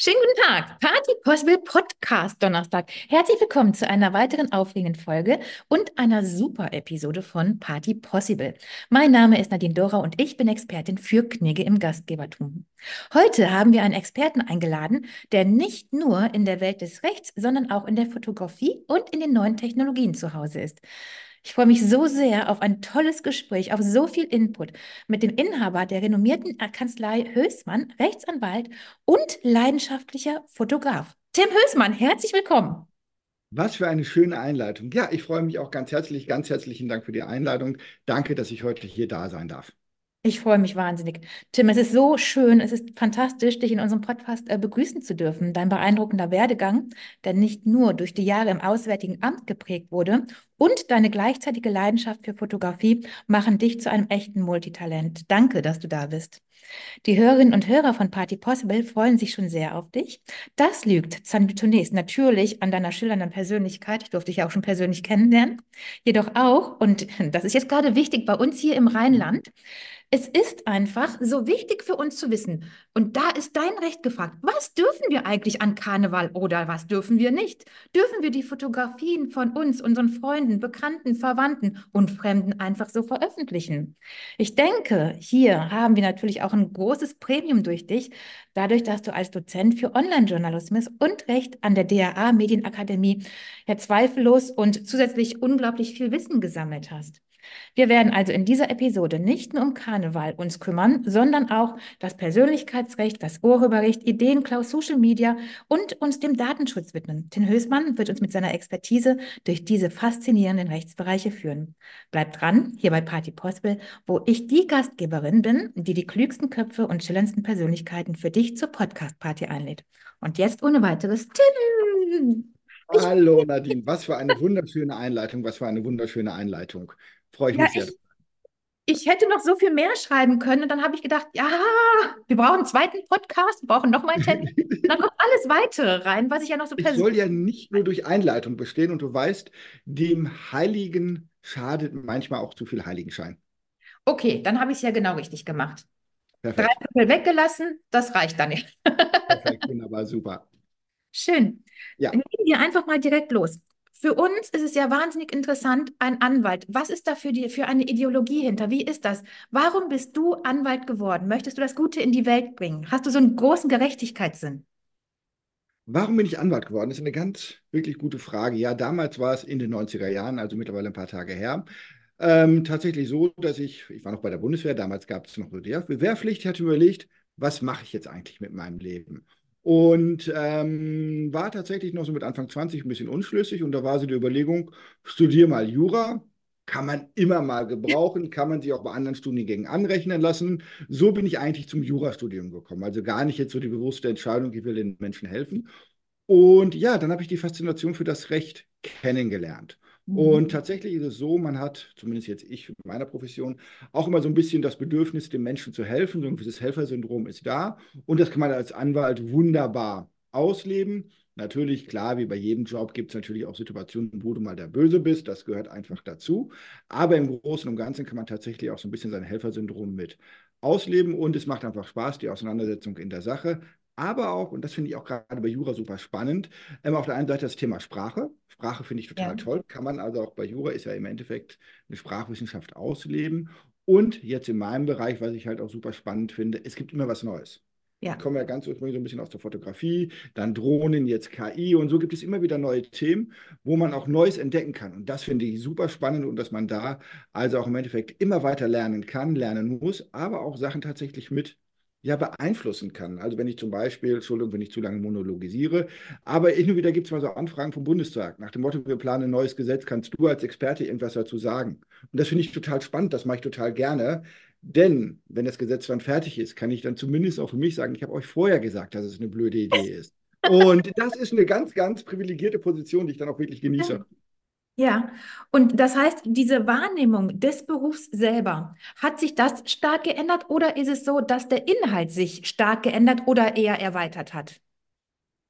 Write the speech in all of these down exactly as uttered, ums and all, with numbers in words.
Schönen guten Tag, Party Possible Podcast Donnerstag. Herzlich willkommen zu einer weiteren aufregenden Folge und einer super Episode von Party Possible. Mein Name ist Nadine Dora und ich bin Expertin für Knigge im Gastgebertum. Heute haben wir einen Experten eingeladen, der nicht nur in der Welt des Rechts, sondern auch in der Fotografie und in den neuen Technologien zu Hause ist. Ich freue mich so sehr auf ein tolles Gespräch, auf so viel Input mit dem Inhaber der renommierten Kanzlei Hößmann, Rechtsanwalt und leidenschaftlicher Fotograf. Tim Hößmann, herzlich willkommen. Was für eine schöne Einleitung. Ja, ich freue mich auch ganz herzlich. Ganz herzlichen Dank für die Einladung. Danke, dass ich heute hier da sein darf. Ich freue mich wahnsinnig. Tim, es ist so schön, es ist fantastisch, dich in unserem Podcast äh, begrüßen zu dürfen. Dein beeindruckender Werdegang, der nicht nur durch die Jahre im Auswärtigen Amt geprägt wurde, und deine gleichzeitige Leidenschaft für Fotografie machen dich zu einem echten Multitalent. Danke, dass du da bist. Die Hörerinnen und Hörer von Party Possible freuen sich schon sehr auf dich. Das liegt zunächst natürlich an deiner schillernden Persönlichkeit. Ich durfte dich ja auch schon persönlich kennenlernen. Jedoch auch, und das ist jetzt gerade wichtig bei uns hier im Rheinland, es ist einfach so wichtig für uns zu wissen. Und da ist dein Recht gefragt. Was dürfen wir eigentlich an Karneval oder was dürfen wir nicht? Dürfen wir die Fotografien von uns, unseren Freunden, Bekannten, Verwandten und Fremden einfach so veröffentlichen? Ich denke, hier haben wir natürlich auch ein großes Premium durch dich, dadurch, dass du als Dozent für Online-Journalismus und Recht an der D A A Medienakademie ja zweifellos und zusätzlich unglaublich viel Wissen gesammelt hast. Wir werden also in dieser Episode nicht nur um Karneval uns kümmern, sondern auch das Persönlichkeitsrecht, das Urheberrecht, Ideenklau, Social Media und uns dem Datenschutz widmen. Tin Hößmann wird uns mit seiner Expertise durch diese faszinierenden Rechtsbereiche führen. Bleibt dran, hier bei Party Possible, wo ich die Gastgeberin bin, die die klügsten Köpfe und schillerndsten Persönlichkeiten für dich zur Podcast-Party einlädt. Und jetzt ohne weiteres, Tim! Ich, Hallo Nadine, was für eine wunderschöne Einleitung, was für eine wunderschöne Einleitung. Freue ich ja, mich sehr. ich Ich hätte noch so viel mehr schreiben können und dann habe ich gedacht, ja, wir brauchen einen zweiten Podcast, wir brauchen noch mal einen Termin. Und dann kommt alles Weitere rein, was ich ja noch so Ich persönlich. soll ja nicht nur durch Einleitung bestehen und du weißt, dem Heiligen schadet manchmal auch zu viel Heiligenschein. Okay, dann habe ich es ja genau richtig gemacht. Drei Perfekt, Viertel weggelassen, das reicht dann nicht. perfekt, wunderbar, super. Schön. Ja. Legen wir einfach mal direkt los. Für uns ist es ja wahnsinnig interessant, ein Anwalt. Was ist da für die, für eine Ideologie hinter? Wie ist das? Warum bist du Anwalt geworden? Möchtest du das Gute in die Welt bringen? Hast du so einen großen Gerechtigkeitssinn? Warum bin ich Anwalt geworden? Das ist eine ganz wirklich gute Frage. Ja, damals war es in den neunziger Jahren, also mittlerweile ein paar Tage her. Ähm, tatsächlich so, dass ich, ich war noch bei der Bundeswehr, damals gab es noch so die Wehrpflicht, ich hatte überlegt, was mache ich jetzt eigentlich mit meinem Leben? Und ähm, war tatsächlich noch so mit Anfang zwanzig ein bisschen unschlüssig und da war so die Überlegung, studier mal Jura, kann man immer mal gebrauchen, kann man sich auch bei anderen Studiengängen anrechnen lassen. So bin ich eigentlich zum Jurastudium gekommen. Also gar nicht jetzt so die bewusste Entscheidung, ich will den Menschen helfen. Und ja, dann habe ich die Faszination für das Recht kennengelernt. Und Mhm. tatsächlich ist es so, man hat, zumindest jetzt ich in meiner Profession, auch immer so ein bisschen das Bedürfnis, dem Menschen zu helfen. So ein gewisses Helfersyndrom ist da. Und das kann man als Anwalt wunderbar ausleben. Natürlich, klar, wie bei jedem Job gibt es natürlich auch Situationen, wo du mal der Böse bist. Das gehört einfach dazu. Aber im Großen und Ganzen kann man tatsächlich auch so ein bisschen sein Helfersyndrom mit ausleben. Und es macht einfach Spaß, die Auseinandersetzung in der Sache. Aber auch, und das finde ich auch gerade bei Jura super spannend, ähm, auf der einen Seite das Thema Sprache. Sprache finde ich total Ja. toll. Kann man also auch bei Jura, ist ja im Endeffekt eine Sprachwissenschaft ausleben. Und jetzt in meinem Bereich, was ich halt auch super spannend finde, es gibt immer was Neues. Ich Ja. komme ja ganz ursprünglich so ein bisschen aus der Fotografie, dann Drohnen, jetzt K I und so gibt es immer wieder neue Themen, wo man auch Neues entdecken kann. Und das finde ich super spannend und dass man da also auch im Endeffekt immer weiter lernen kann, lernen muss, aber auch Sachen tatsächlich mit ja, beeinflussen kann. Also wenn ich zum Beispiel, Entschuldigung, wenn ich zu lange monologisiere, aber hin und wieder gibt es mal so Anfragen vom Bundestag nach dem Motto, wir planen ein neues Gesetz, kannst du als Experte irgendwas dazu sagen? Und das finde ich total spannend, das mache ich total gerne. Denn wenn das Gesetz dann fertig ist, kann ich dann zumindest auch für mich sagen, ich habe euch vorher gesagt, dass es eine blöde Idee ist. Und das ist eine ganz, ganz privilegierte Position, die ich dann auch wirklich genieße. Ja, und das heißt, diese Wahrnehmung des Berufs selber, hat sich das stark geändert oder ist es so, dass der Inhalt sich stark geändert oder eher erweitert hat?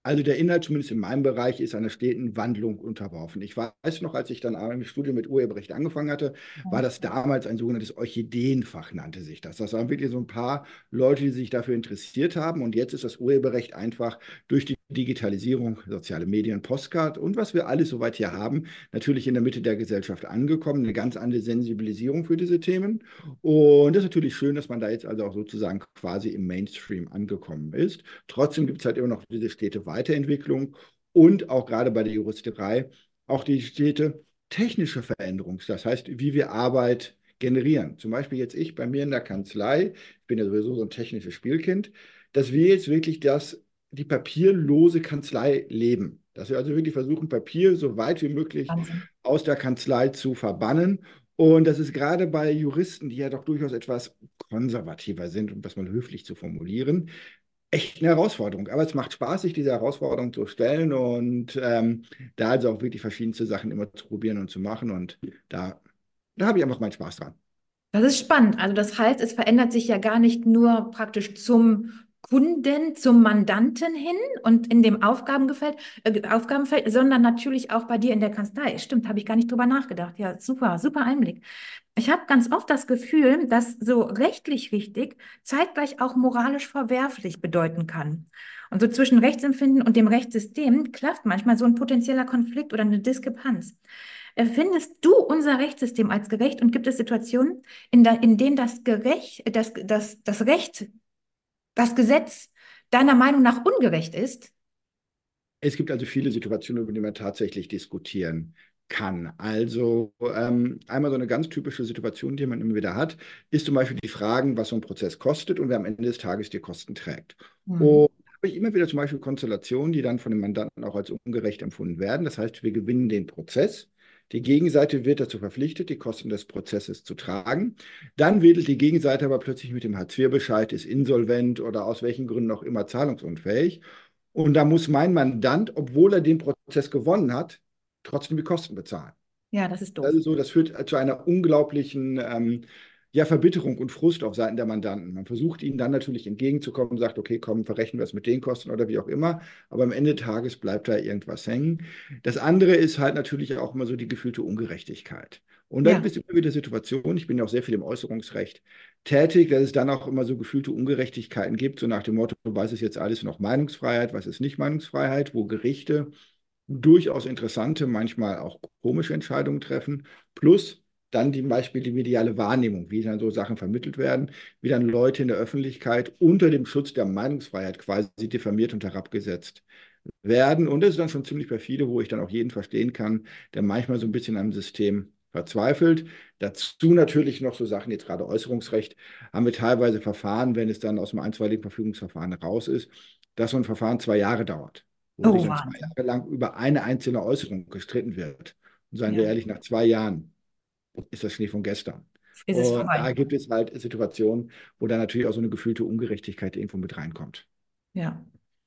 Also der Inhalt, zumindest in meinem Bereich, ist einer steten Wandlung unterworfen. Ich weiß noch, als ich dann im Studium mit Urheberrecht angefangen hatte, war das damals ein sogenanntes Orchideenfach, nannte sich das. Das waren wirklich so ein paar Leute, die sich dafür interessiert haben. Und jetzt ist das Urheberrecht einfach durch die Digitalisierung, soziale Medien, Postcard und was wir alles soweit hier haben, natürlich in der Mitte der Gesellschaft angekommen. Eine ganz andere Sensibilisierung für diese Themen. Und das ist natürlich schön, dass man da jetzt also auch sozusagen quasi im Mainstream angekommen ist. Trotzdem gibt es halt immer noch diese stete Weiterentwicklung und auch gerade bei der Juristerei auch die stete technische Veränderung. Das heißt, wie wir Arbeit generieren. Zum Beispiel jetzt ich bei mir in der Kanzlei, ich bin ja sowieso so ein technisches Spielkind, dass wir jetzt wirklich das, die papierlose Kanzlei leben. Dass wir also wirklich versuchen, Papier so weit wie möglich Wahnsinn. aus der Kanzlei zu verbannen. Und das ist gerade bei Juristen, die ja doch durchaus etwas konservativer sind, um das mal höflich zu formulieren, echt eine Herausforderung. Aber es macht Spaß, sich dieser Herausforderung zu stellen und ähm, da also auch wirklich verschiedenste Sachen immer zu probieren und zu machen. Und da, da habe ich einfach meinen Spaß dran. Das ist spannend. Also das heißt, es verändert sich ja gar nicht nur praktisch zum Kunden, zum Mandanten hin und in dem Aufgabengefeld, äh, Aufgabenfeld, sondern natürlich auch bei dir in der Kanzlei. Stimmt, habe ich gar nicht drüber nachgedacht. Ja, super, super Einblick. Ich habe ganz oft das Gefühl, dass so rechtlich richtig zeitgleich auch moralisch verwerflich bedeuten kann. Und so zwischen Rechtsempfinden und dem Rechtssystem klafft manchmal so ein potenzieller Konflikt oder eine Diskrepanz. Findest du unser Rechtssystem als gerecht und gibt es Situationen, in, der, in denen das, Gerecht, das, das, das Recht, das Gesetz deiner Meinung nach ungerecht ist? Es gibt also viele Situationen, über die man tatsächlich diskutieren kann. Also ähm, einmal so eine ganz typische Situation, die man immer wieder hat, ist zum Beispiel die Frage, was so ein Prozess kostet und wer am Ende des Tages die Kosten trägt. Hm. Und da habe ich immer wieder zum Beispiel Konstellationen, die dann von den Mandanten auch als ungerecht empfunden werden. Das heißt, wir gewinnen den Prozess. Die Gegenseite wird dazu verpflichtet, die Kosten des Prozesses zu tragen. Dann wedelt die Gegenseite aber plötzlich mit dem Hartz vier-Bescheid, ist insolvent oder aus welchen Gründen auch immer zahlungsunfähig. Und da muss mein Mandant, obwohl er den Prozess gewonnen hat, trotzdem die Kosten bezahlen. Ja, das ist Das doof. ist so, das führt zu einer unglaublichen ähm, ja, Verbitterung und Frust auf Seiten der Mandanten. Man versucht ihnen dann natürlich entgegenzukommen, sagt, okay, komm, verrechnen wir es mit den Kosten oder wie auch immer. Aber am Ende des Tages bleibt da irgendwas hängen. Das andere ist halt natürlich auch immer so die gefühlte Ungerechtigkeit. Und da gibt Ja, es immer wieder Situationen, ich bin ja auch sehr viel im Äußerungsrecht tätig, dass es dann auch immer so gefühlte Ungerechtigkeiten gibt, so nach dem Motto, was ist jetzt alles noch Meinungsfreiheit, was ist nicht Meinungsfreiheit, wo Gerichte durchaus interessante, manchmal auch komische Entscheidungen treffen, plus dann zum Beispiel die mediale Wahrnehmung, wie dann so Sachen vermittelt werden, wie dann Leute in der Öffentlichkeit unter dem Schutz der Meinungsfreiheit quasi diffamiert und herabgesetzt werden. Und das ist dann schon ziemlich perfide, wo ich dann auch jeden verstehen kann, der manchmal so ein bisschen am System verzweifelt. Dazu natürlich noch so Sachen, jetzt gerade Äußerungsrecht, haben wir teilweise Verfahren, wenn es dann aus dem einstweiligen Verfügungsverfahren raus ist, dass so ein Verfahren zwei Jahre dauert, wo sich oh dann zwei Wahnsinn. Jahre lang über eine einzelne Äußerung gestritten wird. Und seien wir Ja, ehrlich, nach zwei Jahren ist das Schnee von gestern. ist es Und vorbei. da gibt es halt Situationen, wo dann natürlich auch so eine gefühlte Ungerechtigkeit irgendwo mit reinkommt. Ja.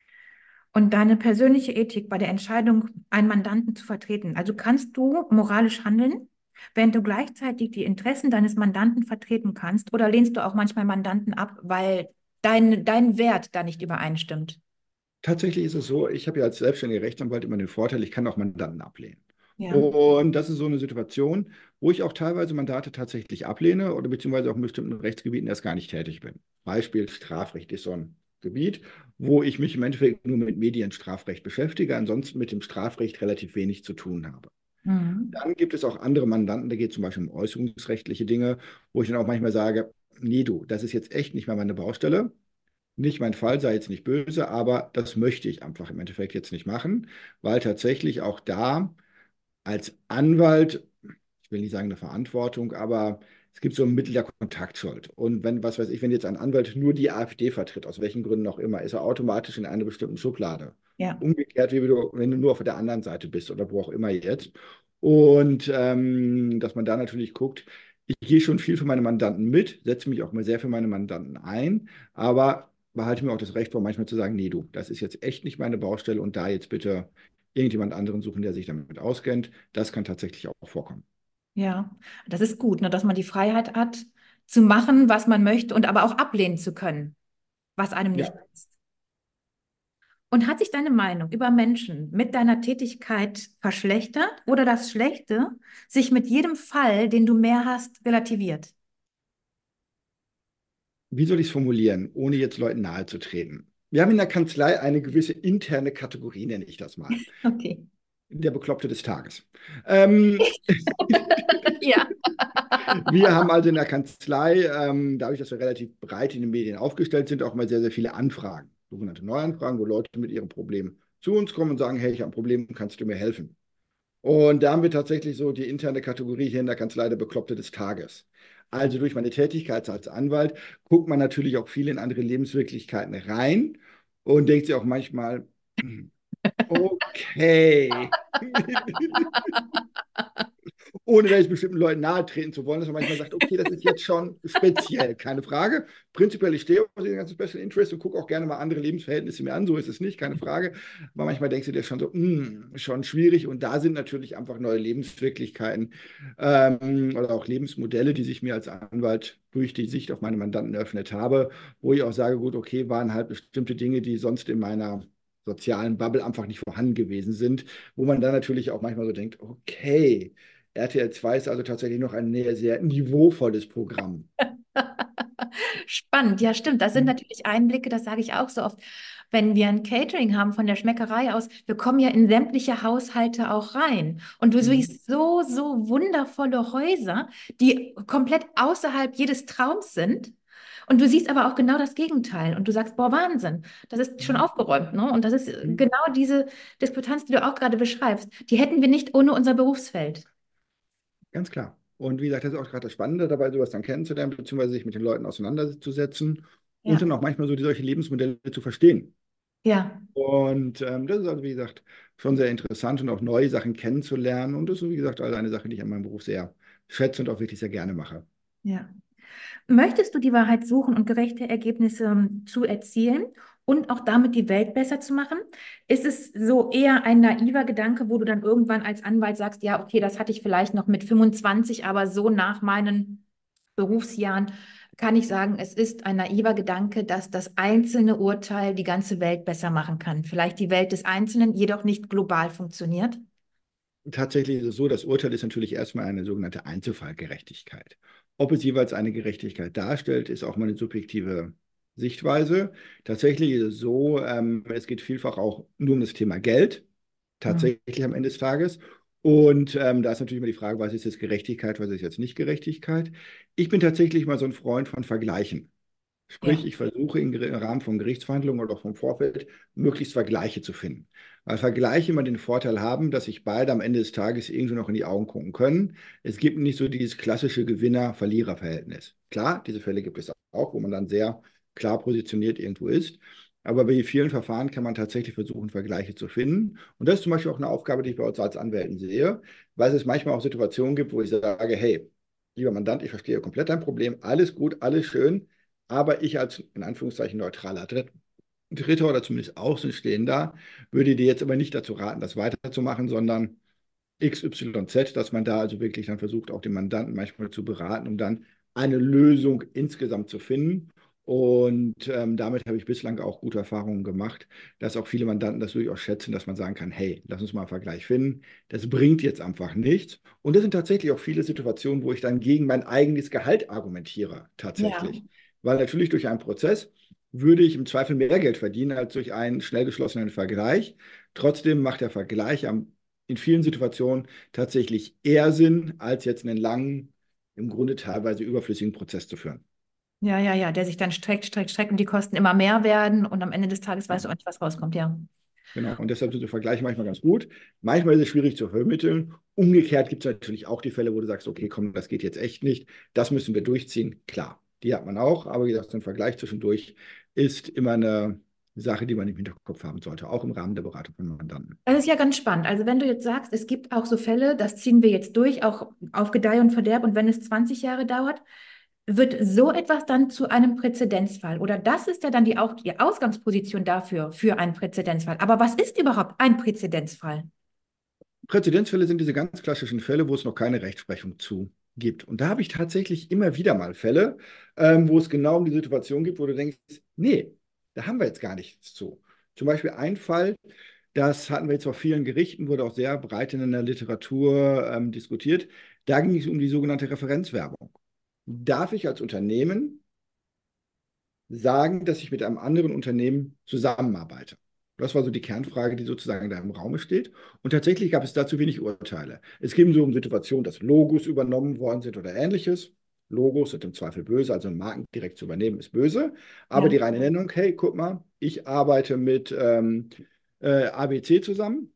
Und deine persönliche Ethik bei der Entscheidung, einen Mandanten zu vertreten. Also kannst du moralisch handeln, während du gleichzeitig die Interessen deines Mandanten vertreten kannst, oder lehnst du auch manchmal Mandanten ab, weil dein, dein Wert da nicht übereinstimmt? Tatsächlich ist es so, ich habe ja als selbstständiger Rechtsanwalt immer den Vorteil, ich kann auch Mandanten ablehnen. Ja. Und das ist so eine Situation, wo ich auch teilweise Mandate tatsächlich ablehne oder beziehungsweise auch in bestimmten Rechtsgebieten erst gar nicht tätig bin. Beispiel Strafrecht ist so ein Gebiet, wo ich mich im Endeffekt nur mit Medienstrafrecht beschäftige, ansonsten mit dem Strafrecht relativ wenig zu tun habe. Mhm. Dann gibt es auch andere Mandanten, da geht es zum Beispiel um äußerungsrechtliche Dinge, wo ich dann auch manchmal sage, nee du, das ist jetzt echt nicht mehr meine Baustelle. Nicht mein Fall, sei jetzt nicht böse, aber das möchte ich einfach im Endeffekt jetzt nicht machen, weil tatsächlich auch da als Anwalt, ich will nicht sagen eine Verantwortung, aber es gibt so ein Mittel der Kontaktschuld. Und wenn, was weiß ich, wenn jetzt ein Anwalt nur die AfD vertritt, aus welchen Gründen auch immer, ist er automatisch in einer bestimmten Schublade. Ja. Umgekehrt, wie du, wenn du nur auf der anderen Seite bist oder wo auch immer jetzt. Und ähm, dass man da natürlich guckt, ich gehe schon viel für meine Mandanten mit, setze mich auch mal sehr für meine Mandanten ein, aber behalte mir auch das Recht vor, manchmal zu sagen, nee, du, das ist jetzt echt nicht meine Baustelle und da jetzt bitte irgendjemand anderen suchen, der sich damit auskennt. Das kann tatsächlich auch vorkommen. Ja. Das ist gut, ne, dass man die Freiheit hat, zu machen, was man möchte und aber auch ablehnen zu können, was einem nicht Ja, passt. Und hat sich deine Meinung über Menschen mit deiner Tätigkeit verschlechtert oder das Schlechte sich mit jedem Fall, den du mehr hast, relativiert? Wie soll ich es formulieren, ohne jetzt Leuten nahe zu treten? Wir haben in der Kanzlei eine gewisse interne Kategorie, nenne ich das mal. Okay. Der Bekloppte des Tages. Ähm, Ja. Wir haben also in der Kanzlei, ähm, dadurch, dass wir relativ breit in den Medien aufgestellt sind, auch mal sehr, sehr viele Anfragen, sogenannte Neuanfragen, wo Leute mit ihrem Problem zu uns kommen und sagen, hey, ich habe ein Problem, kannst du mir helfen? Und da haben wir tatsächlich so die interne Kategorie hier in der Kanzlei der Bekloppte des Tages. Also durch meine Tätigkeit als Anwalt guckt man natürlich auch viel in andere Lebenswirklichkeiten rein und denkt sich auch manchmal, hm, okay. Ohne da jetzt bestimmten Leuten nahe treten zu wollen, dass man manchmal sagt, okay, das ist jetzt schon speziell, keine Frage. Prinzipiell, ich stehe auf den ganzen Special Interest und gucke auch gerne mal andere Lebensverhältnisse mir an, so ist es nicht, keine Frage. Aber manchmal denkst du dir schon so, mh, schon schwierig. Und da sind natürlich einfach neue Lebenswirklichkeiten ähm, oder auch Lebensmodelle, die sich mir als Anwalt durch die Sicht auf meine Mandanten eröffnet habe, wo ich auch sage, gut, okay, waren halt bestimmte Dinge, die sonst in meiner sozialen Bubble einfach nicht vorhanden gewesen sind, wo man dann natürlich auch manchmal so denkt, okay, R T L zwei ist also tatsächlich noch ein sehr, sehr niveauvolles Programm. Spannend, ja, stimmt. Das sind natürlich Einblicke, das sage ich auch so oft, wenn wir ein Catering haben von der Schmeckerei aus. Wir kommen ja in sämtliche Haushalte auch rein. Und du Mhm. siehst so, so wundervolle Häuser, die komplett außerhalb jedes Traums sind. Und du siehst aber auch genau das Gegenteil. Und du sagst, boah, Wahnsinn, das ist schon aufgeräumt, ne? Und das ist Mhm. genau diese Diskrepanz, die du auch gerade beschreibst. Die hätten wir nicht ohne unser Berufsfeld. Ganz klar. Und wie gesagt, das ist auch gerade das Spannende dabei, sowas dann kennenzulernen, beziehungsweise sich mit den Leuten auseinanderzusetzen und Ja, dann auch manchmal so die solche Lebensmodelle zu verstehen. ja, Und ähm, das ist also, wie gesagt, schon sehr interessant und auch neue Sachen kennenzulernen. Und das ist, wie gesagt, also eine Sache, die ich an meinem Beruf sehr schätze und auch wirklich sehr gerne mache. ja. Möchtest du die Wahrheit suchen und gerechte Ergebnisse ähm, zu erzielen und auch damit die Welt besser zu machen? Ist es so eher ein naiver Gedanke, wo du dann irgendwann als Anwalt sagst, ja, okay, das hatte ich vielleicht noch mit fünfundzwanzig, aber so nach meinen Berufsjahren kann ich sagen, es ist ein naiver Gedanke, dass das einzelne Urteil die ganze Welt besser machen kann. Vielleicht die Welt des Einzelnen, jedoch nicht global funktioniert. Tatsächlich ist es so, das Urteil ist natürlich erstmal eine sogenannte Einzelfallgerechtigkeit. Ob es jeweils eine Gerechtigkeit darstellt, ist auch mal eine subjektive Sichtweise. Tatsächlich ist es so, ähm, es geht vielfach auch nur um das Thema Geld, Hm. tatsächlich am Ende des Tages. Und ähm, da ist natürlich immer die Frage, was ist jetzt Gerechtigkeit, was ist jetzt nicht Gerechtigkeit. Ich bin tatsächlich mal so ein Freund von Vergleichen. Sprich, Ja, ich versuche im Ger- im Rahmen von Gerichtsverhandlungen oder auch vom Vorfeld möglichst Vergleiche zu finden. Weil Vergleiche immer den Vorteil haben, dass sich beide am Ende des Tages irgendwo noch in die Augen gucken können. Es gibt nicht so dieses klassische Gewinner-Verlierer-Verhältnis. Klar, diese Fälle gibt es auch, wo man dann sehr klar positioniert irgendwo ist. Aber bei vielen Verfahren kann man tatsächlich versuchen, Vergleiche zu finden. Und das ist zum Beispiel auch eine Aufgabe, die ich bei uns als Anwälten sehe, weil es manchmal auch Situationen gibt, wo ich sage, hey, lieber Mandant, ich verstehe komplett dein Problem, alles gut, alles schön. Aber ich als in Anführungszeichen neutraler Dritt, Dritter oder zumindest Außenstehender würde dir jetzt aber nicht dazu raten, das weiterzumachen, sondern X Y Z, dass man da also wirklich dann versucht, auch den Mandanten manchmal zu beraten, um dann eine Lösung insgesamt zu finden. Und ähm, damit habe ich bislang auch gute Erfahrungen gemacht, dass auch viele Mandanten das durchaus schätzen, dass man sagen kann, hey, lass uns mal einen Vergleich finden. Das bringt jetzt einfach nichts. Und das sind tatsächlich auch viele Situationen, wo ich dann gegen mein eigenes Gehalt argumentiere, ja. tatsächlich. Weil natürlich durch einen Prozess würde ich im Zweifel mehr Geld verdienen als durch einen schnell geschlossenen Vergleich. Trotzdem macht der Vergleich am in vielen Situationen tatsächlich eher Sinn, als jetzt einen langen, im Grunde teilweise überflüssigen Prozess zu führen. Ja, ja, ja, der sich dann streckt, streckt, streckt und die Kosten immer mehr werden und am Ende des Tages weißt du auch nicht, was rauskommt, ja. Genau, und deshalb sind so Vergleiche manchmal ganz gut. Manchmal ist es schwierig zu vermitteln. Umgekehrt gibt es natürlich auch die Fälle, wo du sagst, okay, komm, das geht jetzt echt nicht. Das müssen wir durchziehen. Klar, die hat man auch, aber wie gesagt, so ein Vergleich zwischendurch ist immer eine Sache, die man im Hinterkopf haben sollte, auch im Rahmen der Beratung von Mandanten. Das ist ja ganz spannend. Also wenn du jetzt sagst, es gibt auch so Fälle, das ziehen wir jetzt durch, auch auf Gedeih und Verderb und wenn es zwanzig Jahre dauert, wird so etwas dann zu einem Präzedenzfall? Oder das ist ja dann die, auch die Ausgangsposition dafür, für einen Präzedenzfall. Aber was ist überhaupt ein Präzedenzfall? Präzedenzfälle sind diese ganz klassischen Fälle, wo es noch keine Rechtsprechung zu gibt. Und da habe ich tatsächlich immer wieder mal Fälle, ähm, wo es genau um die Situation geht, wo du denkst, nee, da haben wir jetzt gar nichts zu. Zum Beispiel ein Fall, das hatten wir jetzt auf vielen Gerichten, wurde auch sehr breit in der Literatur ähm, diskutiert. Da ging es um die sogenannte Referenzwerbung. Darf ich als Unternehmen sagen, dass ich mit einem anderen Unternehmen zusammenarbeite? Das war so die Kernfrage, die sozusagen da im Raum steht. Und tatsächlich gab es dazu wenig Urteile. Es ging so um Situationen, dass Logos übernommen worden sind oder ähnliches. Logos sind im Zweifel böse, also Marken direkt zu übernehmen ist böse. Aber die Ja. reine Nennung, hey, guck mal, ich arbeite mit ähm, äh, A B C zusammen,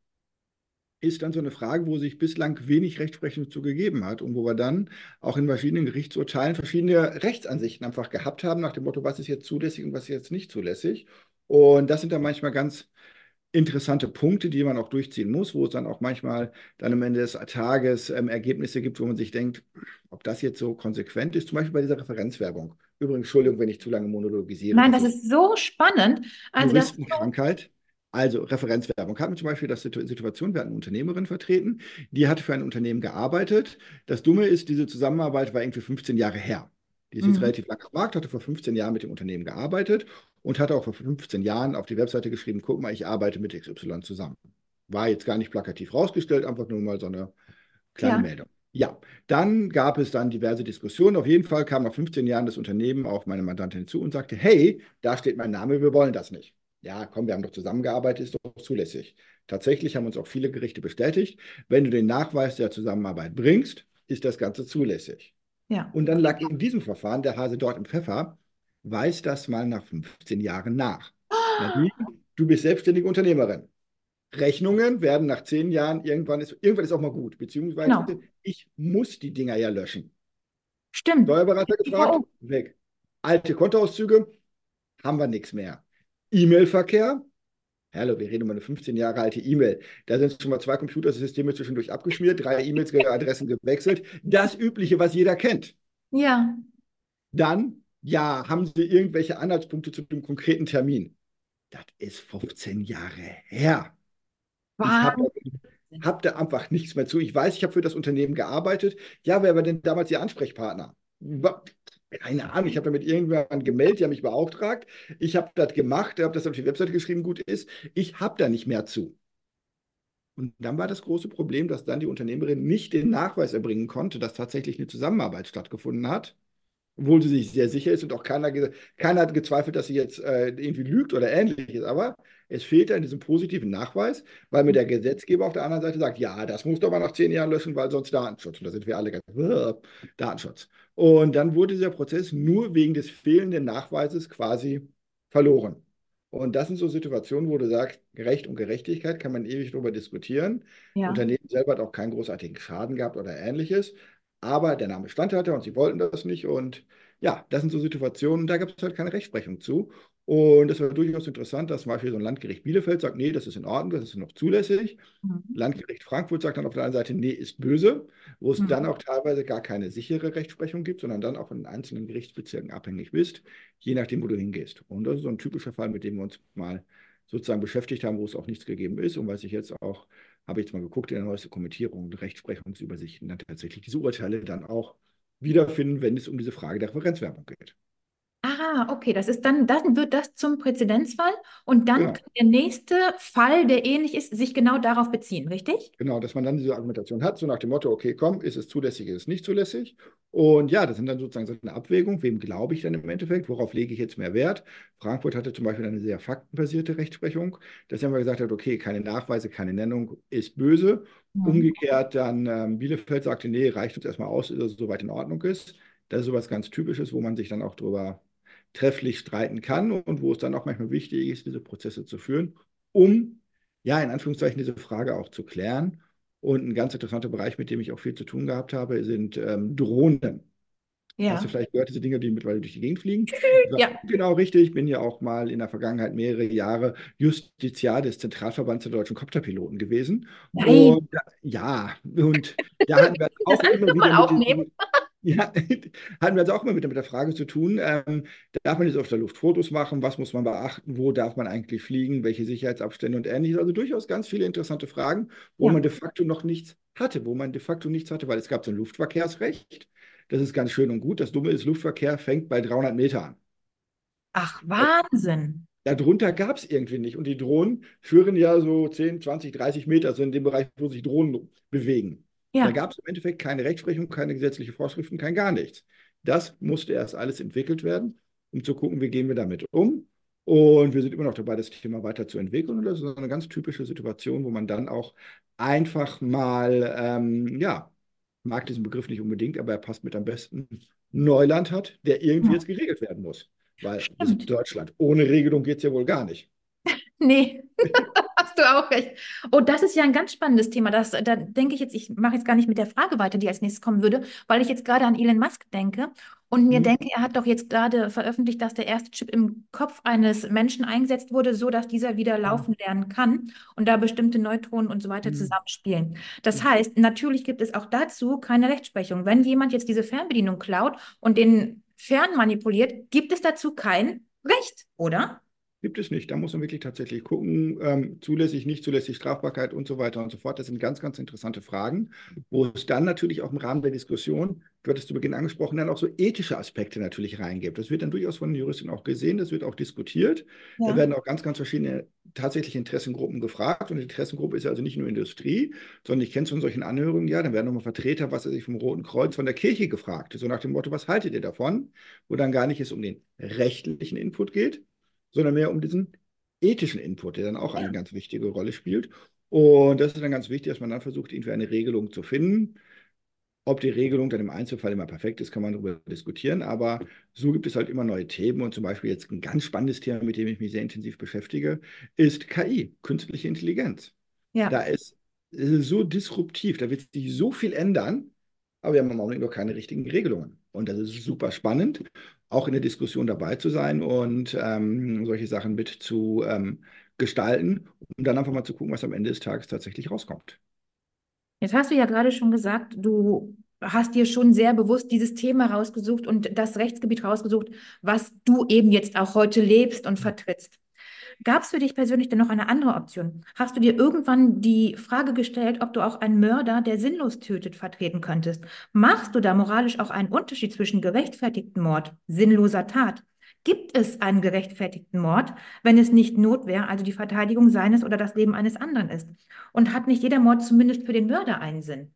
ist dann so eine Frage, wo sich bislang wenig Rechtsprechung zu gegeben hat und wo wir dann auch in verschiedenen Gerichtsurteilen verschiedene Rechtsansichten einfach gehabt haben, nach dem Motto, was ist jetzt zulässig und was ist jetzt nicht zulässig. Und das sind dann manchmal ganz interessante Punkte, die man auch durchziehen muss, wo es dann auch manchmal dann am Ende des Tages ähm, Ergebnisse gibt, wo man sich denkt, ob das jetzt so konsequent ist, zum Beispiel bei dieser Referenzwerbung. Übrigens, Entschuldigung, wenn ich zu lange monologisiere, Nein, das das ist ist so spannend. Also das, Juristenkrankheit. Also Referenzwerbung. Hatten wir zum Beispiel das Situ- Situation, wir hatten eine Unternehmerin vertreten, die hatte für ein Unternehmen gearbeitet. Das Dumme ist, diese Zusammenarbeit war irgendwie fünfzehn Jahre her. Die ist jetzt Mhm. relativ lang am Markt, hatte vor fünfzehn Jahren mit dem Unternehmen gearbeitet und hatte auch vor fünfzehn Jahren auf die Webseite geschrieben, guck mal, ich arbeite mit X Y zusammen. War jetzt gar nicht plakativ rausgestellt, einfach nur mal so eine kleine Ja, Meldung. Ja, dann gab es dann diverse Diskussionen. Auf jeden Fall kam nach fünfzehn Jahren das Unternehmen auf meine Mandantin zu und sagte, hey, da steht mein Name, wir wollen das nicht. Ja, komm, wir haben doch zusammengearbeitet, ist doch zulässig. Tatsächlich haben uns auch viele Gerichte bestätigt, wenn du den Nachweis der Zusammenarbeit bringst, ist das Ganze zulässig. ja. Und dann lag in diesem Verfahren der Hase dort im Pfeffer, weiß das mal nach fünfzehn Jahren nach. Nadine, du bist selbstständige Unternehmerin. Rechnungen werden nach zehn Jahren irgendwann ist, irgendwann ist auch mal gut, beziehungsweise Genau. ich muss die Dinger ja löschen. Stimmt. Steuerberater gefragt, D S G V O. weg. Alte Kontoauszüge, haben wir nichts mehr. E-Mail-Verkehr, hallo, wir reden über eine fünfzehn Jahre alte E-Mail. Da sind schon mal zwei Computersysteme zwischendurch abgeschmiert, drei E-Mails-Adressen gewechselt. Das Übliche, was jeder kennt. Ja, Dann, ja, haben Sie irgendwelche Anhaltspunkte zu dem konkreten Termin? Das ist fünfzehn Jahre her. Ich habe Wahnsinn. hab da einfach nichts mehr zu. Ich weiß, ich habe für das Unternehmen gearbeitet. Ja, wer war denn damals Ihr Ansprechpartner? Wa- Keine Ahnung, ich habe da mit irgendjemandem gemeldet, die haben mich beauftragt. Ich habe das gemacht, habe das auf die Webseite geschrieben, gut ist. Ich habe da nicht mehr zu. Und dann war das große Problem, dass dann die Unternehmerin nicht den Nachweis erbringen konnte, dass tatsächlich eine Zusammenarbeit stattgefunden hat, obwohl sie sich sehr sicher ist und auch keiner, ge- keiner hat gezweifelt, dass sie jetzt äh, irgendwie lügt oder ähnliches. Aber es fehlt an diesem positiven Nachweis, weil mir der Gesetzgeber auf der anderen Seite sagt, ja, das musst du aber nach zehn Jahren löschen, weil sonst Datenschutz. Und da sind wir alle ganz, "Äh, Datenschutz." Und dann wurde dieser Prozess nur wegen des fehlenden Nachweises quasi verloren. Und das sind so Situationen, wo du sagst, Recht und Gerechtigkeit kann man ewig darüber diskutieren. Das Ja. Unternehmen selber hat auch keinen großartigen Schaden gehabt oder ähnliches. Aber der Name stand halt da und sie wollten das nicht. Und ja, das sind so Situationen, da gibt es halt keine Rechtsprechung zu. Und das war durchaus interessant, dass zum Beispiel so ein Landgericht Bielefeld sagt, nee, das ist in Ordnung, das ist noch zulässig. Mhm. Landgericht Frankfurt sagt dann auf der anderen Seite, nee, ist böse, wo es dann Mhm. auch teilweise gar keine sichere Rechtsprechung gibt, sondern dann auch von den einzelnen Gerichtsbezirken abhängig bist, je nachdem, wo du hingehst. Und das ist so ein typischer Fall, mit dem wir uns mal sozusagen beschäftigt haben, wo es auch nichts gegeben ist und was ich jetzt auch, habe ich jetzt mal geguckt in der neuesten Kommentierung und Rechtsprechungsübersichten, dann tatsächlich diese Urteile dann auch wiederfinden, wenn es um diese Frage der Referenzwerbung geht. Ah, okay, das ist dann, dann wird das zum Präzedenzfall und dann Genau. kann der nächste Fall, der ähnlich ist, sich genau darauf beziehen, richtig? Genau, dass man dann diese Argumentation hat, so nach dem Motto, okay, komm, ist es zulässig, ist es nicht zulässig? Und ja, das sind dann sozusagen so eine Abwägung, wem glaube ich dann im Endeffekt, worauf lege ich jetzt mehr Wert? Frankfurt hatte zum Beispiel eine sehr faktenbasierte Rechtsprechung, dass er immer gesagt hat, okay, keine Nachweise, keine Nennung ist böse. Mhm. Umgekehrt dann ähm, Bielefeld sagte, nee, reicht uns erstmal aus, dass es soweit in Ordnung ist. Das ist sowas ganz Typisches, wo man sich dann auch drüber trefflich streiten kann und wo es dann auch manchmal wichtig ist, diese Prozesse zu führen, um ja, in Anführungszeichen diese Frage auch zu klären. Und ein ganz interessanter Bereich, mit dem ich auch viel zu tun gehabt habe, sind ähm, Drohnen. Hast du Ja. vielleicht gehört, diese Dinge, die mittlerweile durch die Gegend fliegen? Ja, Ja. genau richtig. Ich bin ja auch mal in der Vergangenheit mehrere Jahre Justiziar des Zentralverbands der deutschen Kopterpiloten gewesen. Nein. Und ja, und da hatten wir Das auch alles immer nochmal wieder mit aufnehmen. diesem, ja, hatten wir also auch immer mit, mit der Frage zu tun, ähm, darf man jetzt auf der Luft Fotos machen, was muss man beachten, wo darf man eigentlich fliegen, welche Sicherheitsabstände und ähnliches. Also durchaus ganz viele interessante Fragen, wo Ja. man de facto noch nichts hatte, wo man de facto nichts hatte, weil es gab so ein Luftverkehrsrecht. Das ist ganz schön und gut. Das Dumme ist, Luftverkehr fängt bei dreihundert Meter an. Ach, Wahnsinn. Darunter gab es irgendwie nicht. Und die Drohnen führen ja so zehn, zwanzig, dreißig Meter, also in dem Bereich, wo sich Drohnen bewegen. Da Ja, gab es im Endeffekt keine Rechtsprechung, keine gesetzliche Vorschriften, kein gar nichts. Das musste erst alles entwickelt werden, um zu gucken, wie gehen wir damit um. Und wir sind immer noch dabei, das Thema weiterzuentwickeln. Und das ist eine ganz typische Situation, wo man dann auch einfach mal, ähm, ja, mag diesen Begriff nicht unbedingt, aber er passt mit am besten, Neuland hat, der irgendwie ja, jetzt geregelt werden muss. Weil wir sind in stimmt. Deutschland. Ohne Regelung geht es ja wohl gar nicht. Nee, hast du auch recht. Oh, das ist ja ein ganz spannendes Thema. Das, da denke ich jetzt, ich mache jetzt gar nicht mit der Frage weiter, die als nächstes kommen würde, weil ich jetzt gerade an Elon Musk denke und mir Hm? denke, er hat doch jetzt gerade veröffentlicht, dass der erste Chip im Kopf eines Menschen eingesetzt wurde, so dass dieser wieder laufen lernen kann und da bestimmte Neutronen und so weiter Hm. zusammenspielen. Das heißt, natürlich gibt es auch dazu keine Rechtsprechung. Wenn jemand jetzt diese Fernbedienung klaut und den fern manipuliert, gibt es dazu kein Recht, oder? Gibt es nicht. Da muss man wirklich tatsächlich gucken, ähm, zulässig, nicht zulässig, Strafbarkeit und so weiter und so fort. Das sind ganz, ganz interessante Fragen, wo es dann natürlich auch im Rahmen der Diskussion, du hattest zu Beginn angesprochen, dann auch so ethische Aspekte natürlich reingibt. Das wird dann durchaus von den Juristen auch gesehen, das wird auch diskutiert. Da Ja. werden auch ganz, ganz verschiedene tatsächliche Interessengruppen gefragt. Und die Interessengruppe ist ja also nicht nur Industrie, sondern ich kenne es von solchen Anhörungen, ja, dann werden nochmal Vertreter, was weiß ich, vom Roten Kreuz, von der Kirche gefragt. So nach dem Motto, was haltet ihr davon? Wo dann gar nicht es um den rechtlichen Input geht, sondern mehr um diesen ethischen Input, der dann auch eine ganz wichtige Rolle spielt. Und das ist dann ganz wichtig, dass man dann versucht, irgendwie eine Regelung zu finden. Ob die Regelung dann im Einzelfall immer perfekt ist, kann man darüber diskutieren. Aber so gibt es halt immer neue Themen. Und zum Beispiel jetzt ein ganz spannendes Thema, mit dem ich mich sehr intensiv beschäftige, ist K I, künstliche Intelligenz. Da Ja. ist es ist so disruptiv, da wird sich so viel ändern, aber wir haben im Augenblick noch keine richtigen Regelungen. Und das ist super spannend, auch in der Diskussion dabei zu sein und ähm, solche Sachen mit zu ähm, gestalten, um dann einfach mal zu gucken, was am Ende des Tages tatsächlich rauskommt. Jetzt hast du ja gerade schon gesagt, du hast dir schon sehr bewusst dieses Thema rausgesucht und das Rechtsgebiet rausgesucht, was du eben jetzt auch heute lebst und vertrittst. Gab es für dich persönlich denn noch eine andere Option? Hast du dir irgendwann die Frage gestellt, ob du auch einen Mörder, der sinnlos tötet, vertreten könntest? Machst du da moralisch auch einen Unterschied zwischen gerechtfertigten Mord, sinnloser Tat? Gibt es einen gerechtfertigten Mord, wenn es nicht Notwehr, also die Verteidigung seines oder das Leben eines anderen ist? Und hat nicht jeder Mord zumindest für den Mörder einen Sinn?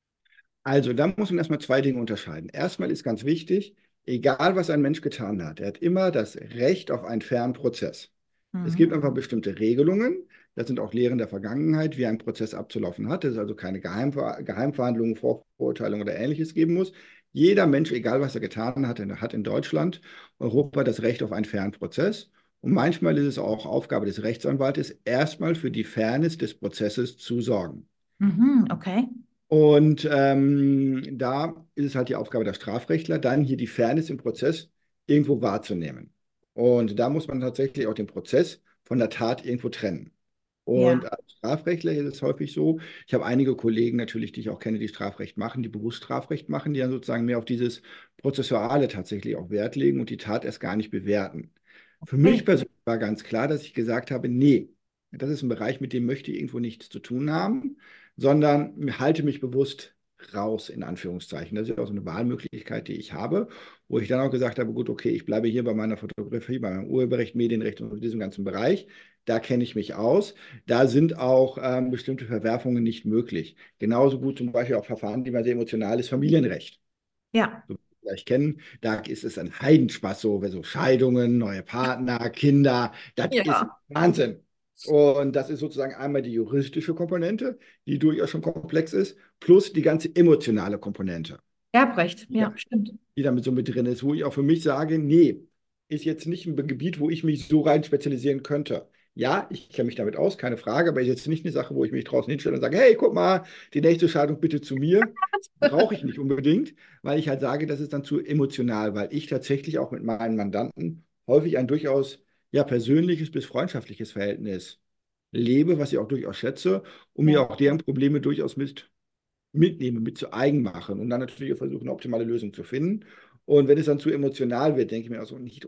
Also, da muss man erstmal zwei Dinge unterscheiden. Erstmal ist ganz wichtig, egal was ein Mensch getan hat, er hat immer das Recht auf einen fairen Prozess. Es gibt Mhm. einfach bestimmte Regelungen, das sind auch Lehren der Vergangenheit, wie ein Prozess abzulaufen hat, dass es also keine Geheimver Geheimverhandlungen, Vorverurteilungen oder Ähnliches geben muss. Jeder Mensch, egal was er getan hat, hat in Deutschland, Europa das Recht auf einen fairen Prozess. Und manchmal ist es auch Aufgabe des Rechtsanwaltes, erstmal für die Fairness des Prozesses zu sorgen. Mhm, okay. Und ähm, da ist es halt die Aufgabe der Strafrechtler, dann hier die Fairness im Prozess irgendwo wahrzunehmen. Und da muss man tatsächlich auch den Prozess von der Tat irgendwo trennen. Und Ja. als Strafrechtler ist es häufig so, ich habe einige Kollegen natürlich, die ich auch kenne, die Strafrecht machen, die bewusst Strafrecht machen, die dann sozusagen mehr auf dieses Prozessuale tatsächlich auch Wert legen und die Tat erst gar nicht bewerten. Für mich Okay. persönlich war ganz klar, dass ich gesagt habe, nee, das ist ein Bereich, mit dem möchte ich irgendwo nichts zu tun haben, sondern halte mich bewusst raus, in Anführungszeichen. Das ist ja auch so eine Wahlmöglichkeit, die ich habe, wo ich dann auch gesagt habe, gut, okay, ich bleibe hier bei meiner Fotografie, bei meinem Urheberrecht, Medienrecht und diesem ganzen Bereich. Da kenne ich mich aus. Da sind auch ähm, bestimmte Verwerfungen nicht möglich. Genauso gut zum Beispiel auch Verfahren, die man sehr emotional ist, Familienrecht. Ja. So wie wir vielleicht kennen, da ist es ein Heidenspaß, so, so Scheidungen, neue Partner, Kinder, das ist Ja. Wahnsinn. Und das ist sozusagen einmal die juristische Komponente, die durchaus schon komplex ist, plus die ganze emotionale Komponente, Erbrecht. die, da, Ja, stimmt. die damit so mit drin ist, wo ich auch für mich sage, nee, ist jetzt nicht ein Gebiet, wo ich mich so rein spezialisieren könnte. Ja, ich kenne mich damit aus, keine Frage, aber ist jetzt nicht eine Sache, wo ich mich draußen hinstelle und sage, hey, guck mal, die nächste Scheidung bitte zu mir. Brauche ich nicht unbedingt, weil ich halt sage, das ist dann zu emotional, weil ich tatsächlich auch mit meinen Mandanten häufig ein durchaus ja, persönliches bis freundschaftliches Verhältnis lebe, was ich auch durchaus schätze und mir Ja. auch deren Probleme durchaus mit mitnehmen, mit zu eigen machen und dann natürlich auch versuchen, eine optimale Lösung zu finden. Und wenn es dann zu emotional wird, denke ich mir auch so, nicht,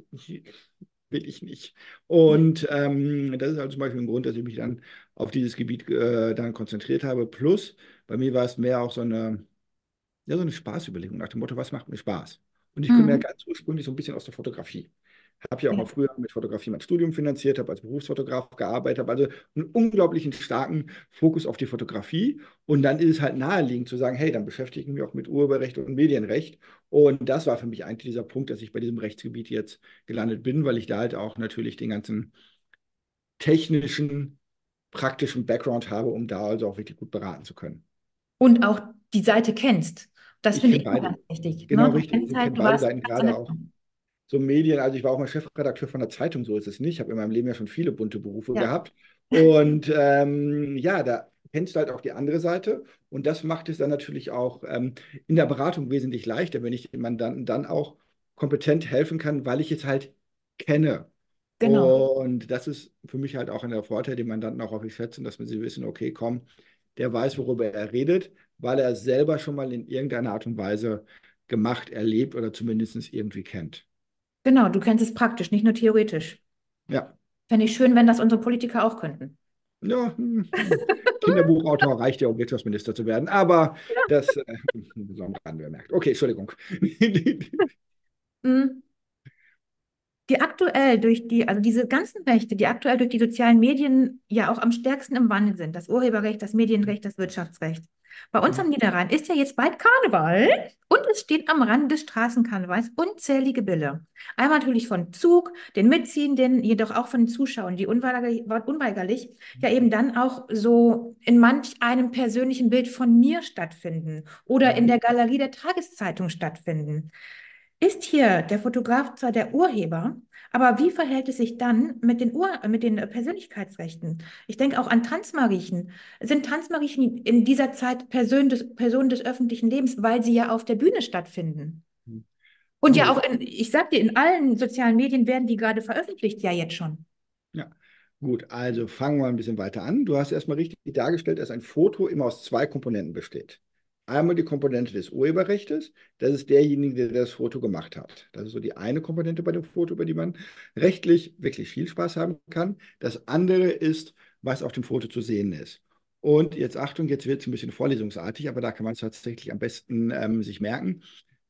will ich nicht. Und ähm, das ist halt zum Beispiel ein Grund, dass ich mich dann auf dieses Gebiet äh, dann konzentriert habe. Plus, bei mir war es mehr auch so eine, ja, so eine Spaßüberlegung nach dem Motto, was macht mir Spaß? Und ich komme ja Mhm. ganz ursprünglich so ein bisschen aus der Fotografie. Habe ja auch mal Ja. früher mit Fotografie mein Studium finanziert, habe als Berufsfotograf gearbeitet, habe also einen unglaublichen starken Fokus auf die Fotografie. Und dann ist es halt naheliegend zu sagen, hey, dann beschäftige ich mich auch mit Urheberrecht und Medienrecht. Und das war für mich eigentlich dieser Punkt, dass ich bei diesem Rechtsgebiet jetzt gelandet bin, weil ich da halt auch natürlich den ganzen technischen, praktischen Background habe, um da also auch wirklich gut beraten zu können. Und auch die Seite kennst. Das Ich finde kenne ich immer ganz beide. wichtig. Ne? Genau Du richtig. kennst Also ich kenne halt, du beide warst Seiten, ganz so gerade nett. auch so Medien. Also ich war auch mal Chefredakteur von einer Zeitung, so ist es nicht. Ich habe in meinem Leben ja schon viele bunte Berufe Ja, gehabt. Und ähm, ja, da kennst du halt auch die andere Seite. Und das macht es dann natürlich auch ähm, in der Beratung wesentlich leichter, wenn ich dem Mandanten dann auch kompetent helfen kann, weil ich es halt kenne. genau. Und das ist für mich halt auch ein Vorteil, den Mandanten auch häufig schätzen, dass wir sie wissen, okay, komm, der weiß, worüber er redet, weil er es selber schon mal in irgendeiner Art und Weise gemacht, erlebt oder zumindest irgendwie kennt. Genau, du kennst es praktisch, nicht nur theoretisch. Ja, Fände ich schön, wenn das unsere Politiker auch könnten. ja, hm, hm. Kinderbuchautor reicht ja, um Wirtschaftsminister zu werden, aber das äh, so am Rande bemerkt. Okay, Entschuldigung. Mm. Die aktuell durch die, also diese ganzen Rechte, die aktuell durch die sozialen Medien ja auch am stärksten im Wandel sind, das Urheberrecht, das Medienrecht, das Wirtschaftsrecht. Bei uns am Niederrhein ist ja jetzt bald Karneval und es steht am Rand des Straßenkarnevals unzählige Bilder. Einmal natürlich von Zug, den Mitziehenden, jedoch auch von den Zuschauern, die unweigerlich, unweigerlich ja eben dann auch so in manch einem persönlichen Bild von mir stattfinden oder in der Galerie der Tageszeitung stattfinden. Ist hier der Fotograf zwar der Urheber, aber wie verhält es sich dann mit den, Ur mit den Persönlichkeitsrechten? Ich denke auch an Tanzmariechen. Sind Tanzmariechen in dieser Zeit Person des, Personen des öffentlichen Lebens, weil sie ja auf der Bühne stattfinden? Und ja auch Gut. in, ich sag dir, in allen sozialen Medien werden die gerade veröffentlicht, ja jetzt schon. Ja, gut, also fangen wir mal ein bisschen weiter an. Du hast erstmal richtig dargestellt, dass ein Foto immer aus zwei Komponenten besteht. Einmal die Komponente des Urheberrechts, das ist derjenige, der das Foto gemacht hat. Das ist so die eine Komponente bei dem Foto, über die man rechtlich wirklich viel Spaß haben kann. Das andere ist, was auf dem Foto zu sehen ist. Und jetzt Achtung, jetzt wird es ein bisschen vorlesungsartig, aber da kann man es tatsächlich am besten ähm, sich merken.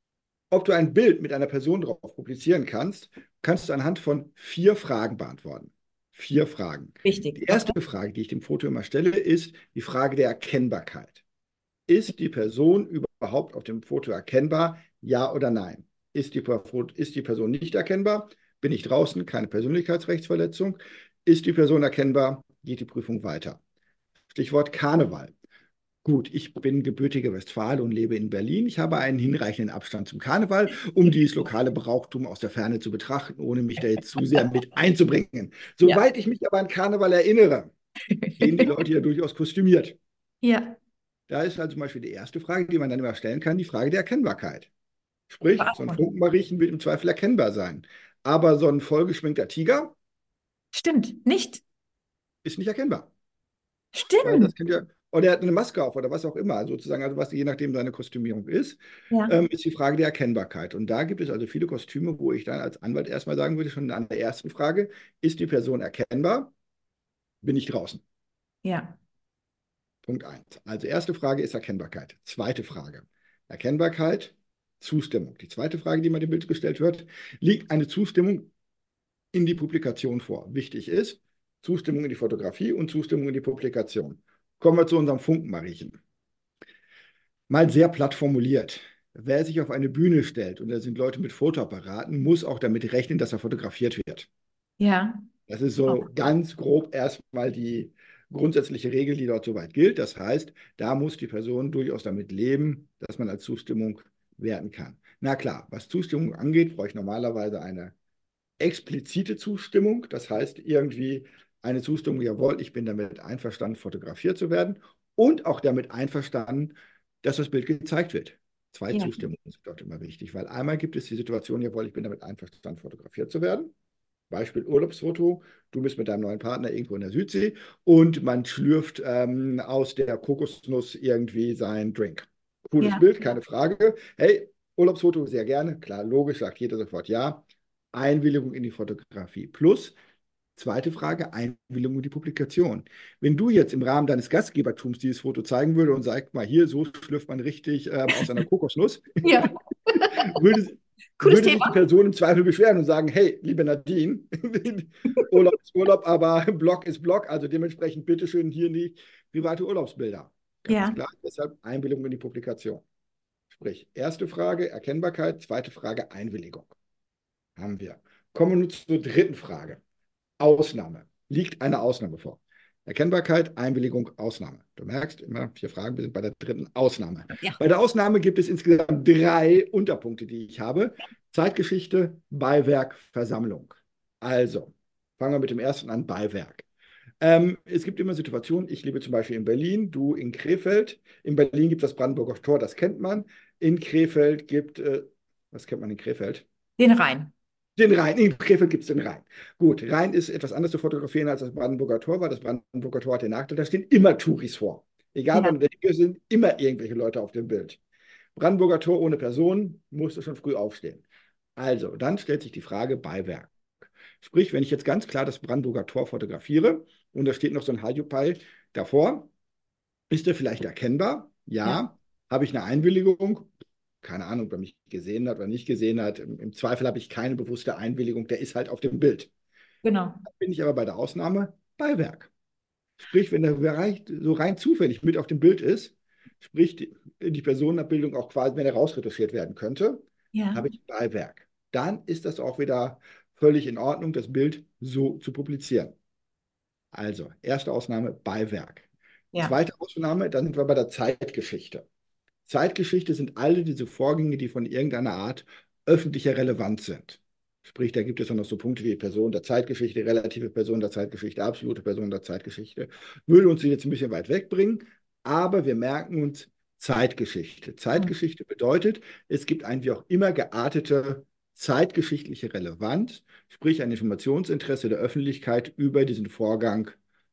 Ob du ein Bild mit einer Person drauf publizieren kannst, kannst du anhand von vier Fragen beantworten. Vier Fragen. Die Wichtig, okay? erste Frage, die ich dem Foto immer stelle, ist die Frage der Erkennbarkeit. Ist die Person überhaupt auf dem Foto erkennbar? Ja oder nein? Ist die, ist die Person nicht erkennbar? Bin ich draußen? Keine Persönlichkeitsrechtsverletzung. Ist die Person erkennbar? Geht die Prüfung weiter. Stichwort Karneval. Gut, ich bin gebürtiger Westfale und lebe in Berlin. Ich habe einen hinreichenden Abstand zum Karneval, um dieses lokale Brauchtum aus der Ferne zu betrachten, ohne mich da jetzt zu sehr mit einzubringen. Ja. Soweit ich mich aber an Karneval erinnere, gehen die Leute ja durchaus kostümiert. Ja, Da ist also zum Beispiel die erste Frage, die man dann immer stellen kann, die Frage der Erkennbarkeit. Sprich, so ein Verantwortung. Funkenmariechen wird im Zweifel erkennbar sein. Aber so ein vollgeschminkter Tiger Stimmt, nicht? ist nicht erkennbar. Weil das Stimmt. könnte ja, oder er hat eine Maske auf oder was auch immer, sozusagen, also was je nachdem seine Kostümierung ist, Ja, ähm, ist die Frage der Erkennbarkeit. Und da gibt es also viele Kostüme, wo ich dann als Anwalt erstmal sagen würde, schon an der ersten Frage, ist die Person erkennbar? Bin ich draußen? ja, Punkt eins. Also erste Frage ist Erkennbarkeit. Zweite Frage. Erkennbarkeit, Zustimmung. Die zweite Frage, die man dem Bild gestellt wird, liegt eine Zustimmung in die Publikation vor? Wichtig ist, Zustimmung in die Fotografie und Zustimmung in die Publikation. Kommen wir zu unserem Funkenmariechen. Mal sehr platt formuliert. Wer sich auf eine Bühne stellt und da sind Leute mit Fotoapparaten, muss auch damit rechnen, dass er fotografiert wird. ja. Das ist so ganz grob erstmal die grundsätzliche Regel, die dort soweit gilt. Das heißt, da muss die Person durchaus damit leben, dass man als Zustimmung werten kann. Na klar, was Zustimmung angeht, brauche ich normalerweise eine explizite Zustimmung. Das heißt, irgendwie eine Zustimmung, jawohl, ich bin damit einverstanden, fotografiert zu werden und auch damit einverstanden, dass das Bild gezeigt wird. Zwei Ja, Zustimmungen sind dort immer wichtig, weil einmal gibt es die Situation, jawohl, ich bin damit einverstanden, fotografiert zu werden. Beispiel Urlaubsfoto, du bist mit deinem neuen Partner irgendwo in der Südsee und man schlürft ähm, aus der Kokosnuss irgendwie seinen Drink. Cooles ja, Bild, keine Frage. Hey, Urlaubsfoto sehr gerne, klar, logisch, sagt jeder sofort ja. Einwilligung in die Fotografie. Plus, zweite Frage, Einwilligung in die Publikation. Wenn du jetzt im Rahmen deines Gastgebertums dieses Foto zeigen würdest und sagst mal, hier, so schlürft man richtig ähm, aus einer Kokosnuss, ja. würde, Cooles würde sich die Thema. Person im Zweifel beschweren und sagen, hey, liebe Nadine, Urlaub ist Urlaub, aber Block ist Block, also dementsprechend bitteschön hier die private Urlaubsbilder. Ganz Ja, klar, deshalb Einwilligung in die Publikation. Sprich, erste Frage Erkennbarkeit, zweite Frage Einwilligung. Haben wir. Kommen wir nun zur dritten Frage. Ausnahme. Liegt eine Ausnahme vor? Erkennbarkeit, Einwilligung, Ausnahme. Du merkst immer vier Fragen, wir sind bei der dritten Ausnahme. ja, Bei der Ausnahme gibt es insgesamt drei Unterpunkte, die ich habe. Zeitgeschichte, Beiwerk, Versammlung. Also, fangen wir mit dem ersten an, Beiwerk. Ähm, es gibt immer Situationen, ich lebe zum Beispiel in Berlin, du in Krefeld. In Berlin gibt es das Brandenburger Tor, das kennt man. In Krefeld gibt, äh, was kennt man in Krefeld? den Rhein. Den Rhein. In Krefeld gibt es den Rhein. Gut, Rhein ist etwas anders zu fotografieren als das Brandenburger Tor, weil das Brandenburger Tor hat den Nachteil, da stehen immer Touris vor. Egal Ja, wann du da hingehst, sind immer irgendwelche Leute auf dem Bild. Brandenburger Tor ohne Person, musst du schon früh aufstehen. Also, dann stellt sich die Frage Beiwerk. Sprich, wenn ich jetzt ganz klar das Brandenburger Tor fotografiere und da steht noch so ein Hiopai davor, ist der vielleicht erkennbar? ja, Ja. Habe ich eine Einwilligung? Keine Ahnung, ob er mich gesehen hat oder nicht gesehen hat. Im, im Zweifel habe ich keine bewusste Einwilligung, der ist halt auf dem Bild. genau. Dann bin ich aber bei der Ausnahme Beiwerk. Sprich, wenn der Bereich so rein zufällig mit auf dem Bild ist, sprich die, die Personenabbildung auch quasi, wenn er rausretuschiert werden könnte, Ja, habe ich Beiwerk. Dann ist das auch wieder völlig in Ordnung, das Bild so zu publizieren. Also, erste Ausnahme, Beiwerk. ja, Zweite Ausnahme, dann sind wir bei der Zeitgeschichte. Zeitgeschichte sind alle diese Vorgänge, die von irgendeiner Art öffentlicher Relevanz sind. Sprich, da gibt es dann noch so Punkte wie Person der Zeitgeschichte, relative Person der Zeitgeschichte, absolute Person der Zeitgeschichte. Würde uns jetzt ein bisschen weit wegbringen, aber wir merken uns Zeitgeschichte. hm, Zeitgeschichte bedeutet, es gibt ein wie auch immer geartete zeitgeschichtliche Relevanz, sprich ein Informationsinteresse der Öffentlichkeit über diesen Vorgang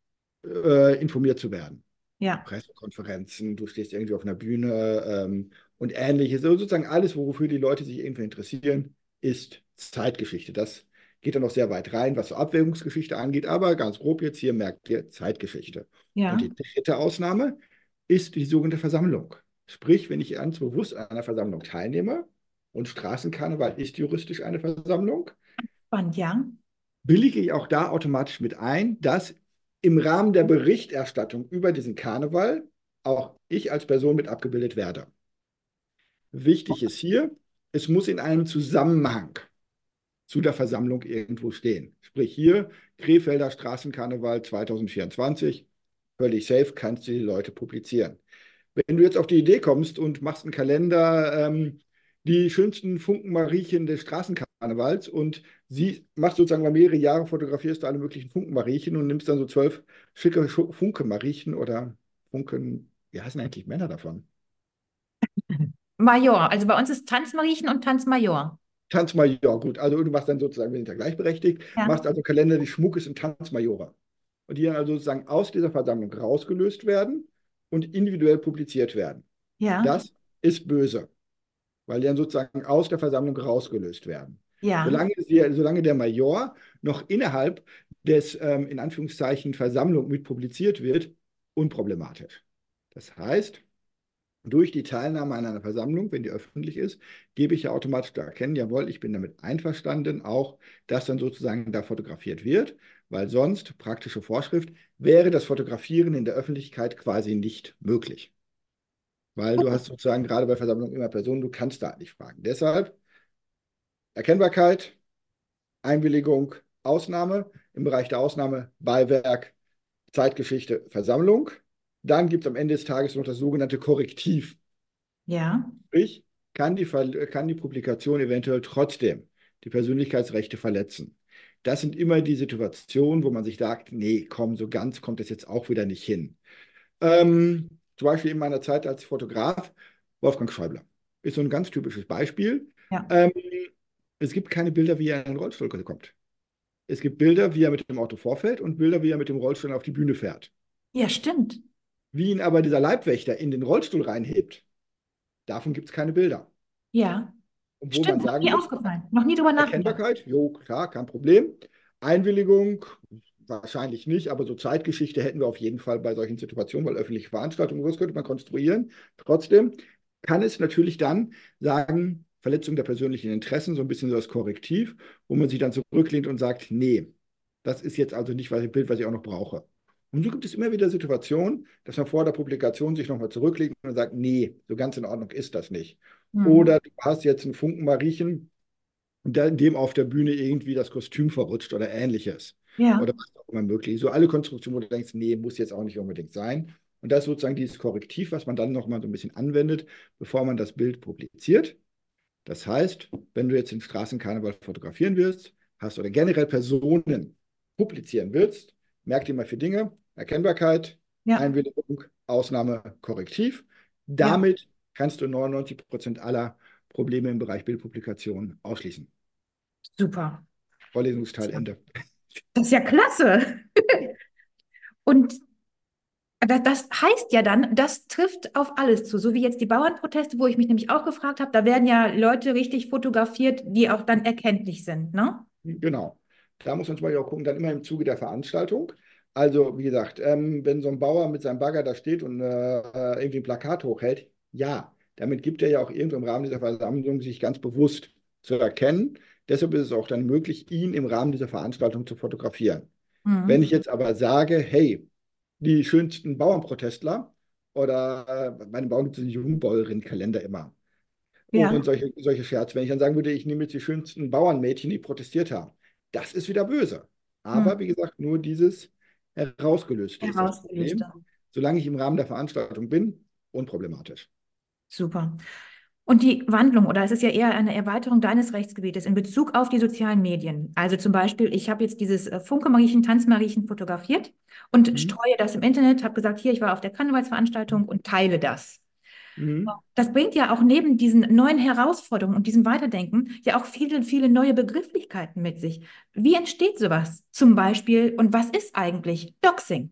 äh, informiert zu werden. ja, Pressekonferenzen, du stehst irgendwie auf einer Bühne ähm, und ähnliches. Also sozusagen alles, wofür die Leute sich irgendwie interessieren, ist Zeitgeschichte. Das geht dann noch sehr weit rein, was so Abwägungsgeschichte angeht, aber ganz grob jetzt hier merkt ihr Zeitgeschichte. Und ja. die dritte Ausnahme ist die sogenannte Versammlung. Sprich, wenn ich ganz bewusst an einer Versammlung teilnehme und Straßenkarneval ist juristisch eine Versammlung, Spannend, ja. willige ich auch da automatisch mit ein, dass im Rahmen der Berichterstattung über diesen Karneval auch ich als Person mit abgebildet werde. Wichtig ist hier, es muss in einem Zusammenhang zu der Versammlung irgendwo stehen. Sprich hier, Krefelder Straßenkarneval zwanzig vierundzwanzig, völlig safe, kannst du die Leute publizieren. Wenn du jetzt auf die Idee kommst und machst einen Kalender, ähm, die schönsten Funkenmariechen des Straßenkarnevals und sie machst sozusagen mal mehrere Jahre, fotografierst du alle möglichen Funkenmariechen und nimmst dann so zwölf schicke Funkenmariechen oder Funken, wie heißen eigentlich Männer davon? Major. Also bei uns ist Tanzmariechen und Tanzmajor. Tanzmajor, gut. Also du machst dann sozusagen, wir sind ja gleichberechtigt, Ja, machst also Kalender, die Schmuckes und Tanzmajore. Und die dann also sozusagen aus dieser Versammlung rausgelöst werden und individuell publiziert werden. ja, Das ist böse, weil die dann sozusagen aus der Versammlung rausgelöst werden. ja, Solange, sie, solange der Major noch innerhalb des, ähm, in Anführungszeichen, Versammlung mit publiziert wird, unproblematisch. Das heißt, durch die Teilnahme an einer Versammlung, wenn die öffentlich ist, gebe ich ja automatisch zu erkennen, jawohl, ich bin damit einverstanden, auch dass dann sozusagen da fotografiert wird, weil sonst, praktische Vorschrift, wäre das Fotografieren in der Öffentlichkeit quasi nicht möglich. Weil du hast sozusagen gerade bei Versammlungen immer Personen, du kannst da nicht fragen. Deshalb Erkennbarkeit, Einwilligung, Ausnahme. Im Bereich der Ausnahme Beiwerk, Zeitgeschichte, Versammlung. Dann gibt es am Ende des Tages noch das sogenannte Korrektiv. ja. Sprich, kann die, kann die Publikation eventuell trotzdem die Persönlichkeitsrechte verletzen. Das sind immer die Situationen, wo man sich sagt, nee, komm, so ganz kommt es jetzt auch wieder nicht hin. Ähm, zum Beispiel in meiner Zeit als Fotograf, Wolfgang Schäuble ist so ein ganz typisches Beispiel. Ja. Ähm, es gibt keine Bilder, wie er in einen Rollstuhl kommt. Es gibt Bilder, wie er mit dem Auto vorfährt und Bilder, wie er mit dem Rollstuhl auf die Bühne fährt. Ja, stimmt. Wie ihn aber dieser Leibwächter in den Rollstuhl reinhebt, davon gibt es keine Bilder. Ja, Und wo man stimmt. Noch sagen nie muss, aufgefallen. Noch nie drüber nachgedacht. Erkennbarkeit, jo, klar, kein Problem. Einwilligung, wahrscheinlich nicht, aber so Zeitgeschichte hätten wir auf jeden Fall bei solchen Situationen, weil öffentliche Veranstaltungen, das könnte man konstruieren. Trotzdem kann es natürlich dann sagen, Verletzung der persönlichen Interessen, so ein bisschen so das Korrektiv, wo man sich dann zurücklehnt und sagt, nee, das ist jetzt also nicht ein Bild, was ich auch noch brauche. Und so gibt es immer wieder Situationen, dass man vor der Publikation sich nochmal zurücklegt und sagt, nee, so ganz in Ordnung ist das nicht. Mhm. Oder du hast jetzt einen Funken Mariechen und da- dem auf der Bühne irgendwie das Kostüm verrutscht oder ähnliches. Ja, Oder was auch immer möglich. So alle Konstruktionen, wo du denkst, nee, muss jetzt auch nicht unbedingt sein. Und das ist sozusagen dieses Korrektiv, was man dann nochmal so ein bisschen anwendet, bevor man das Bild publiziert. Das heißt, wenn du jetzt den Straßenkarneval fotografieren willst, hast oder generell Personen publizieren willst, merk dir mal vier Dinge: Erkennbarkeit, ja, Einwilligung, Ausnahme, Korrektiv. ja, Damit kannst du neunundneunzig Prozent aller Probleme im Bereich Bildpublikation ausschließen. super. Vorlesungsteil Ende. Das ist ja klasse. Und das, das heißt ja dann, das trifft auf alles zu. So wie jetzt die Bauernproteste, wo ich mich nämlich auch gefragt habe, da werden ja Leute richtig fotografiert, die auch dann erkenntlich sind, ne? Genau. Da muss man zum Beispiel auch gucken, dann immer im Zuge der Veranstaltung. Also, wie gesagt, ähm, wenn so ein Bauer mit seinem Bagger da steht und äh, irgendwie ein Plakat hochhält, ja, damit gibt er ja auch irgendwo im Rahmen dieser Versammlung sich ganz bewusst zu erkennen. Deshalb ist es auch dann möglich, ihn im Rahmen dieser Veranstaltung zu fotografieren. Wenn Mhm. ich jetzt aber sage, hey, die schönsten Bauernprotestler oder äh, bei den Bauern gibt es den Jungbäuerinnenkalender immer und Ja, solche, solche Scherze. Wenn ich dann sagen würde, ich nehme jetzt die schönsten Bauernmädchen, die protestiert haben, das ist wieder böse. Aber mhm. wie gesagt, nur dieses Herausgelöste ist das Problem. Herausgelöste. Solange ich im Rahmen der Veranstaltung bin, unproblematisch. Super. Und die Wandlung, oder es ist ja eher eine Erweiterung deines Rechtsgebietes in Bezug auf die sozialen Medien. Also zum Beispiel, ich habe jetzt dieses äh, Funke-Mariechen, Tanzmariechen fotografiert und Mhm. streue das im Internet, habe gesagt, hier, ich war auf der Karnevalsveranstaltung und teile das. Mhm. Das bringt ja auch neben diesen neuen Herausforderungen und diesem Weiterdenken ja auch viele, viele neue Begrifflichkeiten mit sich. Wie entsteht sowas zum Beispiel und was ist eigentlich Doxing?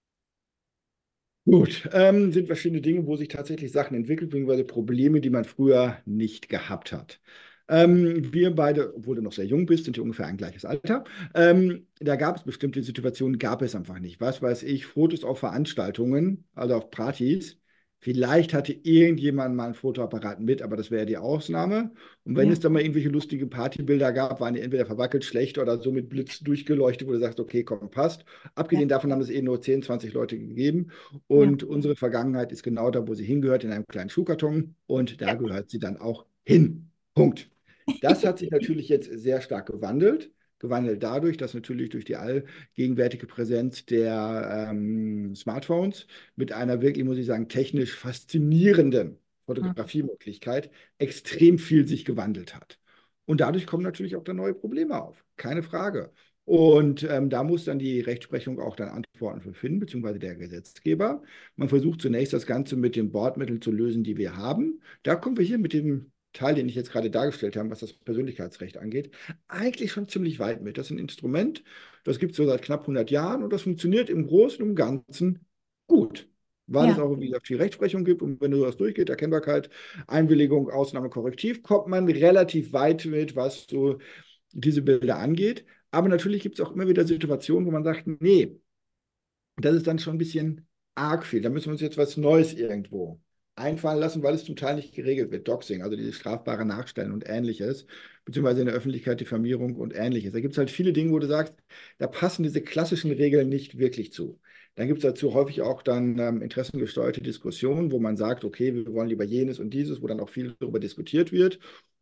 Gut, ähm, sind verschiedene Dinge, wo sich tatsächlich Sachen entwickeln, beziehungsweise Probleme, die man früher nicht gehabt hat. Ähm, wir beide, obwohl du noch sehr jung bist, sind ja ungefähr ein gleiches Alter. Ähm, da gab es bestimmte Situationen, gab es einfach nicht. Was weiß ich, Fotos auf Veranstaltungen, also auf Partys. Vielleicht hatte irgendjemand mal einen Fotoapparat mit, aber das wäre die Ausnahme. Und wenn Ja, es dann mal irgendwelche lustige Partybilder gab, waren die entweder verwackelt, schlecht oder so mit Blitz durchgeleuchtet, wo du sagst, okay, komm, passt. ja, Abgesehen davon haben es eh nur zehn, zwanzig Leute gegeben. ja, Und unsere Vergangenheit ist genau da, wo sie hingehört, in einem kleinen Schuhkarton. Und da ja. gehört sie dann auch hin. Punkt. Das hat sich natürlich jetzt sehr stark gewandelt. Gewandelt dadurch, dass natürlich durch die allgegenwärtige Präsenz der ähm, Smartphones mit einer wirklich, muss ich sagen, technisch faszinierenden Hm. Fotografiemöglichkeit extrem viel sich gewandelt hat. Und dadurch kommen natürlich auch dann neue Probleme auf. Keine Frage. Und ähm, da muss dann die Rechtsprechung auch dann Antworten für finden, beziehungsweise der Gesetzgeber. Man versucht zunächst das Ganze mit den Bordmitteln zu lösen, die wir haben. Da kommen wir hier mit dem Teil, den ich jetzt gerade dargestellt habe, was das Persönlichkeitsrecht angeht, eigentlich schon ziemlich weit mit. Das ist ein Instrument, das gibt es so seit knapp hundert Jahren und das funktioniert im Großen und Ganzen gut. Weil es Ja, auch, wie gesagt, viel Rechtsprechung gibt und wenn du das durchgeht, Erkennbarkeit, Einwilligung, Ausnahme, Korrektiv, kommt man relativ weit mit, was so diese Bilder angeht. Aber natürlich gibt es auch immer wieder Situationen, wo man sagt, nee, das ist dann schon ein bisschen arg viel. Da müssen wir uns jetzt was Neues irgendwo einfallen lassen, weil es zum Teil nicht geregelt wird. Doxing, also dieses strafbare Nachstellen und Ähnliches, beziehungsweise in der Öffentlichkeit Diffamierung und Ähnliches. Da gibt es halt viele Dinge, wo du sagst, da passen diese klassischen Regeln nicht wirklich zu. Dann gibt es dazu häufig auch dann ähm, interessengesteuerte Diskussionen, wo man sagt, okay, wir wollen lieber jenes und dieses, wo dann auch viel darüber diskutiert wird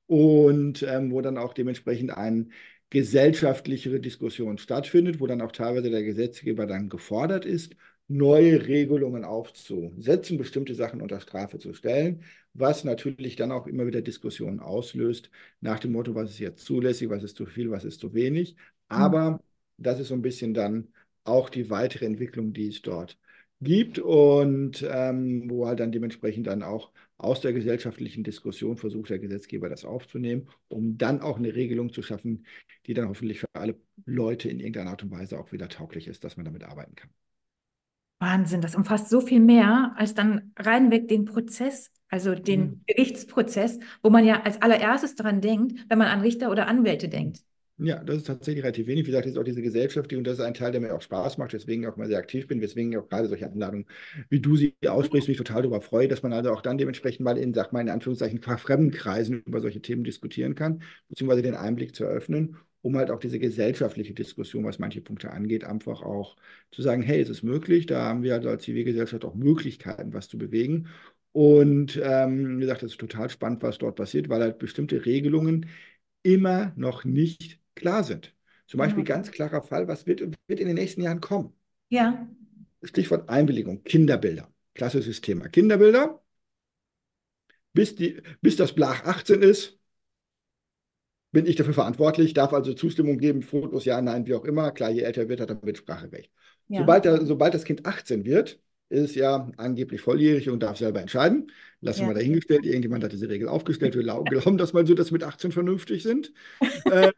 und ähm, wo dann auch dementsprechend ein gesellschaftlichere Diskussion stattfindet, wo dann auch teilweise der Gesetzgeber dann gefordert ist, neue Regelungen aufzusetzen, bestimmte Sachen unter Strafe zu stellen, was natürlich dann auch immer wieder Diskussionen auslöst, nach dem Motto, was ist jetzt zulässig, was ist zu viel, was ist zu wenig. hm. Aber das ist so ein bisschen dann auch die weitere Entwicklung, die es dort gibt und ähm, wo halt dann dementsprechend dann auch aus der gesellschaftlichen Diskussion versucht der Gesetzgeber das aufzunehmen, um dann auch eine Regelung zu schaffen, die dann hoffentlich für alle Leute in irgendeiner Art und Weise auch wieder tauglich ist, dass man damit arbeiten kann. Wahnsinn, das umfasst so viel mehr als dann reinweg den Prozess, also Mhm. den Gerichtsprozess, wo man ja als allererstes daran denkt, wenn man an Richter oder Anwälte denkt. Ja, das ist tatsächlich relativ wenig. Wie gesagt, das ist auch diese Gesellschaft, die, und das ist ein Teil, der mir auch Spaß macht, weswegen ich auch mal sehr aktiv bin, weswegen ich auch gerade solche Einladungen, wie du sie aussprichst, mich total darüber freue, dass man also auch dann dementsprechend mal in, sag mal, in Anführungszeichen, fachfremden Kreisen über solche Themen diskutieren kann, beziehungsweise den Einblick zu eröffnen, um halt auch diese gesellschaftliche Diskussion, was manche Punkte angeht, einfach auch zu sagen, hey, es ist möglich, da haben wir also als Zivilgesellschaft auch Möglichkeiten, was zu bewegen. Und ähm, wie gesagt, das ist total spannend, was dort passiert, weil halt bestimmte Regelungen immer noch nicht klar sind. Zum Beispiel Mhm. ganz klarer Fall, was wird, wird in den nächsten Jahren kommen? Ja, Stichwort Einwilligung, Kinderbilder. Klassisches Thema. Kinderbilder, bis, die, bis das Blach achtzehn ist, bin ich dafür verantwortlich, darf also Zustimmung geben, Fotos, ja, nein, wie auch immer. Klar, je älter wird, hat er Mitspracherecht. ja, Sobald, er, sobald das Kind achtzehn wird, ist es ja angeblich volljährig und darf selber entscheiden. Lassen ja, wir dahingestellt. Irgendjemand hat diese Regel aufgestellt. Wir glauben das mal so, dass mit achtzehn vernünftig sind. Ähm,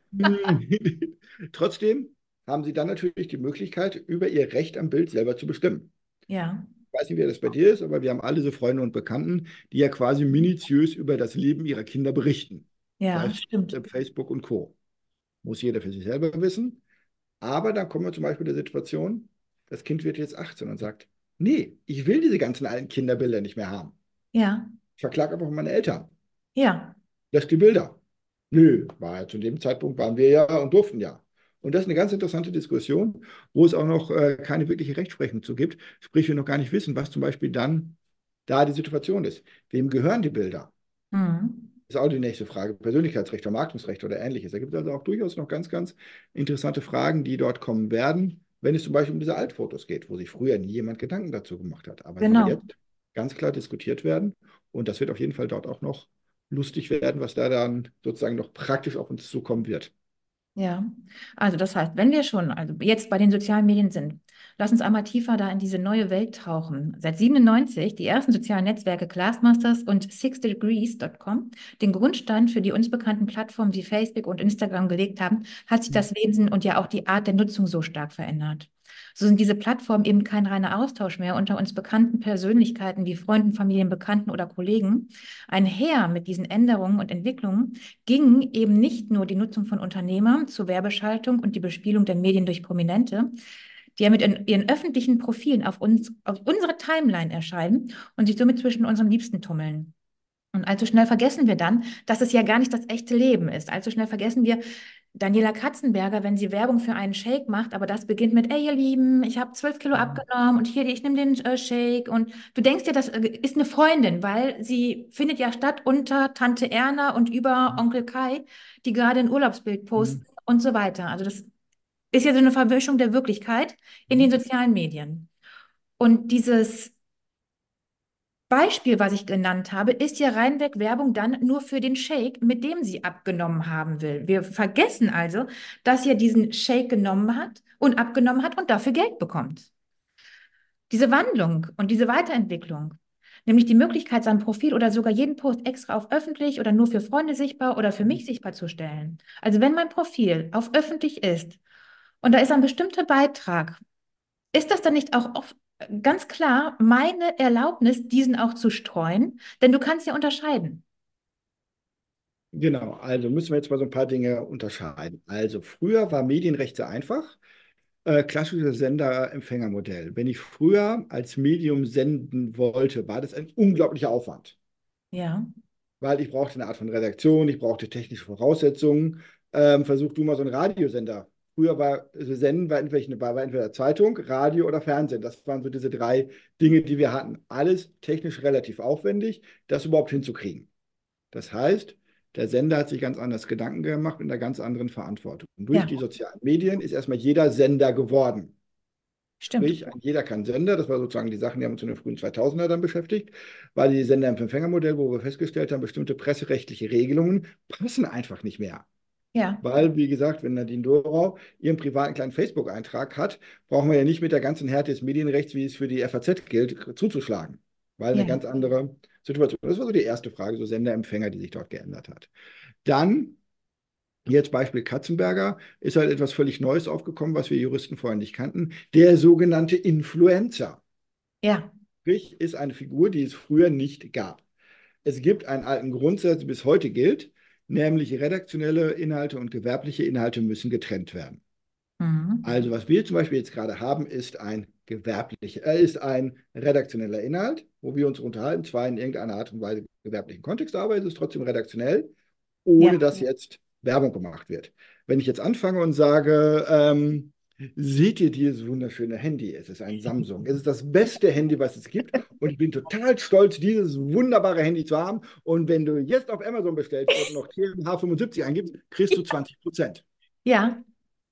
Trotzdem haben sie dann natürlich die Möglichkeit, über ihr Recht am Bild selber zu bestimmen. ja, Ich weiß nicht, wie das bei dir ist, aber wir haben alle so Freunde und Bekannten, die ja quasi minutiös über das Leben ihrer Kinder berichten. Sei ja, es stimmt. auf Facebook und Co. Muss jeder für sich selber wissen. Aber dann kommen wir zum Beispiel in der Situation, das Kind wird jetzt achtzehn und sagt, nee, ich will diese ganzen alten Kinderbilder nicht mehr haben. Ja, Ich verklage einfach meine Eltern. ja, Löscht die Bilder. Nö, war ja zu dem Zeitpunkt waren wir ja und durften ja. Und das ist eine ganz interessante Diskussion, wo es auch noch äh, keine wirkliche Rechtsprechung zu gibt. Sprich, wir noch gar nicht wissen, was zum Beispiel dann da die Situation ist. Wem gehören die Bilder? mhm. Ist auch die nächste Frage. Persönlichkeitsrecht, Vermarktungsrecht oder ähnliches. Da gibt es also auch durchaus noch ganz, ganz interessante Fragen, die dort kommen werden, wenn es zum Beispiel um diese Altfotos geht, wo sich früher nie jemand Gedanken dazu gemacht hat, aber die Genau. jetzt ganz klar diskutiert werden. Und das wird auf jeden Fall dort auch noch lustig werden, was da dann sozusagen noch praktisch auf uns zukommen wird. Ja, also das heißt, wenn wir schon also jetzt bei den sozialen Medien sind, lass uns einmal tiefer da in diese neue Welt tauchen. Seit siebenundneunzig die ersten sozialen Netzwerke Classmasters und six degrees Punkt com den Grundstein für die uns bekannten Plattformen wie Facebook und Instagram gelegt haben, hat sich das Wesen und ja auch die Art der Nutzung so stark verändert. So sind diese Plattformen eben kein reiner Austausch mehr unter uns bekannten Persönlichkeiten wie Freunden, Familien, Bekannten oder Kollegen. Einher mit diesen Änderungen und Entwicklungen ging eben nicht nur die Nutzung von Unternehmern zur Werbeschaltung und die Bespielung der Medien durch Prominente, die ja mit ihren öffentlichen Profilen auf uns, auf unsere Timeline erscheinen und sich somit zwischen unseren Liebsten tummeln. Und allzu schnell vergessen wir dann, dass es ja gar nicht das echte Leben ist. Allzu schnell vergessen wir Daniela Katzenberger, wenn sie Werbung für einen Shake macht, aber das beginnt mit, ey ihr Lieben, ich habe zwölf Kilo abgenommen und hier, ich nehme den äh, Shake. Und du denkst dir, das äh, ist eine Freundin, weil sie findet ja statt unter Tante Erna und über Onkel Kai, die gerade ein Urlaubsbild posten und so weiter. Also das ist ja so eine Verwischung der Wirklichkeit in den sozialen Medien. Und dieses Beispiel, was ich genannt habe, ist ja reinweg Werbung dann nur für den Shake, mit dem sie abgenommen haben will. Wir vergessen also, dass sie diesen Shake genommen hat und abgenommen hat und dafür Geld bekommt. Diese Wandlung und diese Weiterentwicklung, nämlich die Möglichkeit, sein Profil oder sogar jeden Post extra auf öffentlich oder nur für Freunde sichtbar oder für mich sichtbar zu stellen. Also wenn mein Profil auf öffentlich ist und da ist ein bestimmter Beitrag, ist das dann nicht auch oft ganz klar meine Erlaubnis, diesen auch zu streuen? Denn du kannst ja unterscheiden. Genau, also müssen wir jetzt mal so ein paar Dinge unterscheiden. Also früher war Medienrecht sehr einfach. Äh, klassisches Sender-Empfänger-Modell. Wenn ich früher als Medium senden wollte, war das ein unglaublicher Aufwand, Ja, weil ich brauchte eine Art von Redaktion, ich brauchte technische Voraussetzungen. Ähm, versuch du mal so einen Radiosender. Früher war also Senden war entweder, war, war entweder Zeitung, Radio oder Fernsehen. Das waren so diese drei Dinge, die wir hatten. Alles technisch relativ aufwendig, das überhaupt hinzukriegen. Das heißt, der Sender hat sich ganz anders Gedanken gemacht mit einer ganz anderen Verantwortung. Und durch ja, die sozialen Medien ist erstmal jeder Sender geworden. stimmt. Sprich, jeder kann Sender, das war sozusagen die Sachen, die haben uns in den frühen zweitausender dann beschäftigt, weil die Sender im Empfängermodell, wo wir festgestellt haben, bestimmte presserechtliche Regelungen passen einfach nicht mehr. Ja, Weil, wie gesagt, wenn Nadine Dorau ihren privaten kleinen Facebook-Eintrag hat, brauchen wir ja nicht mit der ganzen Härte des Medienrechts, wie es für die F A Z gilt, zuzuschlagen. Weil eine ja, ganz andere Situation. Das war so die erste Frage, so Senderempfänger, die sich dort geändert hat. Dann jetzt Beispiel Katzenberger, ist halt etwas völlig Neues aufgekommen, was wir Juristen vorher nicht kannten, der sogenannte Influencer. ja, Sprich, ist eine Figur, die es früher nicht gab. Es gibt einen alten Grundsatz, der bis heute gilt. nämlich redaktionelle Inhalte und gewerbliche Inhalte müssen getrennt werden. Mhm. Also was wir zum Beispiel jetzt gerade haben, ist ein gewerblicher, äh, ist ein redaktioneller Inhalt, wo wir uns unterhalten, zwar in irgendeiner Art und Weise gewerblichen Kontext, aber es ist trotzdem redaktionell, ohne Ja. dass jetzt Werbung gemacht wird. Wenn ich jetzt anfange und sage, ähm, seht ihr dieses wunderschöne Handy? Es ist ein Samsung. Es ist das beste Handy, was es gibt. Und ich bin total stolz, dieses wunderbare Handy zu haben. Und wenn du jetzt auf Amazon bestellst und noch T M H fünfundsiebzig eingibst, kriegst du zwanzig Prozent. Ja.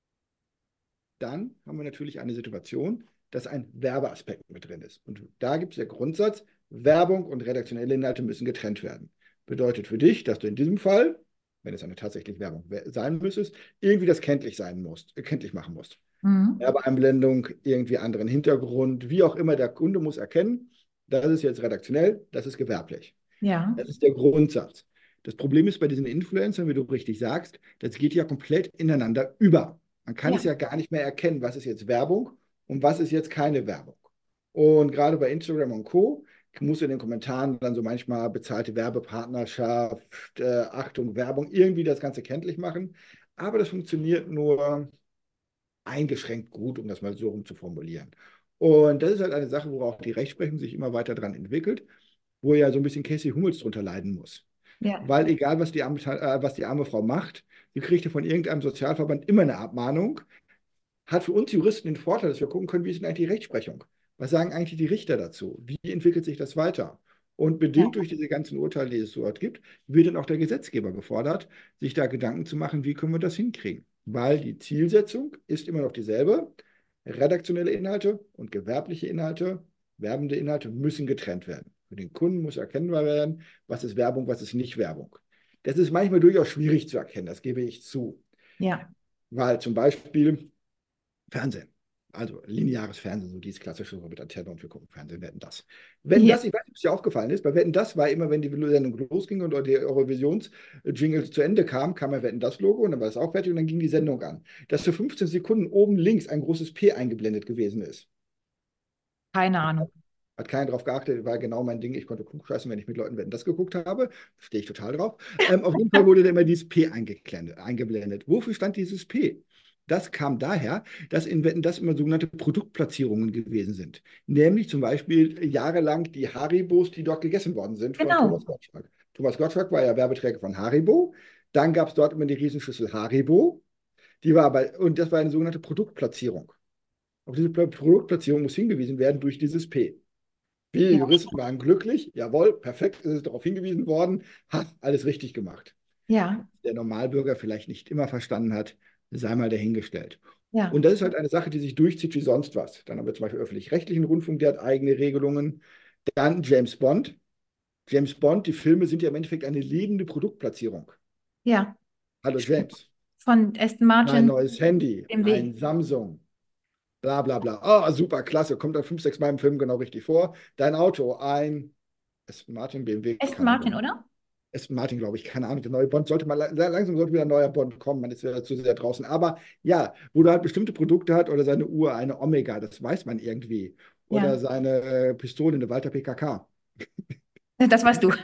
Dann haben wir natürlich eine Situation, dass ein Werbeaspekt mit drin ist. Und da gibt es der Grundsatz, Werbung und redaktionelle Inhalte müssen getrennt werden. Bedeutet für dich, dass du in diesem Fall, wenn es eine tatsächliche Werbung sein müsste, irgendwie das kenntlich sein musst, äh, kenntlich machen musst. Mhm. Werbeeinblendung, irgendwie anderen Hintergrund, wie auch immer, der Kunde muss erkennen, das ist jetzt redaktionell, das ist gewerblich. Ja. Das ist der Grundsatz. Das Problem ist bei diesen Influencern, wie du richtig sagst, das geht ja komplett ineinander über. Man kann es Ja. ja gar nicht mehr erkennen, was ist jetzt Werbung und was ist jetzt keine Werbung. Und gerade bei Instagram und Co. musst du in den Kommentaren dann so manchmal bezahlte Werbepartnerschaft, äh, Achtung, Werbung, irgendwie das Ganze kenntlich machen. Aber das funktioniert nur eingeschränkt gut, um das mal so rum zu formulieren. Und das ist halt eine Sache, worauf die Rechtsprechung sich immer weiter dran entwickelt, wo ja so ein bisschen Casey Hummels drunter leiden muss. Ja. Weil egal, was die arme, äh, was die arme Frau macht, sie kriegt ja von irgendeinem Sozialverband immer eine Abmahnung. Hat für uns Juristen den Vorteil, dass wir gucken können, wie ist denn eigentlich die Rechtsprechung? Was sagen eigentlich die Richter dazu? Wie entwickelt sich das weiter? Und bedingt Ja. durch diese ganzen Urteile, die es dort gibt, wird dann auch der Gesetzgeber gefordert, sich da Gedanken zu machen, wie können wir das hinkriegen? Weil die Zielsetzung ist immer noch dieselbe. Redaktionelle Inhalte und gewerbliche Inhalte, werbende Inhalte müssen getrennt werden. Für den Kunden muss erkennbar werden, was ist Werbung, was ist nicht Werbung. Das ist manchmal durchaus schwierig zu erkennen, das gebe ich zu. Ja. Weil zum Beispiel Fernsehen. Also lineares Fernsehen, so dieses klassische so mit Antenne und wir gucken Fernsehen, Wetten, das. Wetten, Ja. das, ich weiß nicht, ob es dir aufgefallen ist, bei Wetten, das war immer, wenn die Sendung losging und die Eurovisions-Jingle zu Ende kam, kam ja Wetten, das Logo und dann war es auch fertig und dann ging die Sendung an. Dass für fünfzehn Sekunden oben links ein großes P eingeblendet gewesen ist. Keine Ahnung. Hat keiner drauf geachtet, war genau mein Ding. Ich konnte klugscheißen, wenn ich mit Leuten Wetten, das geguckt habe. Stehe ich total drauf. Ähm, auf jeden Fall wurde da immer dieses P eingeblendet. eingeblendet. Wofür stand dieses P? Das kam daher, dass in Wetten das immer sogenannte Produktplatzierungen gewesen sind. Nämlich zum Beispiel jahrelang die Haribos, die dort gegessen worden sind von Genau. Thomas Gottschalk. Thomas Gottschalk war ja Werbeträger von Haribo. Dann gab es dort immer die Riesenschüssel Haribo. Die war aber, und das war eine sogenannte Produktplatzierung. Auf diese Produktplatzierung muss hingewiesen werden durch dieses P. Wir Ja. Juristen waren glücklich. Jawohl, perfekt, ist es darauf hingewiesen worden. Ha, alles richtig gemacht. Ja. Der Normalbürger vielleicht nicht immer verstanden hat, sei mal dahingestellt. Ja. Und das ist halt eine Sache, die sich durchzieht wie sonst was. Dann haben wir zum Beispiel öffentlich-rechtlichen Rundfunk, der hat eigene Regelungen. Dann James Bond. James Bond, die Filme sind ja im Endeffekt eine lebende Produktplatzierung. Ja. Hallo James, Von Aston mein Martin, neues Handy, B M W. ein Samsung, bla bla bla. Oh, super, klasse, kommt dann fünf, sechs Mal im Film genau richtig vor. Dein Auto, ein Aston Martin, B M W, Aston keine Martin, Ahnung. oder? Aston Martin, glaube ich, keine Ahnung. Der neue Bond sollte mal, langsam sollte wieder ein neuer Bond kommen, man ist ja zu sehr draußen. Aber ja, wo du halt bestimmte Produkte hat oder seine Uhr, eine Omega, das weiß man irgendwie. Oder Ja. seine äh, Pistole, eine Walter P K K. Das warst du.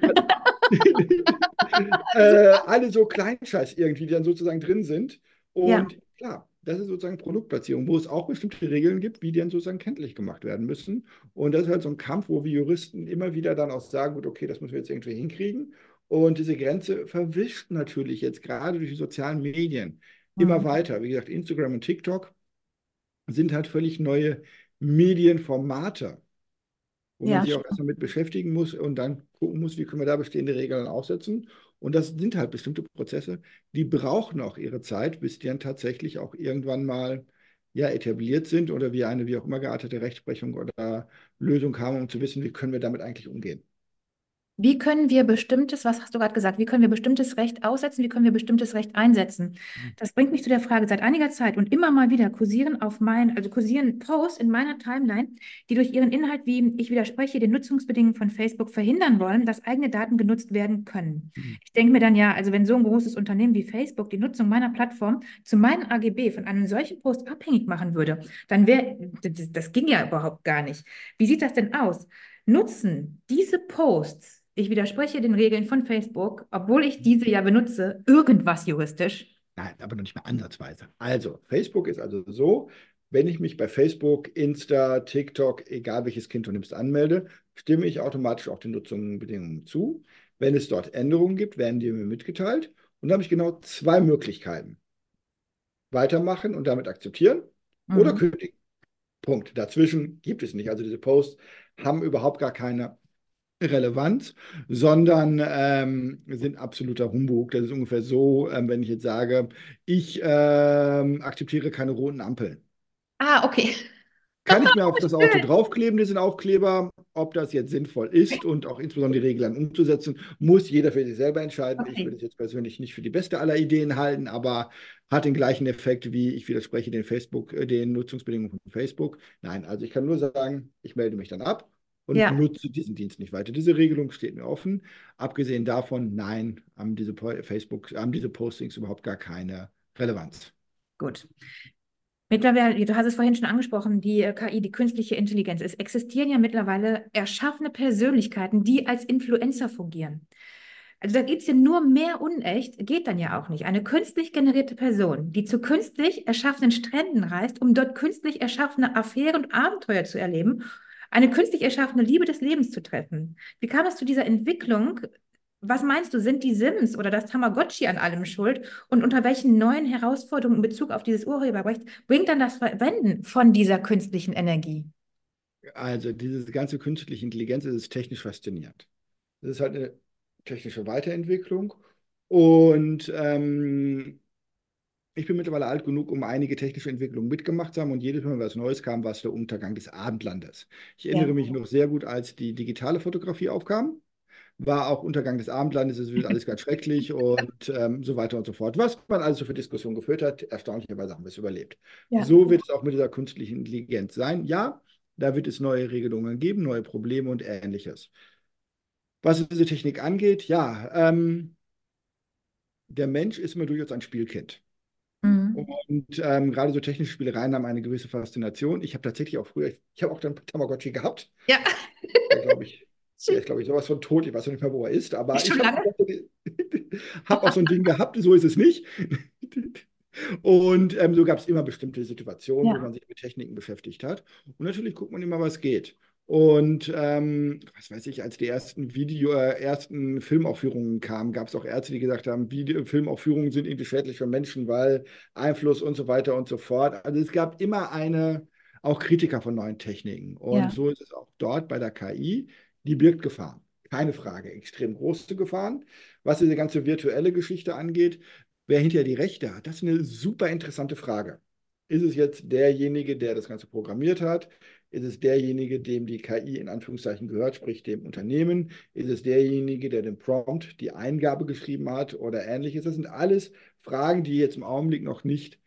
äh, alle so Kleinscheiß irgendwie, die dann sozusagen drin sind. Ja. Und klar, das ist sozusagen Produktplatzierung, wo es auch bestimmte Regeln gibt, wie die dann sozusagen kenntlich gemacht werden müssen. Und das ist halt so ein Kampf, wo wir Juristen immer wieder dann auch sagen, gut, okay, das müssen wir jetzt irgendwie hinkriegen. Und diese Grenze verwischt natürlich jetzt gerade durch die sozialen Medien immer Mhm. weiter. Wie gesagt, Instagram und TikTok sind halt völlig neue Medienformate, wo man Ja. sich auch erstmal mit beschäftigen muss und dann gucken muss, wie können wir da bestehende Regeln aufsetzen. Und das sind halt bestimmte Prozesse, die brauchen auch ihre Zeit, bis die dann tatsächlich auch irgendwann mal ja, etabliert sind oder wir eine wie auch immer geartete Rechtsprechung oder Lösung haben, um zu wissen, wie können wir damit eigentlich umgehen. Wie können wir bestimmtes, was hast du gerade gesagt, wie können wir bestimmtes Recht aussetzen, wie können wir bestimmtes Recht einsetzen? Das bringt mich zu der Frage, seit einiger Zeit und immer mal wieder kursieren auf mein, also kursieren Posts in meiner Timeline, die durch ihren Inhalt, wie ich widerspreche, den Nutzungsbedingungen von Facebook verhindern wollen, dass eigene Daten genutzt werden können. Mhm. Ich denke mir dann ja, also wenn so ein großes Unternehmen wie Facebook die Nutzung meiner Plattform zu meinen A G B von einem solchen Post abhängig machen würde, dann wäre, das, das ging ja überhaupt gar nicht. Wie sieht das denn aus? Nutzen diese Posts, ich widerspreche den Regeln von Facebook, obwohl ich diese ja benutze, irgendwas juristisch? Nein, aber noch nicht mal ansatzweise. Also, Facebook ist also so, wenn ich mich bei Facebook, Insta, TikTok, egal welches Kind du nimmst, anmelde, stimme ich automatisch auch den Nutzungsbedingungen zu. Wenn es dort Änderungen gibt, werden die mir mitgeteilt. Und da habe ich genau zwei Möglichkeiten. Weitermachen und damit akzeptieren oder Mhm. kündigen. Punkt. Dazwischen gibt es nicht. Also diese Posts haben überhaupt gar keine Relevanz, sondern ähm, sind absoluter Humbug. Das ist ungefähr so, ähm, wenn ich jetzt sage, ich ähm, akzeptiere keine roten Ampeln. Ah, okay. Kann ich mir auf das Auto Schön. draufkleben, diesen Aufkleber? Ob das jetzt sinnvoll ist und auch insbesondere die Regeln umzusetzen, muss jeder für sich selber entscheiden. Ich Okay. würde es jetzt persönlich nicht für die beste aller Ideen halten, aber hat den gleichen Effekt wie ich widerspreche den Facebook, äh, den Nutzungsbedingungen von Facebook. Nein, also ich kann nur sagen, ich melde mich dann ab und Ja, nutze diesen Dienst nicht weiter. Diese Regelung steht mir offen. Abgesehen davon, nein, haben diese Po- Facebook, haben diese Postings überhaupt gar keine Relevanz. gut. Mittlerweile, du hast es vorhin schon angesprochen, die äh, K I, die künstliche Intelligenz. Es existieren ja mittlerweile erschaffene Persönlichkeiten, die als Influencer fungieren. Also da gibt es ja nur mehr unecht, geht dann ja auch nicht. Eine künstlich generierte Person, die zu künstlich erschaffenen Stränden reist, um dort künstlich erschaffene Affären und Abenteuer zu erleben, eine künstlich erschaffene Liebe des Lebens zu treffen. Wie kam es zu dieser Entwicklung? Was meinst du, sind die Sims oder das Tamagotchi an allem schuld? Und unter welchen neuen Herausforderungen in Bezug auf dieses Urheberrecht bringt dann das Verwenden von dieser künstlichen Energie? Also diese ganze künstliche Intelligenz ist technisch faszinierend. Das ist halt eine technische Weiterentwicklung. Und ähm, ich bin mittlerweile alt genug, um einige technische Entwicklungen mitgemacht zu haben. Und jedes Mal, wenn was Neues kam, war es der Untergang des Abendlandes. Ich erinnere Ja. mich noch sehr gut, als die digitale Fotografie aufkam. War auch Untergang des Abendlandes, es wird alles ganz schrecklich und ähm, so weiter und so fort. Was man also für Diskussionen geführt hat, erstaunlicherweise haben wir es überlebt. Ja. So wird es auch mit dieser künstlichen Intelligenz sein. Ja, da wird es neue Regelungen geben, neue Probleme und Ähnliches. Was diese Technik angeht, ja, ähm, der Mensch ist mir durchaus ein Spielkind. Mhm. Und ähm, gerade so technische Spielereien haben eine gewisse Faszination. Ich habe tatsächlich auch früher, ich habe auch dann Tamagotchi gehabt. Ja. Der glaube ich, der ist, glaube ich, sowas von tot. Ich weiß noch nicht mehr, wo er ist, aber Schon ich habe lange? hab auch so ein Ding gehabt, so ist es nicht. Und ähm, so gab es immer bestimmte Situationen, wo Ja. man sich mit Techniken beschäftigt hat. Und natürlich guckt man immer, was geht. Und ähm, was weiß ich, als die ersten Video, äh, ersten Filmaufführungen kamen, gab es auch Ärzte, die gesagt haben, Video, Filmaufführungen sind irgendwie schädlich für Menschen, weil Einfluss und so weiter und so fort. Also es gab immer eine, auch Kritiker von neuen Techniken. Und Ja. so ist es auch dort bei der K I. Die birgt Gefahren. Keine Frage, extrem große Gefahren. Was diese ganze virtuelle Geschichte angeht, wer hinterher die Rechte hat, das ist eine super interessante Frage. Ist es jetzt derjenige, der das Ganze programmiert hat? Ist es derjenige, dem die K I in Anführungszeichen gehört, sprich dem Unternehmen? Ist es derjenige, der den Prompt, die Eingabe geschrieben hat oder ähnliches? Das sind alles Fragen, die jetzt im Augenblick noch nicht,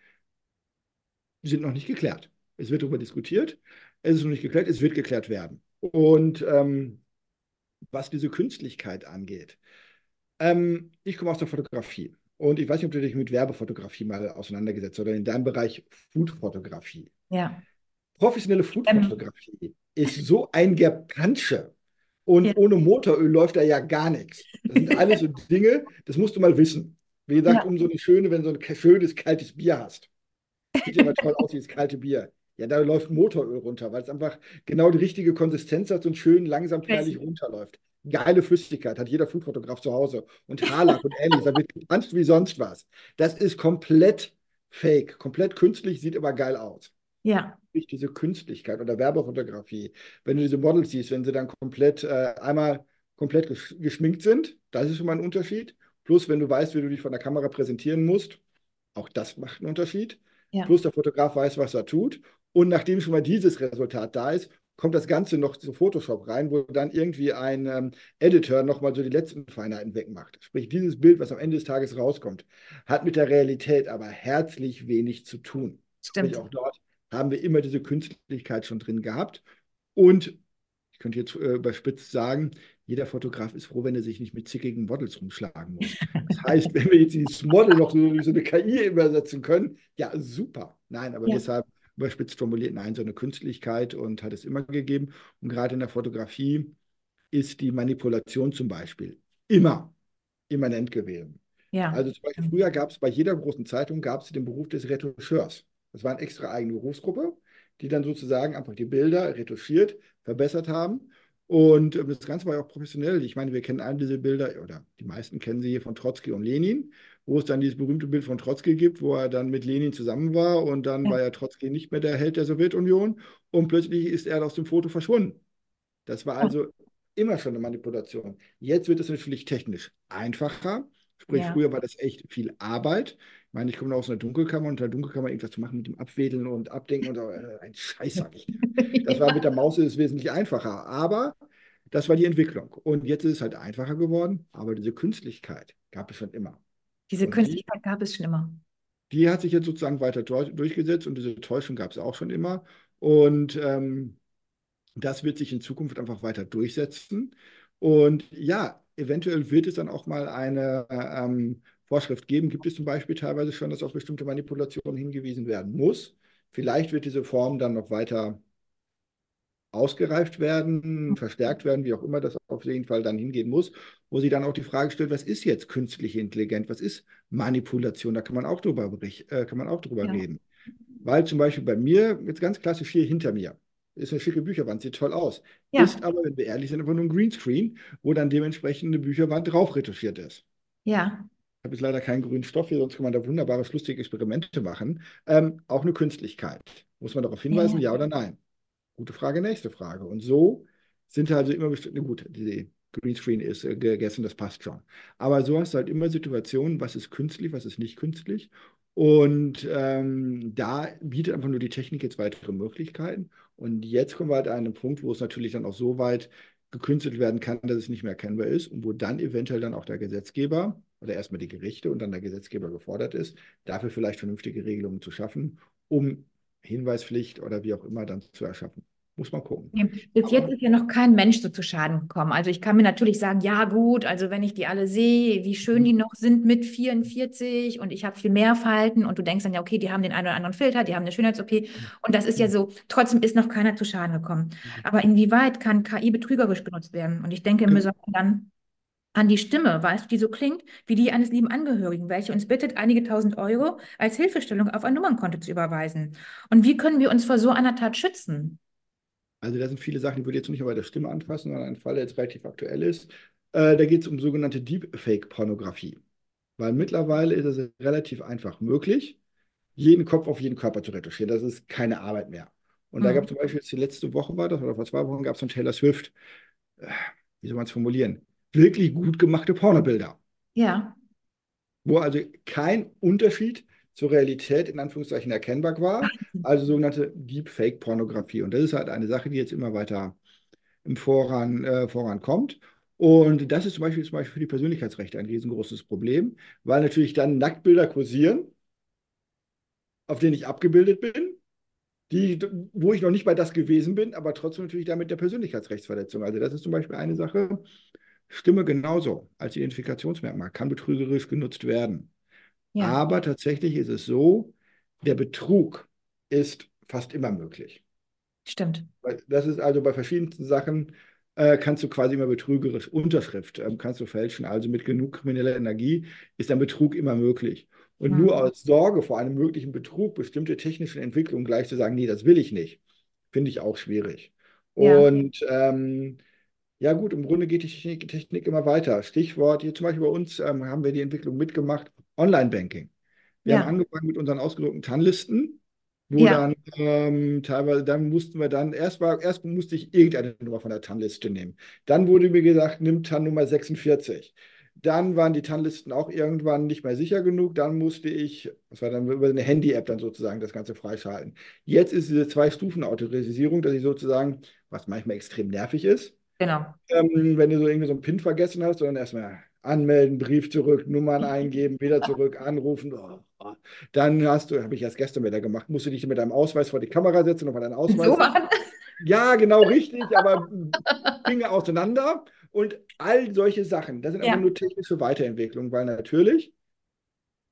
sind noch nicht geklärt. Es wird darüber diskutiert, es ist noch nicht geklärt, es wird geklärt werden. Und ähm, was diese Künstlichkeit angeht, ähm, ich komme aus der Fotografie und ich weiß nicht, ob du dich mit Werbefotografie mal auseinandergesetzt hast oder in deinem Bereich Foodfotografie. Ja. Professionelle Ähm, Foodfotografie ist so ein Gepansche ja. und ohne Motoröl läuft da ja gar nichts. Das sind alles so Dinge, das musst du mal wissen. Wie gesagt, Ja. um so eine schöne, wenn du so ein schönes kaltes Bier hast. Sieht ja immer toll aus, dieses kalte Bier. Ja, da läuft Motoröl runter, weil es einfach genau die richtige Konsistenz hat und schön langsam perlig Crazy. runterläuft. Geile Flüssigkeit, hat jeder Foodfotograf zu Hause. Und Haarlack und ähnliches, da wird getanzt wie sonst was. Das ist komplett fake, komplett künstlich, sieht aber geil aus. Ja. Durch diese Künstlichkeit oder Werbefotografie, wenn du diese Models siehst, wenn sie dann komplett, äh, einmal komplett gesch geschminkt sind, das ist schon mal ein Unterschied. Plus, wenn du weißt, wie du dich von der Kamera präsentieren musst, auch das macht einen Unterschied. Ja. Plus der Fotograf weiß, was er tut. Und nachdem schon mal dieses Resultat da ist, kommt das Ganze noch zu Photoshop rein, wo dann irgendwie ein ähm, Editor nochmal so die letzten Feinheiten wegmacht. Sprich, dieses Bild, was am Ende des Tages rauskommt, hat mit der Realität aber herzlich wenig zu tun. Sprich, Stimmt. auch dort haben wir immer diese Künstlichkeit schon drin gehabt. Und ich könnte jetzt äh, überspitzt sagen, jeder Fotograf ist froh, wenn er sich nicht mit zickigen Models rumschlagen muss. Das heißt, wenn wir jetzt dieses Model noch so durch so eine K I übersetzen können, ja, super. Nein, aber Ja. deshalb überspitzt formuliert, nein, so eine Künstlichkeit und hat es immer gegeben. Und gerade in der Fotografie ist die Manipulation zum Beispiel immer immanent gewesen. Ja. Also zum Beispiel früher gab es bei jeder großen Zeitung gab es den Beruf des Retoucheurs. Das war eine extra eigene Berufsgruppe, die dann sozusagen einfach die Bilder retuschiert, verbessert haben. Und äh, das Ganze war ja auch professionell. Ich meine, wir kennen alle diese Bilder, oder die meisten kennen sie hier von Trotzki und Lenin, wo es dann dieses berühmte Bild von Trotzki gibt, wo er dann mit Lenin zusammen war und dann war Ja. ja Trotzki nicht mehr der Held der Sowjetunion und plötzlich ist er aus dem Foto verschwunden. Das war also immer schon eine Manipulation. Jetzt wird es natürlich technisch einfacher. Sprich, Ja. früher war das echt viel Arbeit. Ich meine, ich komme aus einer Dunkelkammer und in der Dunkelkammer irgendwas zu machen mit dem Abwedeln und Abdenken und so, äh, ein Scheiß, sag ich dir. Das war mit der Maus ist es wesentlich einfacher. Aber das war die Entwicklung. Und jetzt ist es halt einfacher geworden. Aber diese Künstlichkeit gab es schon immer. Diese Und die, Künstlichkeit gab es schon immer. die hat sich jetzt sozusagen weiter durchgesetzt und diese Täuschung gab es auch schon immer. Und ähm, das wird sich in Zukunft einfach weiter durchsetzen. Und ja, eventuell wird es dann auch mal eine äh, ähm, Vorschrift geben. Gibt es zum Beispiel teilweise schon, dass auf bestimmte Manipulationen hingewiesen werden muss. Vielleicht wird diese Form dann noch weiter ausgereift werden, verstärkt werden, wie auch immer das auf jeden Fall dann hingehen muss, wo sie dann auch die Frage stellt, was ist jetzt künstliche Intelligenz, was ist Manipulation? Da kann man auch drüber, bericht, äh, kann man auch drüber Ja. reden. Weil zum Beispiel bei mir, jetzt ganz klassisch hier hinter mir, ist eine schicke Bücherwand, sieht toll aus. Ja. Ist aber, wenn wir ehrlich sind, einfach nur ein Greenscreen, wo dann dementsprechend eine Bücherwand drauf retuschiert ist. Ja. Ich habe jetzt leider keinen grünen Stoff hier, sonst kann man da wunderbares, lustige Experimente machen. Ähm, auch eine Künstlichkeit. Muss man darauf hinweisen, Ja. ja oder nein? Gute Frage, nächste Frage. Und so sind also immer bestimmte, gut, die Greenscreen ist äh, gegessen, das passt schon. Aber so hast du halt immer Situationen, was ist künstlich, was ist nicht künstlich. Und ähm, da bietet einfach nur die Technik jetzt weitere Möglichkeiten. Und jetzt kommen wir halt an einen Punkt, wo es natürlich dann auch so weit gekünstelt werden kann, dass es nicht mehr erkennbar ist und wo dann eventuell dann auch der Gesetzgeber oder erstmal die Gerichte und dann der Gesetzgeber gefordert ist, dafür vielleicht vernünftige Regelungen zu schaffen, um Hinweispflicht oder wie auch immer dann zu erschaffen. Muss man gucken. Bis jetzt Aber ist ja noch kein Mensch so zu Schaden gekommen. Also ich kann mir natürlich sagen, ja gut, also wenn ich die alle sehe, wie schön die noch sind mit vierundvierzig und ich habe viel mehr Falten und du denkst dann ja, okay, die haben den einen oder anderen Filter, die haben eine Schönheits-O P und das ist ja so, trotzdem ist noch keiner zu Schaden gekommen. Aber inwieweit kann K I betrügerisch genutzt werden? Und ich denke, wir sollten dann an die Stimme, weißt du, die so klingt wie die eines lieben Angehörigen, welche uns bittet, einige tausend Euro als Hilfestellung auf ein Nummernkonto zu überweisen. Und wie können wir uns vor so einer Tat schützen? also da sind viele Sachen, die würde ich jetzt nicht mehr bei der Stimme anfassen, sondern ein Fall, der jetzt relativ aktuell ist. Äh, da geht es um sogenannte Deepfake-Pornografie. Weil mittlerweile ist es relativ einfach möglich, jeden Kopf auf jeden Körper zu retuschieren. Das ist keine Arbeit mehr. Und da gab es Hm. zum Beispiel jetzt die letzte Woche war das, oder vor zwei Wochen gab es von Taylor Swift, äh, wie soll man es formulieren, wirklich gut gemachte Pornobilder, Ja, wo also kein Unterschied zur Realität in Anführungszeichen erkennbar war, also sogenannte Deepfake-Pornografie. Und das ist halt eine Sache, die jetzt immer weiter im Voran, äh, vorankommt. Und das ist zum Beispiel, zum Beispiel für die Persönlichkeitsrechte ein riesengroßes Problem, weil natürlich dann Nacktbilder kursieren, auf denen ich abgebildet bin, die, wo ich noch nicht bei das gewesen bin, aber trotzdem natürlich damit der Persönlichkeitsrechtsverletzung. Also das ist zum Beispiel eine Sache. Stimme genauso als Identifikationsmerkmal kann betrügerisch genutzt werden. ja, Aber tatsächlich ist es so, der Betrug ist fast immer möglich. stimmt. Weil das ist also bei verschiedensten Sachen, äh, kannst du quasi immer betrügerisch Unterschrift, ähm, kannst du fälschen. Also mit genug krimineller Energie ist ein Betrug immer möglich. Und nur Hm. aus Sorge vor einem möglichen Betrug bestimmte technische Entwicklungen gleich zu sagen, nee, das will ich nicht, finde ich auch schwierig. Ja, Und ähm, ja gut, im Grunde geht die Technik, Technik immer weiter. Stichwort, hier zum Beispiel bei uns ähm, haben wir die Entwicklung mitgemacht, Online-Banking. Wir haben ja, angefangen mit unseren ausgedruckten TAN-Listen, wo ja, dann ähm, teilweise, dann mussten wir dann, erst war, erst musste ich irgendeine Nummer von der TAN-Liste nehmen. Dann wurde mir gesagt, nimm TAN-Nummer sechsundvierzig. Dann waren die TAN-Listen auch irgendwann nicht mehr sicher genug. Dann musste ich, das war dann über eine Handy-App dann sozusagen das Ganze freischalten. Jetzt ist diese Zwei-Stufen-Autorisierung, dass ich sozusagen, was manchmal extrem nervig ist, genau. ähm, wenn du so irgendwie so einen PIN vergessen hast, sondern erstmal anmelden, Brief zurück, Nummern eingeben, wieder zurück, anrufen. Oh, oh. Dann hast du, habe ich erst gestern wieder gemacht, musst du dich mit deinem Ausweis vor die Kamera setzen, nochmal deinen So Ausweis. machen. Ja, genau richtig, aber Dinge auseinander und all solche Sachen. Das sind einfach Ja, nur technische Weiterentwicklungen, weil natürlich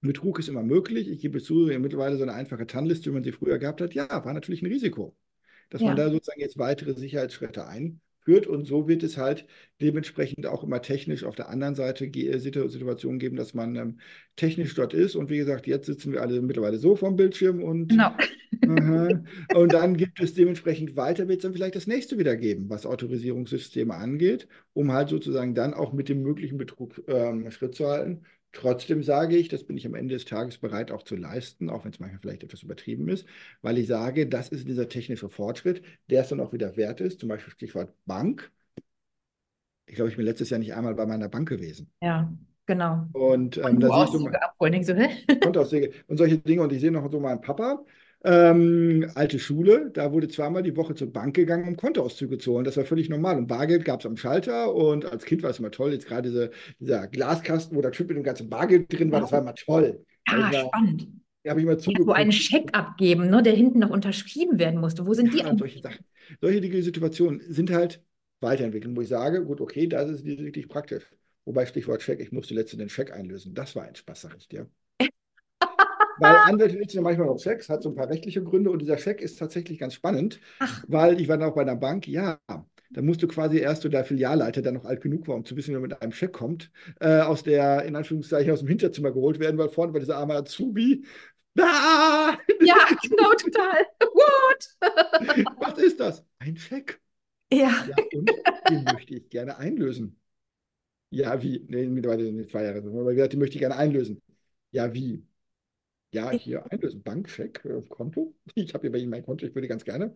Betrug ist immer möglich. Ich gebe zu, mittlerweile so eine einfache TAN-Liste, wie man sie früher gehabt hat, ja, war natürlich ein Risiko, dass man Ja, da sozusagen jetzt weitere Sicherheitsschritte einführt. Und so wird es halt dementsprechend auch immer technisch auf der anderen Seite ge- Situ- Situationen geben, dass man ähm, technisch dort ist. Und wie gesagt, jetzt sitzen wir alle mittlerweile so vorm Bildschirm und genau. aha. Und dann gibt es dementsprechend weiter, wird es dann vielleicht das nächste wieder geben, was Autorisierungssysteme angeht, um halt sozusagen dann auch mit dem möglichen Betrug ähm, Schritt zu halten. Trotzdem sage ich, das bin ich am Ende des Tages bereit auch zu leisten, auch wenn es manchmal vielleicht etwas übertrieben ist, weil ich sage, das ist dieser technische Fortschritt, der es dann auch wieder wert ist. Zum Beispiel Stichwort Bank. Ich glaube, ich bin letztes Jahr nicht einmal bei meiner Bank gewesen. Ja, genau. Und ähm, da sehe ich so, Kontoauszüge abholen, nicht so, hä? Kontoauszüge und solche Dinge. Und ich sehe noch so meinen Papa, ähm, alte Schule, da wurde zweimal die Woche zur Bank gegangen, um Kontoauszüge zu holen. Das war völlig normal. Und Bargeld gab es am Schalter. Und als Kind war es immer toll. Jetzt gerade diese, dieser Glaskasten, wo der Typ mit dem ganzen Bargeld drin war, das war Wow. immer toll. Weil ich Ah, war, spannend. da habe ich immer Ja, so einen zugeguckt. Scheck abgeben, ne, der hinten noch unterschrieben werden musste. Wo sind die Ja, eigentlich? solche Sachen. Solche Dinge, Situationen sind halt weiterentwickeln, wo ich sage, gut, okay, das ist wirklich praktisch. Wobei Stichwort Scheck, ich musste letztens den Scheck einlösen. Das war ein Spaß, sag ich dir. Weil Anwälte nutzen ja manchmal auch Schecks, hat so ein paar rechtliche Gründe und dieser Scheck ist tatsächlich ganz spannend, Ach, weil ich war dann auch bei einer Bank, ja, da musst du quasi erst so der Filialleiter, der noch alt genug war, um zu wissen, wie man mit einem Scheck kommt, äh, aus der, in Anführungszeichen, aus dem Hinterzimmer geholt werden, weil vorne war dieser arme Azubi. Ah! ja, genau, total. What? Was ist das? Ein Scheck. Ja, Ja, und den möchte ich gerne einlösen. Ja, wie? Nee, mittlerweile sind es zwei Jahre. Aber gesagt, den möchte ich gerne einlösen. Ja, wie? Ja, hier einlösen. Bankcheck, äh, Konto. Ich habe hier bei Ihnen mein Konto, ich würde ganz gerne.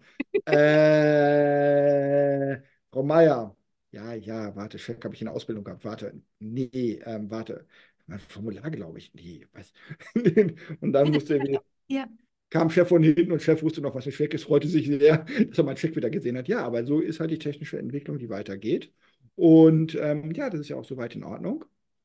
Äh, Frau Meier. Ja, ja, warte, Scheck habe ich in der Ausbildung gehabt. Warte, nee, ähm, warte. Mein Formular, glaube ich. Nee, was? Und dann musste er wieder, ja, kam Chef von hinten und Chef wusste noch, was ein Scheck ist, freute sich sehr, dass er meinen Scheck wieder gesehen hat. Ja, aber so ist halt die technische Entwicklung, die weitergeht. Und ähm, ja, das ist ja auch soweit in Ordnung.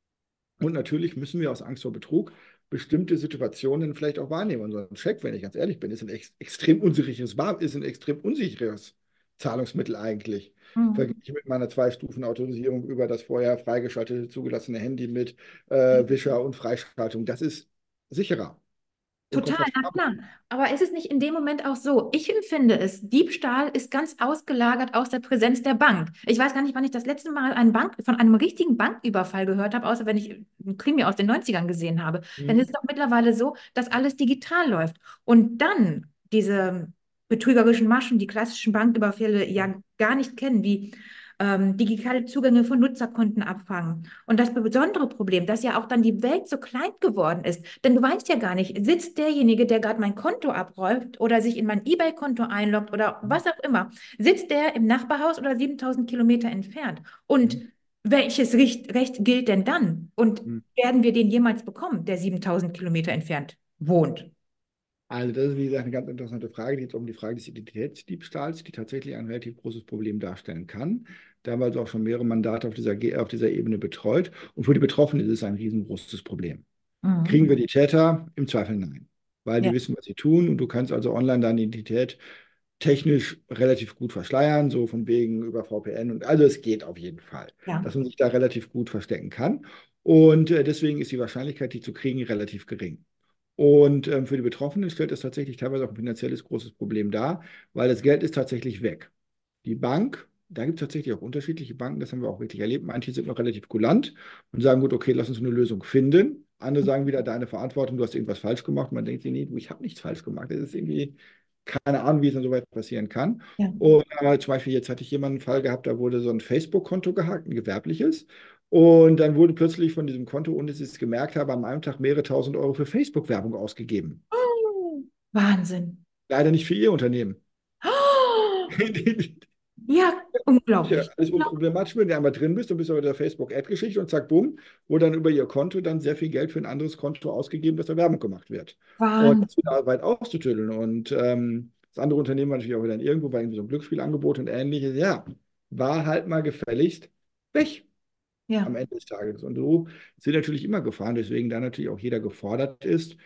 Und natürlich müssen wir aus Angst vor Betrug bestimmte Situationen vielleicht auch wahrnehmen. Und so ein Scheck, wenn ich ganz ehrlich bin, ist ein ex extrem unsicheres, Bar ist ein extrem unsicheres Zahlungsmittel eigentlich. mhm. Verglichen mit meiner Zwei-Stufen-Autorisierung über das vorher freigeschaltete, zugelassene Handy mit äh, Wischer und Freischaltung. Das ist sicherer und Total, na komfortabler. klar. Aber ist es nicht in dem Moment auch so? Ich empfinde es, Diebstahl ist ganz ausgelagert aus der Präsenz der Bank. Ich weiß gar nicht, wann ich das letzte Mal einen Bank, von einem richtigen Banküberfall gehört habe, außer wenn ich einen Krimi aus den Neunzigern gesehen habe. Denn es Mhm. ist doch mittlerweile so, dass alles digital läuft. Und dann diese betrügerischen Maschen, die klassischen Banküberfälle ja gar nicht kennen, wie ähm, digitale Zugänge von Nutzerkonten abfangen. Und das besondere Problem, dass ja auch dann die Welt so klein geworden ist, denn du weißt ja gar nicht, sitzt derjenige, der gerade mein Konto abräumt oder sich in mein eBay-Konto einloggt oder was auch immer, sitzt der im Nachbarhaus oder siebentausend Kilometer entfernt? Und Mhm. welches Recht, Recht gilt denn dann? Und Mhm. werden wir den jemals bekommen, der siebentausend Kilometer entfernt wohnt? Also das ist, wie gesagt, eine ganz interessante Frage. Die geht um die Frage des Identitätsdiebstahls, die tatsächlich ein relativ großes Problem darstellen kann. Da haben wir also auch schon mehrere Mandate auf dieser, Ge- auf dieser Ebene betreut. Und für die Betroffenen ist es ein riesengroßes Problem. Mhm. Kriegen wir die Täter? Im Zweifel nein. Weil die Ja, wissen, was sie tun. Und du kannst also online deine Identität technisch relativ gut verschleiern, so von wegen über V P N. Und also es geht auf jeden Fall, ja. dass man sich da relativ gut verstecken kann. Und äh, deswegen ist die Wahrscheinlichkeit, die zu kriegen, relativ gering. Und ähm, für die Betroffenen stellt das tatsächlich teilweise auch ein finanzielles großes Problem dar, weil das Geld ist tatsächlich weg. Die Bank, da gibt es tatsächlich auch unterschiedliche Banken, das haben wir auch wirklich erlebt. Manche sind noch relativ kulant und sagen, gut, okay, lass uns eine Lösung finden. Andere sagen wieder, deine Verantwortung, du hast irgendwas falsch gemacht. Man denkt sich, nee, du, ich habe nichts falsch gemacht. Das ist irgendwie keine Ahnung, wie es dann so weit passieren kann. Ja. Und äh, zum Beispiel, jetzt hatte ich jemanden einen Fall gehabt, da wurde so ein Facebook-Konto gehackt, ein gewerbliches. Und dann wurde plötzlich von diesem Konto, ohne dass ich es gemerkt habe, an einem Tag mehrere tausend Euro für Facebook-Werbung ausgegeben. Oh, Wahnsinn. Leider nicht für Ihr Unternehmen. Oh, ja, Ist ja unglaublich. alles unproblematisch, wenn du einmal drin bist und bist bei der Facebook-Ad-Geschichte und zack, bumm, wurde dann über ihr Konto dann sehr viel Geld für ein anderes Konto ausgegeben, dass da Werbung gemacht wird. Und das Wahnsinn. wird weit auszutüddeln. Und ähm, das andere Unternehmen war natürlich auch wieder irgendwo bei irgendwie so einem Glücksspielangebot und ähnliches. Ja, war halt mal gefälligst weg Ja. am Ende des Tages. Und so sind natürlich immer Gefahren, deswegen da natürlich auch jeder gefordert ist,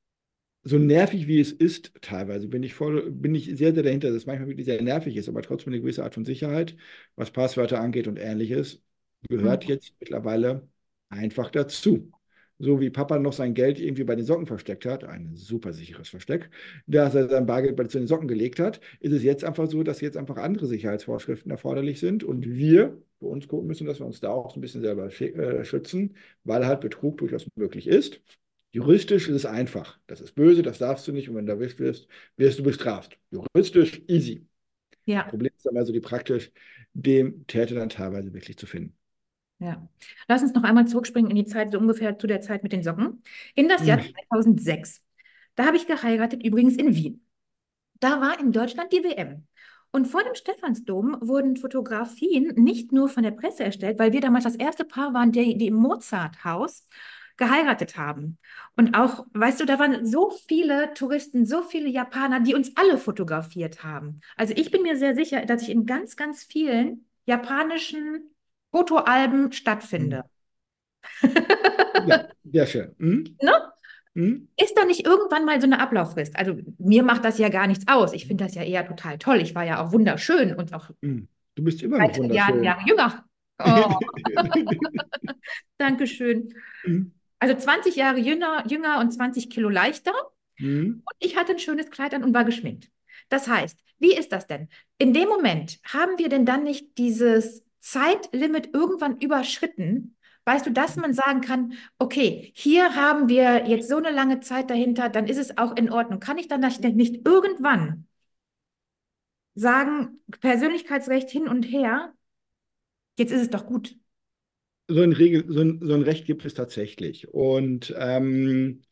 so nervig wie es ist, teilweise bin ich voll, bin ich sehr, sehr dahinter, dass es manchmal wirklich sehr nervig ist, aber trotzdem eine gewisse Art von Sicherheit, was Passwörter angeht und ähnliches, gehört Mhm. jetzt mittlerweile einfach dazu. so wie Papa noch sein Geld irgendwie bei den Socken versteckt hat, ein super sicheres Versteck, dass er sein Bargeld bei zu den Socken gelegt hat, ist es jetzt einfach so, dass jetzt einfach andere Sicherheitsvorschriften erforderlich sind und wir für uns gucken müssen, dass wir uns da auch so ein bisschen selber schi- äh, schützen, weil halt Betrug durchaus möglich ist. Juristisch ist es einfach. Das ist böse, das darfst du nicht und wenn du erwischt wirst, wirst du bestraft. Juristisch easy. Ja, Problem ist dann also die praktisch, dem Täter dann teilweise wirklich zu finden. ja. Lass uns noch einmal zurückspringen in die Zeit, so ungefähr zu der Zeit mit den Socken. In das Jahr Mhm. zweitausendsechs. Da habe ich geheiratet, übrigens in Wien. Da war in Deutschland die W M. Und vor dem Stephansdom wurden Fotografien nicht nur von der Presse erstellt, weil wir damals das erste Paar waren, die, die im Mozarthaus geheiratet haben. Und auch, weißt du, da waren so viele Touristen, so viele Japaner, die uns alle fotografiert haben. Also ich bin mir sehr sicher, dass ich in ganz, ganz vielen japanischen Fotoalben stattfinde. Mhm. Ja, sehr schön. Mhm. Ne? Mhm. Ist da nicht irgendwann mal so eine Ablauffrist? Also mir macht das ja gar nichts aus. Ich finde das ja eher total toll. Ich war ja auch wunderschön und auch Mhm. Du bist immer noch weitere Jahre, wunderschön. Jahre jünger. Oh, danke schön. Mhm. Also zwanzig Jahre jünger, jünger und zwanzig Kilo leichter. Mhm. Und ich hatte ein schönes Kleid an und war geschminkt. Das heißt, wie ist das denn? In dem Moment haben wir denn dann nicht dieses Zeitlimit irgendwann überschritten? Weißt du, dass man sagen kann, okay, hier haben wir jetzt so eine lange Zeit dahinter, dann ist es auch in Ordnung. Kann ich dann nicht nicht irgendwann sagen, Persönlichkeitsrecht hin und her, jetzt ist es doch gut. So ein Regel, so ein, so ein Recht gibt es tatsächlich. Und ähm,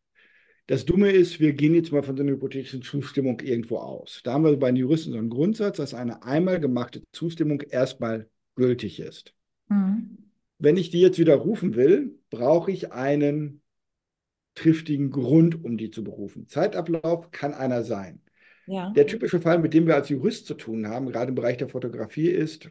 das Dumme ist, wir gehen jetzt mal von so einer hypothetischen Zustimmung irgendwo aus. Da haben wir bei den Juristen so einen Grundsatz, dass eine einmal gemachte Zustimmung erstmal gültig ist. Mhm. Wenn ich die jetzt widerrufen will, brauche ich einen triftigen Grund, um die zu berufen. Zeitablauf kann einer sein. Ja, Der typische Fall, mit dem wir als Jurist zu tun haben, gerade im Bereich der Fotografie, ist,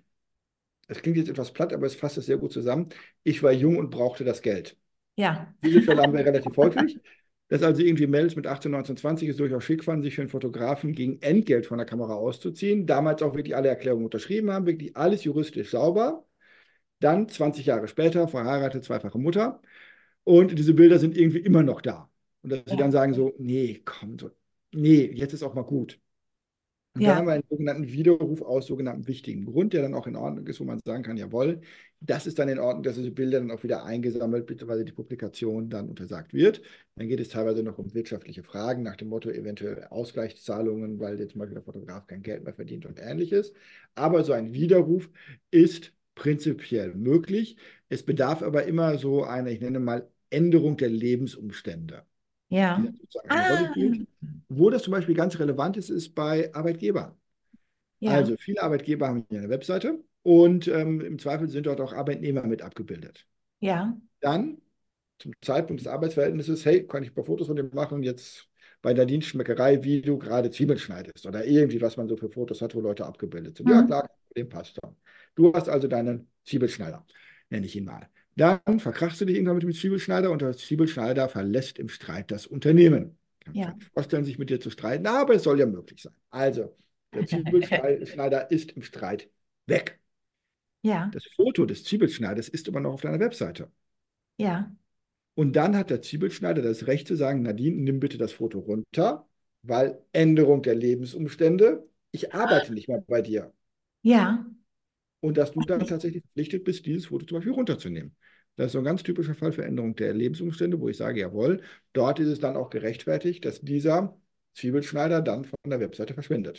es klingt jetzt etwas platt, aber es fasst es sehr gut zusammen. Ich war jung und brauchte das Geld. ja, Diese Fälle haben wir relativ häufig. Dass also irgendwie Mädels mit achtzehn, neunzehn, zwanzig es durchaus schick fanden, sich für einen Fotografen gegen Entgelt von der Kamera auszuziehen. Damals auch wirklich alle Erklärungen unterschrieben haben, wirklich alles juristisch sauber. Dann zwanzig Jahre später, verheiratet, zweifache Mutter. Und diese Bilder sind irgendwie immer noch da. Und dass sie dann ja, sagen so, nee, komm, so, nee, jetzt ist auch mal gut. Und dann ja, haben wir einen sogenannten Widerruf aus sogenannten wichtigen Grund, der dann auch in Ordnung ist, wo man sagen kann, jawohl, das ist dann in Ordnung, dass diese Bilder dann auch wieder eingesammelt, beziehungsweise die Publikation dann untersagt wird. Dann geht es teilweise noch um wirtschaftliche Fragen nach dem Motto eventuell Ausgleichszahlungen, weil jetzt zum Beispiel der Fotograf kein Geld mehr verdient und ähnliches. Aber so ein Widerruf ist prinzipiell möglich. Es bedarf aber immer so einer, ich nenne mal, Änderung der Lebensumstände, die ja. dann sozusagen eine Rolle Ah, spielt. Wo das zum Beispiel ganz relevant ist, ist bei Arbeitgebern. ja, Also viele Arbeitgeber haben hier eine Webseite und ähm, im Zweifel sind dort auch Arbeitnehmer mit abgebildet. ja, Dann zum Zeitpunkt des Arbeitsverhältnisses, hey, kann ich ein paar Fotos von dir machen, jetzt bei der Dienstschmeckerei, wie du gerade Zwiebeln schneidest oder irgendwie, was man so für Fotos hat, wo Leute abgebildet sind. Ja, hm, klar, dem passt dann. Du hast also deinen Zwiebelschneider, nenne ich ihn mal. Dann verkrachst du dich irgendwann mit dem Zwiebelschneider und der Zwiebelschneider verlässt im Streit das Unternehmen. Kann ja, vielleicht vorstellen, sich mit dir zu streiten, aber es soll ja möglich sein. Also, der Zwiebelschneider ist im Streit weg. ja, Das Foto des Zwiebelschneiders ist aber noch auf deiner Webseite. ja, Und dann hat der Zwiebelschneider das Recht zu sagen, Nadine, nimm bitte das Foto runter, weil Änderung der Lebensumstände, ich arbeite nicht mehr bei dir. ja. Und dass du dann tatsächlich verpflichtet bist, dieses Foto zum Beispiel runterzunehmen. Das ist so ein ganz typischer Fall für Änderung der Lebensumstände, wo ich sage, jawohl, dort ist es dann auch gerechtfertigt, dass dieser Zwiebelschneider dann von der Webseite verschwindet.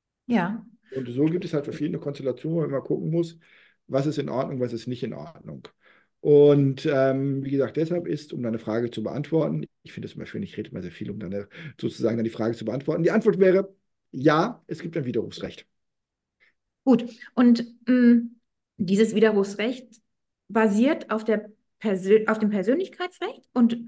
Ja, Und so gibt es halt verschiedene Konstellationen, wo man immer gucken muss, was ist in Ordnung, was ist nicht in Ordnung. Und ähm, wie gesagt, deshalb ist, um deine Frage zu beantworten, ich finde es immer schön, ich rede immer sehr viel, um deine, sozusagen dann die Frage zu beantworten. Die Antwort wäre, ja, es gibt ein Widerrufsrecht. gut. Und mh, dieses Widerrufsrecht basiert auf der Persö auf dem Persönlichkeitsrecht. Und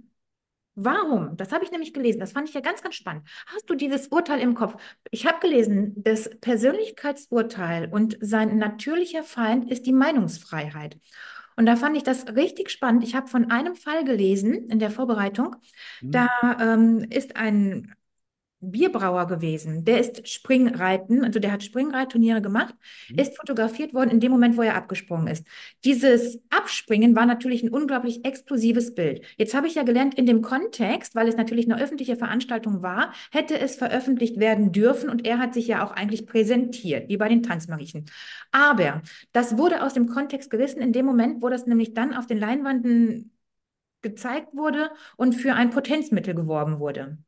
warum? Das habe ich nämlich gelesen. Das fand ich ja ganz, ganz spannend. Hast du dieses Urteil im Kopf? Ich habe gelesen, das Persönlichkeitsurteil und sein natürlicher Feind ist die Meinungsfreiheit. Und da fand ich das richtig spannend. Ich habe von einem Fall gelesen in der Vorbereitung. Hm? Da ähm, ist ein Bierbrauer gewesen. Der ist Springreiten, also der hat Springreitturniere gemacht, Hm? ist fotografiert worden in dem Moment, wo er abgesprungen ist. Dieses Abspringen war natürlich ein unglaublich explosives Bild. Jetzt habe ich ja gelernt, in dem Kontext, weil es natürlich eine öffentliche Veranstaltung war, hätte es veröffentlicht werden dürfen und er hat sich ja auch eigentlich präsentiert, wie bei den Tanzmariechen. Aber das wurde aus dem Kontext gerissen in dem Moment, wo das nämlich dann auf den Leinwanden gezeigt wurde und für ein Potenzmittel geworben wurde.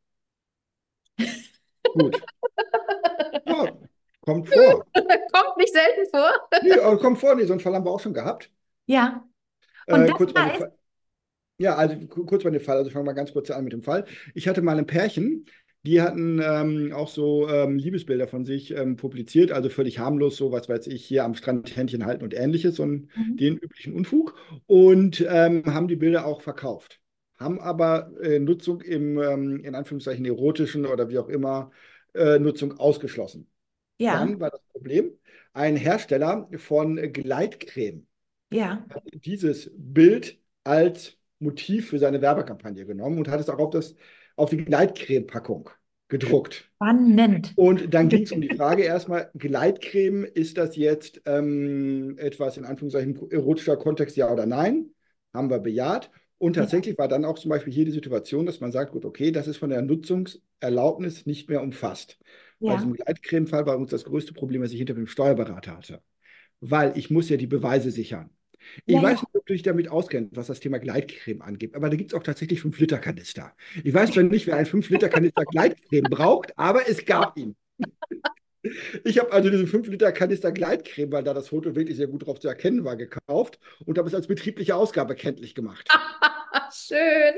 Gut. Ja, kommt vor. Kommt nicht selten vor. Nee, aber kommt vor, nee, so einen Fall haben wir auch schon gehabt. Ja, und Äh, das kurz mal eine da ist, Fa- Ja, also ku- kurz mal den Fall, also fangen wir mal ganz kurz an mit dem Fall. Ich hatte mal ein Pärchen, die hatten ähm, auch so ähm, Liebesbilder von sich ähm, publiziert, also völlig harmlos, so was weiß ich, hier am Strand Händchen halten und ähnliches, so einen, mhm. den üblichen Unfug und ähm, haben die Bilder auch verkauft, haben aber äh, Nutzung im, ähm, in Anführungszeichen, erotischen oder wie auch immer, äh, Nutzung ausgeschlossen. Ja, Dann war das Problem, ein Hersteller von Gleitcreme ja, dieses Bild als Motiv für seine Werbekampagne genommen und hat es auch auf, das, auf die Gleitcreme-Packung gedruckt. spannend. Und dann ging es um die Frage erstmal, Gleitcreme, ist das jetzt ähm, etwas in Anführungszeichen erotischer Kontext, ja oder nein? Haben wir bejaht. Und Ja, tatsächlich war dann auch zum Beispiel hier die Situation, dass man sagt, gut, okay, das ist von der Nutzungserlaubnis nicht mehr umfasst. Bei ja, diesem Gleitcreme-Fall war uns das größte Problem, was ich hinter dem Steuerberater hatte. Weil ich muss ja die Beweise sichern. ja, Ich weiß ja. nicht, ob du dich damit auskennst, was das Thema Gleitcreme angeht, aber da gibt es auch tatsächlich fünf Liter Kanister. Ich weiß zwar nicht, wer einen fünf Liter Kanister Gleitcreme braucht, aber es gab ihn. Ich habe also diesen fünf Liter Kanister Gleitcreme, weil da das Foto wirklich sehr gut drauf zu erkennen war, gekauft und habe es als betriebliche Ausgabe kenntlich gemacht. Schön.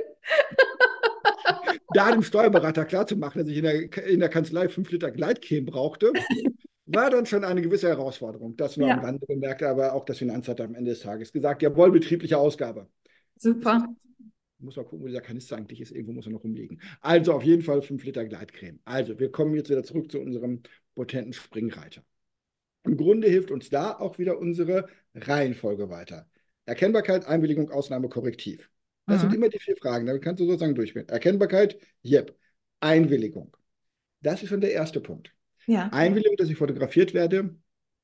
Da dem Steuerberater klarzumachen, dass ich in der, in der Kanzlei fünf Liter Gleitcreme brauchte, war dann schon eine gewisse Herausforderung. Das nur am Ja, Rande bemerkt, aber auch das Finanzamt hat am Ende des Tages gesagt, jawohl, betriebliche Ausgabe. Ist super. jetzt Muss mal gucken, wo dieser Kanister eigentlich ist. Irgendwo muss er noch rumliegen. Also auf jeden Fall fünf Liter Gleitcreme. Also wir kommen jetzt wieder zurück zu unserem potenten Springreiter. Im Grunde hilft uns da auch wieder unsere Reihenfolge weiter. Erkennbarkeit, Einwilligung, Ausnahme, Korrektiv. Das sind Mhm. immer die vier Fragen. Damit kannst du sozusagen durchgehen. Erkennbarkeit, yep. Einwilligung. Das ist schon der erste Punkt. Ja, Einwilligung, dass ich fotografiert werde,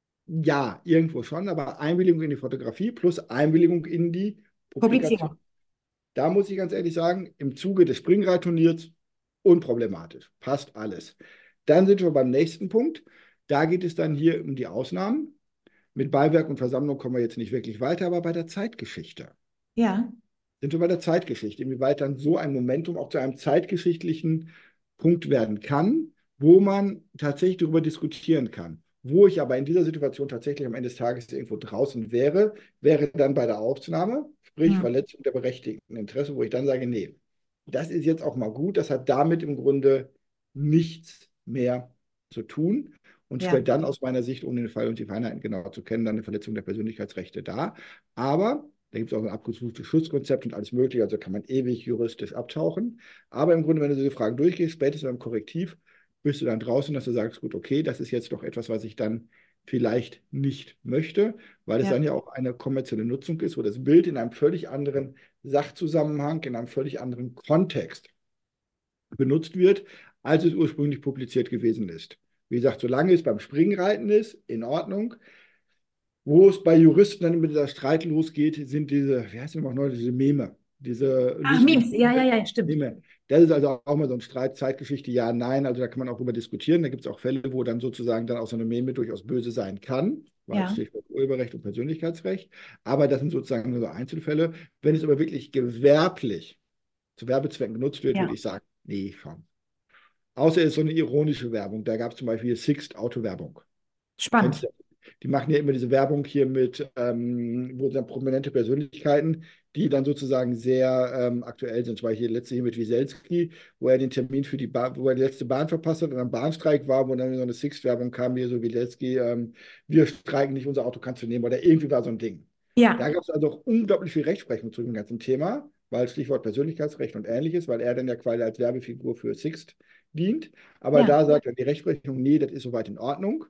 ja, irgendwo schon, aber Einwilligung in die Fotografie plus Einwilligung in die Publikation. Publizierung. Da muss ich ganz ehrlich sagen, im Zuge des Springreitturniers unproblematisch. Passt alles. Dann sind wir beim nächsten Punkt. Da geht es dann hier um die Ausnahmen. Mit Beiwerk und Versammlung kommen wir jetzt nicht wirklich weiter, aber bei der Zeitgeschichte Ja, sind wir bei der Zeitgeschichte, inwieweit dann so ein Momentum auch zu einem zeitgeschichtlichen Punkt werden kann, wo man tatsächlich darüber diskutieren kann. Wo ich aber in dieser Situation tatsächlich am Ende des Tages irgendwo draußen wäre, wäre dann bei der Aufnahme, sprich mhm. Verletzung der berechtigten Interesse, wo ich dann sage, nee, das ist jetzt auch mal gut, das hat damit im Grunde nichts mehr zu tun und Ja, stellt dann aus meiner Sicht, ohne den Fall und die Feinheiten genau zu kennen, dann eine Verletzung der Persönlichkeitsrechte dar. Aber da gibt es auch ein abgestuftes Schutzkonzept und alles Mögliche, also kann man ewig juristisch abtauchen. Aber im Grunde, wenn du diese Fragen durchgehst, spätestens beim Korrektiv, bist du dann draußen, dass du sagst, gut, okay, das ist jetzt doch etwas, was ich dann vielleicht nicht möchte, weil es ja, dann ja auch eine kommerzielle Nutzung ist, wo das Bild in einem völlig anderen Sachzusammenhang, in einem völlig anderen Kontext benutzt wird, als es ursprünglich publiziert gewesen ist. Wie gesagt, solange es beim Springreiten ist, in Ordnung. Wo es bei Juristen dann mit dieser Streit losgeht, sind diese, wie heißt die nochmal neu, diese Meme, diese ach, lustigen Memes. Ja, ja, ja, stimmt. Meme. Das ist also auch mal so ein Streit, Zeitgeschichte, ja, nein, also da kann man auch drüber diskutieren. Da gibt es auch Fälle, wo dann sozusagen dann auch so eine Meme durchaus böse sein kann, weil Ja, Stichwort Urheberrecht und Persönlichkeitsrecht. Aber das sind sozusagen nur so Einzelfälle. Wenn es aber wirklich gewerblich zu Werbezwecken genutzt wird, würde ja. ich sagen, nee, schon. Außer es ist so eine ironische Werbung. Da gab es zum Beispiel Sixt Autowerbung. Kennst Spannend. du? Die machen ja immer diese Werbung hier mit, ähm, wo dann prominente Persönlichkeiten, die dann sozusagen sehr ähm, aktuell sind. Zum Beispiel letzte hier mit Wieselski, wo er den Termin für die Bahn, wo er die letzte Bahn verpasst hat und am Bahnstreik war, wo dann so eine Sixt-Werbung kam, hier so Wieselski, ähm, wir streiken nicht, unser Auto kannst du nehmen. Oder irgendwie war so ein Ding. Da Ja, gab es also auch unglaublich viel Rechtsprechung zu dem ganzen Thema, weil Stichwort Persönlichkeitsrecht und ähnliches, weil er dann ja quasi als Werbefigur für Sixt dient. Aber ja, da sagt dann die Rechtsprechung, nee, das ist soweit in Ordnung,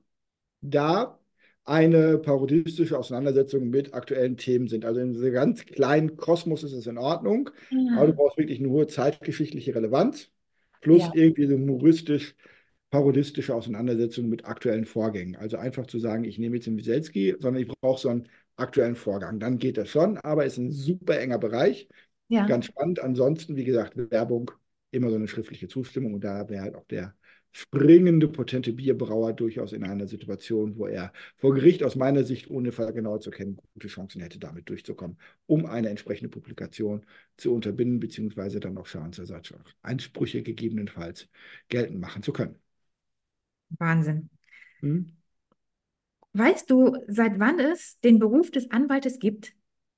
da eine parodistische Auseinandersetzung mit aktuellen Themen sind. Also in diesem ganz kleinen Kosmos ist es in Ordnung, aber du ja, brauchst wirklich eine hohe zeitgeschichtliche Relevanz. plus Ja, irgendwie so humoristisch parodistische Auseinandersetzung mit aktuellen Vorgängen. Also einfach zu sagen, ich nehme jetzt den Wieselski, sondern ich brauche so einen aktuellen Vorgang. Dann geht das schon, aber ist ein super enger Bereich. ja. Ganz spannend. Ansonsten, wie gesagt, Werbung, immer so eine schriftliche Zustimmung. Und da wäre halt auch der springende, potente Bierbrauer durchaus in einer Situation, wo er vor Gericht aus meiner Sicht, ohne Fall genauer zu kennen, gute Chancen hätte, damit durchzukommen, um eine entsprechende Publikation zu unterbinden, beziehungsweise dann auch Schadensersatzansprüche gegebenenfalls geltend machen zu können. Wahnsinn. Hm? Weißt du, seit wann es den Beruf des Anwaltes gibt?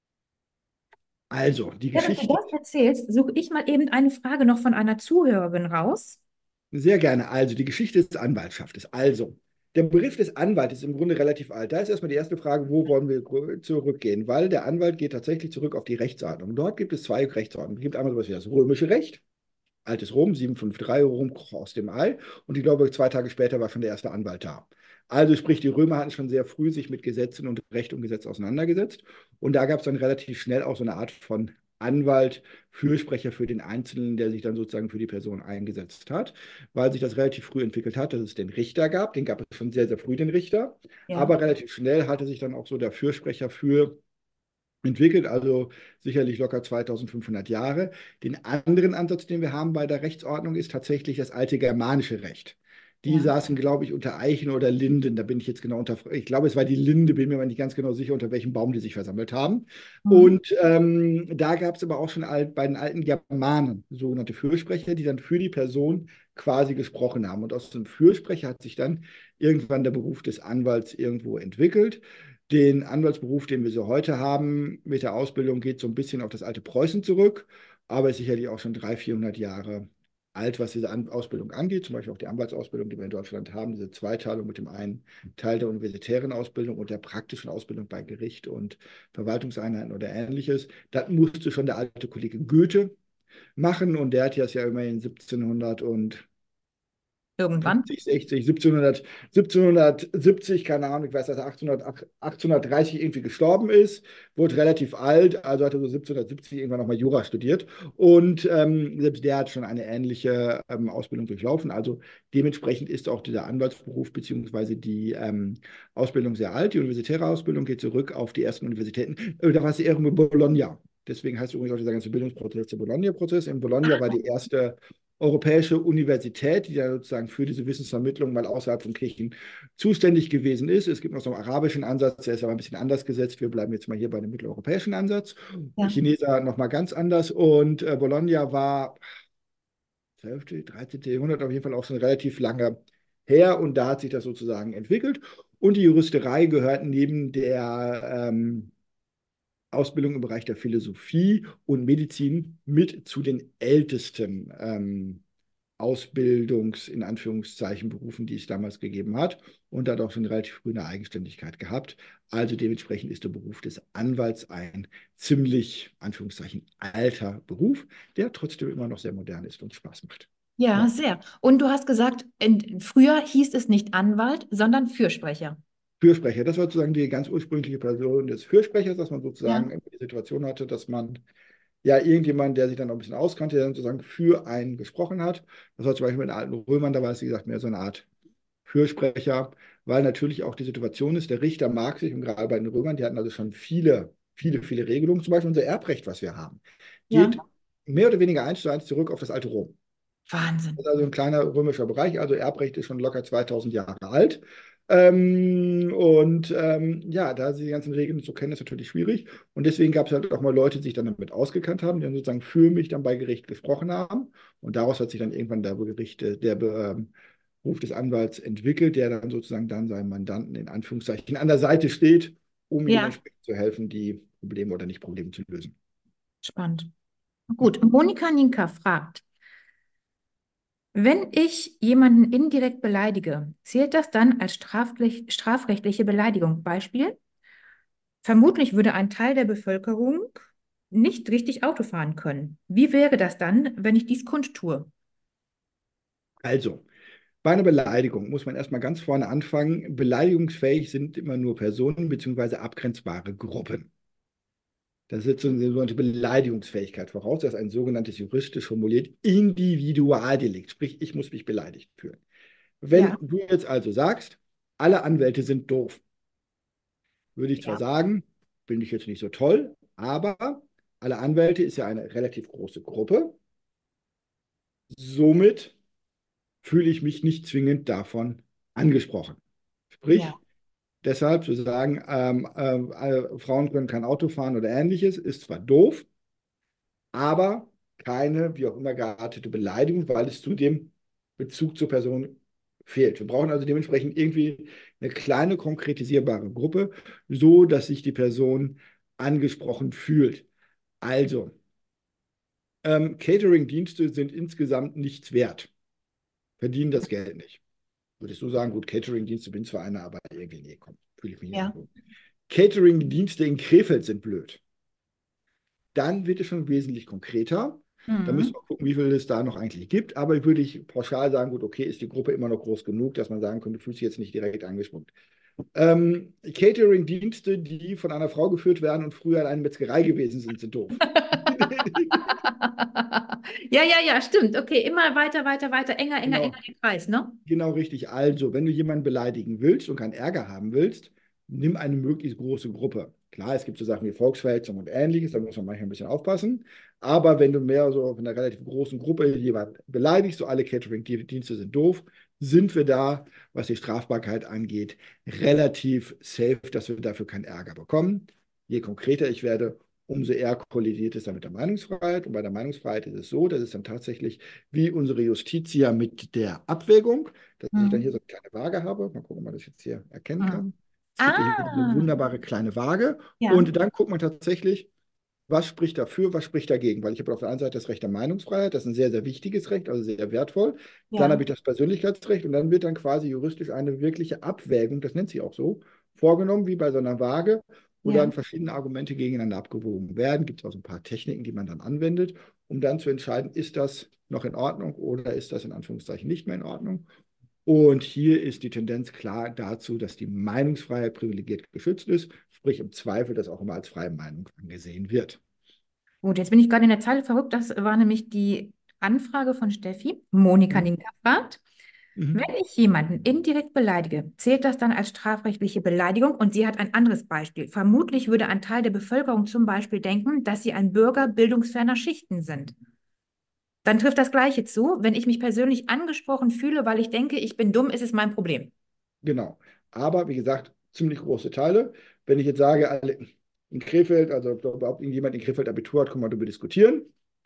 Also, die Während du Geschichte, das erzählst, suche ich mal eben eine Frage noch von einer Zuhörerin raus. sehr gerne. Also, die Geschichte des Anwaltschaftes. Also, der Begriff des Anwalts ist im Grunde relativ alt. Da ist erstmal die erste Frage, wo wollen wir zurückgehen? Weil der Anwalt geht tatsächlich zurück auf die Rechtsordnung. Dort gibt es zwei Rechtsordnungen. Es gibt einmal sowas wie das römische Recht, altes Rom, sieben fünf drei, Rom kroch aus dem Ei. Und ich glaube, zwei Tage später war schon der erste Anwalt da. Also sprich, die Römer hatten schon sehr früh sich mit Gesetzen und Recht und Gesetz auseinandergesetzt. Und da gab es dann relativ schnell auch so eine Art von Anwalt, Fürsprecher für den Einzelnen, der sich dann sozusagen für die Person eingesetzt hat, weil sich das relativ früh entwickelt hat, dass es den Richter gab. Den gab es schon sehr, sehr früh, den Richter. Ja, Aber relativ schnell hatte sich dann auch so der Fürsprecher für entwickelt, also sicherlich locker zweitausendfünfhundert Jahre. Den anderen Ansatz, den wir haben bei der Rechtsordnung, ist tatsächlich das alte germanische Recht. Die ja. saßen, glaube ich, unter Eichen oder Linden. Da bin ich jetzt genau unter. Ich glaube, es war die Linde, bin mir aber nicht ganz genau sicher, unter welchem Baum die sich versammelt haben. Mhm. Und ähm, da gab es aber auch schon alt, bei den alten Germanen sogenannte Fürsprecher, die dann für die Person quasi gesprochen haben. Und aus dem Fürsprecher hat sich dann irgendwann der Beruf des Anwalts irgendwo entwickelt. Den Anwaltsberuf, den wir so heute haben, mit der Ausbildung geht so ein bisschen auf das alte Preußen zurück, aber ist sicherlich auch schon dreihundert, vierhundert Jahre alt, was diese An Ausbildung angeht. Zum Beispiel auch die Anwaltsausbildung, die wir in Deutschland haben, diese Zweiteilung mit dem einen Teil der universitären Ausbildung und der praktischen Ausbildung bei Gericht und Verwaltungseinheiten oder ähnliches. Das musste schon der alte Kollege Goethe machen und der hat das ja immerhin siebzehnhundert und Irgendwann. fünfzig, sechzig, siebzehnhundert, siebzehnhundertsiebzig, keine Ahnung, ich weiß, dass er achthundert, achtzehnhundertdreißig irgendwie gestorben ist, wurde relativ alt, also hat er so siebzehnhundertsiebzig irgendwann nochmal Jura studiert. Und ähm, selbst der hat schon eine ähnliche ähm, Ausbildung durchlaufen. Also dementsprechend ist auch dieser Anwaltsberuf beziehungsweise die ähm, Ausbildung sehr alt. Die universitäre Ausbildung geht zurück auf die ersten Universitäten. Äh, da war es eher mit Bologna. Deswegen heißt übrigens auch dieser ganze Bildungsprozess der Bologna-Prozess. In Bologna war die erste europäische Universität, die ja sozusagen für diese Wissensvermittlung mal außerhalb von Kirchen zuständig gewesen ist. Es gibt noch so einen arabischen Ansatz, der ist aber ein bisschen anders gesetzt. Wir bleiben jetzt mal hier bei dem mitteleuropäischen Ansatz. Ja. Chineser noch mal ganz anders. Und äh, Bologna war zwölften., dreizehnten. Jahrhundert auf jeden Fall auch schon relativ lange her. Und da hat sich das sozusagen entwickelt. Und die Juristerei gehört neben der ähm, Ausbildung im Bereich der Philosophie und Medizin mit zu den ältesten ähm, Ausbildungs-, in Anführungszeichen, Berufen, die es damals gegeben hat und hat auch schon relativ früh eine Eigenständigkeit gehabt. Also dementsprechend ist der Beruf des Anwalts ein ziemlich, Anführungszeichen, alter Beruf, der trotzdem immer noch sehr modern ist und Spaß macht. Ja, Ja. sehr. Und du hast gesagt, in, früher hieß es nicht Anwalt, sondern Fürsprecher. Fürsprecher, das war sozusagen die ganz ursprüngliche Person des Fürsprechers, dass man Ja, sozusagen die Situation hatte, dass man ja irgendjemand, der sich dann noch ein bisschen auskannte, der dann sozusagen für einen gesprochen hat. Das war zum Beispiel mit den alten Römern, da war es, wie gesagt, mehr so eine Art Fürsprecher, weil natürlich auch die Situation ist, der Richter mag sich, und gerade bei den Römern, die hatten also schon viele, viele, viele Regelungen, zum Beispiel unser Erbrecht, was wir haben, ja. geht mehr oder weniger eins zu eins zurück auf das alte Rom. Das Wahnsinn. ist also ein kleiner römischer Bereich, also Erbrecht ist schon locker zweitausend Jahre alt. Ähm, und ähm, ja, da sie die ganzen Regeln zu kennen, ist natürlich schwierig. Und deswegen gab es halt auch mal Leute, die sich dann damit ausgekannt haben, die dann sozusagen für mich dann bei Gericht gesprochen haben. Und daraus hat sich dann irgendwann der Bericht, der ähm, Beruf des Anwalts entwickelt, der dann sozusagen dann seinem Mandanten in Anführungszeichen an der Seite steht, um ihm Ja, entsprechend zu helfen, die Probleme oder Nicht-Probleme zu lösen. spannend. Ja. Gut, Monika Ninka fragt, wenn ich jemanden indirekt beleidige, zählt das dann als strafrecht, strafrechtliche Beleidigung? Beispiel: Vermutlich würde ein Teil der Bevölkerung nicht richtig Auto fahren können. Wie wäre das dann, wenn ich dies kundtue? Also, bei einer Beleidigung muss man erstmal ganz vorne anfangen. Beleidigungsfähig sind immer nur Personen bzw. abgrenzbare Gruppen. Das setzt so eine sogenannte Beleidigungsfähigkeit voraus. Das ist ein sogenanntes juristisch formuliert Individualdelikt. Sprich, ich muss mich beleidigt fühlen. Wenn Ja, du jetzt also sagst, alle Anwälte sind doof, würde ich zwar ja, sagen, bin ich jetzt nicht so toll, aber alle Anwälte ist ja eine relativ große Gruppe. Somit fühle ich mich nicht zwingend davon angesprochen. ja, Sprich, deshalb zu sagen, ähm, ähm, äh, Frauen können kein Auto fahren oder ähnliches, ist zwar doof, aber keine, wie auch immer geartete Beleidigung, weil es zu dem Bezug zur Person fehlt. Wir brauchen also dementsprechend irgendwie eine kleine konkretisierbare Gruppe, so dass sich die Person angesprochen fühlt. Also, ähm, Catering-Dienste sind insgesamt nichts wert, verdienen das Geld nicht. Würdest du sagen, gut, Catering-Dienste bin zwar einer, aber irgendwie, nee, komm, fühle ich mich nicht so ja. gut. Catering-Dienste in Krefeld sind blöd. Dann wird es schon wesentlich konkreter. Da müssen Mhm. wir gucken, wie viel es da noch eigentlich gibt. Aber ich würde ich pauschal sagen, gut, okay, ist die Gruppe immer noch groß genug, dass man sagen könnte, du fühlst dich jetzt nicht direkt angesprochen. Ähm, Catering-Dienste, die von einer Frau geführt werden und früher in einer Metzgerei gewesen sind, sind doof. Ja, ja, ja, stimmt. Okay, immer weiter, weiter, weiter, enger, enger, enger Genau. der Kreis, ne? Genau richtig. Also, wenn du jemanden beleidigen willst und keinen Ärger haben willst, nimm eine möglichst große Gruppe. Klar, es gibt so Sachen wie Volksverhetzung und Ähnliches, da muss man manchmal ein bisschen aufpassen. Aber wenn du mehr so in einer relativ großen Gruppe jemanden beleidigst, so alle Catering-Dienste sind doof, sind wir da, was die Strafbarkeit angeht, relativ safe, dass wir dafür keinen Ärger bekommen. Je konkreter ich werde, umso eher kollidiert es dann mit der Meinungsfreiheit. Und bei der Meinungsfreiheit ist es so, dass es dann tatsächlich wie unsere Justitia mit der Abwägung, dass ich dann hier Mhm. so eine kleine Waage habe. Mal gucken, ob man das jetzt hier erkennen Mhm. kann. Es gibt ja hier eine Ah, wunderbare kleine Waage. ja, Und dann guckt man tatsächlich, was spricht dafür, was spricht dagegen. Weil ich habe auf der einen Seite das Recht der Meinungsfreiheit, das ist ein sehr, sehr wichtiges Recht, also sehr wertvoll. Dann habe ja, ich das Persönlichkeitsrecht und dann wird dann quasi juristisch eine wirkliche Abwägung, das nennt sich auch so, vorgenommen, wie bei so einer Waage, wo dann ja. verschiedene Argumente gegeneinander abgewogen werden. Gibt es auch so ein paar Techniken, die man dann anwendet, um dann zu entscheiden, ist das noch in Ordnung oder ist das in Anführungszeichen nicht mehr in Ordnung. Und hier ist die Tendenz klar dazu, dass die Meinungsfreiheit privilegiert geschützt ist, sprich im Zweifel das auch immer als freie Meinung angesehen wird. Gut, jetzt bin ich gerade in der Zeile verrückt. Das war nämlich die Anfrage von Steffi. Monika Mhm. Ninka fragt, Mhm. wenn ich jemanden indirekt beleidige, zählt das dann als strafrechtliche Beleidigung? Und sie hat ein anderes Beispiel. Vermutlich würde ein Teil der Bevölkerung zum Beispiel denken, dass sie ein Bürger bildungsferner Schichten sind. Dann trifft das Gleiche zu. Wenn ich mich persönlich angesprochen fühle, weil ich denke, ich bin dumm, ist es mein Problem. Genau. Aber wie gesagt, ziemlich große Teile. Wenn ich jetzt sage, alle in Krefeld, also ob überhaupt irgendjemand in Krefeld Abitur hat, können wir darüber diskutieren.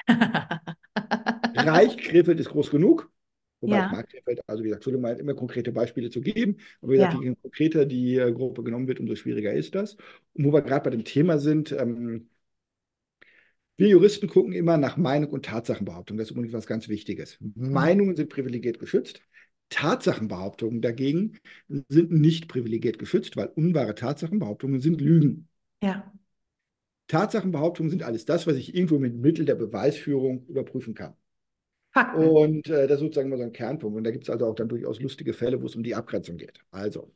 Reich, Krefeld ist groß genug. Wobei ich Ja, mag Krefeld, also wie gesagt, Entschuldigung, mal immer konkrete Beispiele zu geben. Aber wie gesagt, ja. je konkreter die äh, Gruppe genommen wird, umso schwieriger ist das. Und wo wir gerade bei dem Thema sind, ähm, wir Juristen gucken immer nach Meinung und Tatsachenbehauptung. Das ist übrigens was ganz Wichtiges. Hm. Meinungen sind privilegiert geschützt. Tatsachenbehauptungen dagegen sind nicht privilegiert geschützt, weil unwahre Tatsachenbehauptungen sind Lügen. Ja, Tatsachenbehauptungen sind alles das, was ich irgendwo mit Mitteln der Beweisführung überprüfen kann. Fakten. Und äh, das ist sozusagen mal so ein Kernpunkt. Und da gibt es also auch dann durchaus lustige Fälle, wo es um die Abgrenzung geht. Also,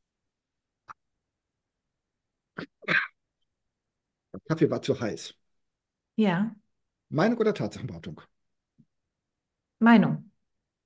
der Kaffee war zu heiß. Ja, Meinung oder Tatsachenbehauptung? Meinung.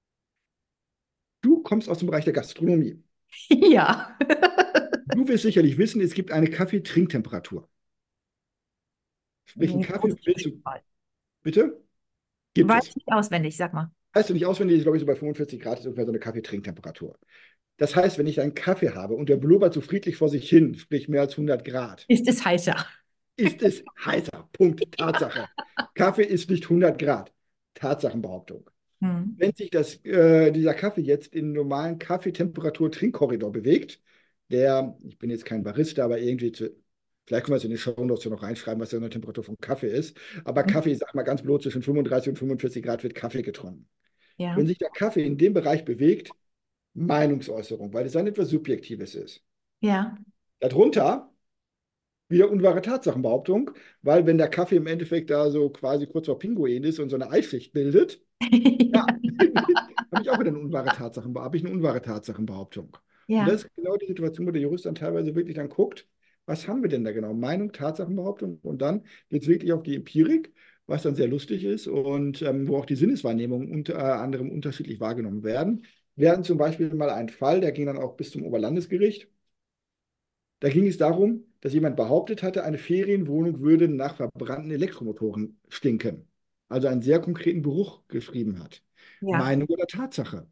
Du kommst aus dem Bereich der Gastronomie. Ja. Du wirst sicherlich wissen, es gibt eine Kaffeetrinktemperatur. Sprich, ein Nee, Kaffee muss ich willst bestimmt du, mal. bitte? Gibt Weiß es. ich nicht auswendig, sag mal. Heißt du nicht auswendig, ist, glaube ich, so bei fünfundvierzig Grad ist ungefähr so eine Kaffeetrinktemperatur. Das heißt, wenn ich einen Kaffee habe und der blubbert so friedlich vor sich hin, sprich mehr als hundert Grad, Ist es heißer? ist es heißer. Punkt. Tatsache. Kaffee ist nicht hundert Grad. Tatsachenbehauptung. Hm. Wenn sich das, äh, dieser Kaffee jetzt in normalen Kaffeetemperatur-Trinkkorridor bewegt, der, ich bin jetzt kein Barista, aber irgendwie, zu, vielleicht können wir es in den Shownotes noch reinschreiben, was die Temperatur von Kaffee ist. Aber Hm. Kaffee, ich sag mal ganz bloß, zwischen fünfunddreißig und fünfundvierzig Grad wird Kaffee getrunken. Ja, Wenn sich der Kaffee in dem Bereich bewegt, Meinungsäußerung, weil es dann etwas Subjektives ist. ja. Darunter wieder unwahre Tatsachenbehauptung, weil wenn der Kaffee im Endeffekt da so quasi kurz vor Pinguin ist und so eine Eisschicht bildet, ja, habe ich auch wieder eine unwahre Tatsachenbehauptung, habe ich eine unwahre Tatsachenbehauptung. Und Ja, das ist genau die Situation, wo der Jurist dann teilweise wirklich dann guckt, was haben wir denn da genau? Meinung, Tatsachenbehauptung und dann geht es wirklich auf die Empirik, was dann sehr lustig ist und ähm, wo auch die Sinneswahrnehmungen unter anderem unterschiedlich wahrgenommen werden. Wir hatten zum Beispiel mal einen Fall, der ging dann auch bis zum Oberlandesgericht. Da ging es darum, dass jemand behauptet hatte, eine Ferienwohnung würde nach verbrannten Elektromotoren stinken. Also einen sehr konkreten Geruch geschrieben hat. Ja, Meinung oder Tatsache?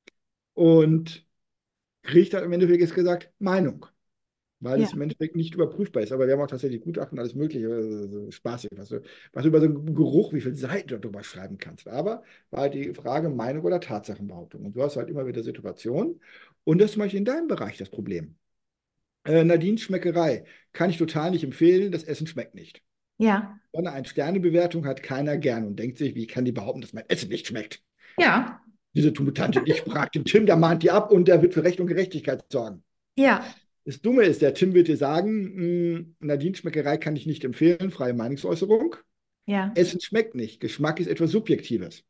Und Gericht hat im Endeffekt jetzt gesagt, Meinung, weil ja, es im Endeffekt nicht überprüfbar ist. Aber wir haben auch tatsächlich Gutachten, alles Mögliche, also spaßig, was du, was du über so einen Geruch, wie viele Seiten du darüber schreiben kannst. Aber war halt die Frage Meinung oder Tatsachenbehauptung. Und du hast halt immer wieder Situationen. Und das ist zum Beispiel in deinem Bereich das Problem. Äh, Nadines Schmeckerei kann ich total nicht empfehlen, das Essen schmeckt nicht. ja, So eine Ein-Sterne-Bewertung hat keiner gern und denkt sich, wie kann die behaupten, dass mein Essen nicht schmeckt? ja, Diese Tante, ich frage den Tim, der mahnt die ab und der wird für Recht und Gerechtigkeit sorgen. ja, Das Dumme ist, der Tim wird dir sagen, mh, Nadines Schmeckerei kann ich nicht empfehlen, freie Meinungsäußerung. ja. Essen schmeckt nicht. Geschmack ist etwas Subjektives.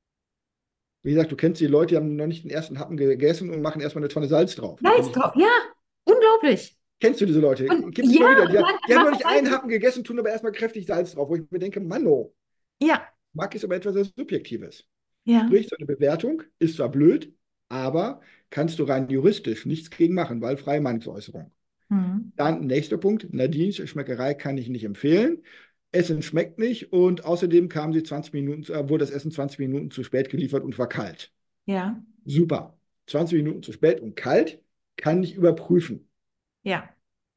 Wie gesagt, du kennst die Leute, die haben noch nicht den ersten Happen gegessen und machen erstmal eine Tonne Salz drauf. Da Kenn ist ich, drauf. Ja, unglaublich. kennst du diese Leute? Und Gibt es ja, immer wieder. Die, und haben- dann die haben noch nicht einen massenweise. Happen gegessen, tun aber erstmal kräftig Salz drauf, wo ich mir denke, Manno, Ja, Geschmack ist aber etwas sehr Subjektives. ja. Sprich, so eine Bewertung ist zwar blöd, aber kannst du rein juristisch nichts gegen machen, weil freie Meinungsäußerung. Hm. Dann nächster Punkt, Nadines Schmeckerei kann ich nicht empfehlen. Essen schmeckt nicht und außerdem kam sie zwanzig Minuten, äh, wurde das Essen zwanzig Minuten zu spät geliefert und war kalt. Ja, Super. zwanzig Minuten zu spät und kalt kann ich überprüfen. ja.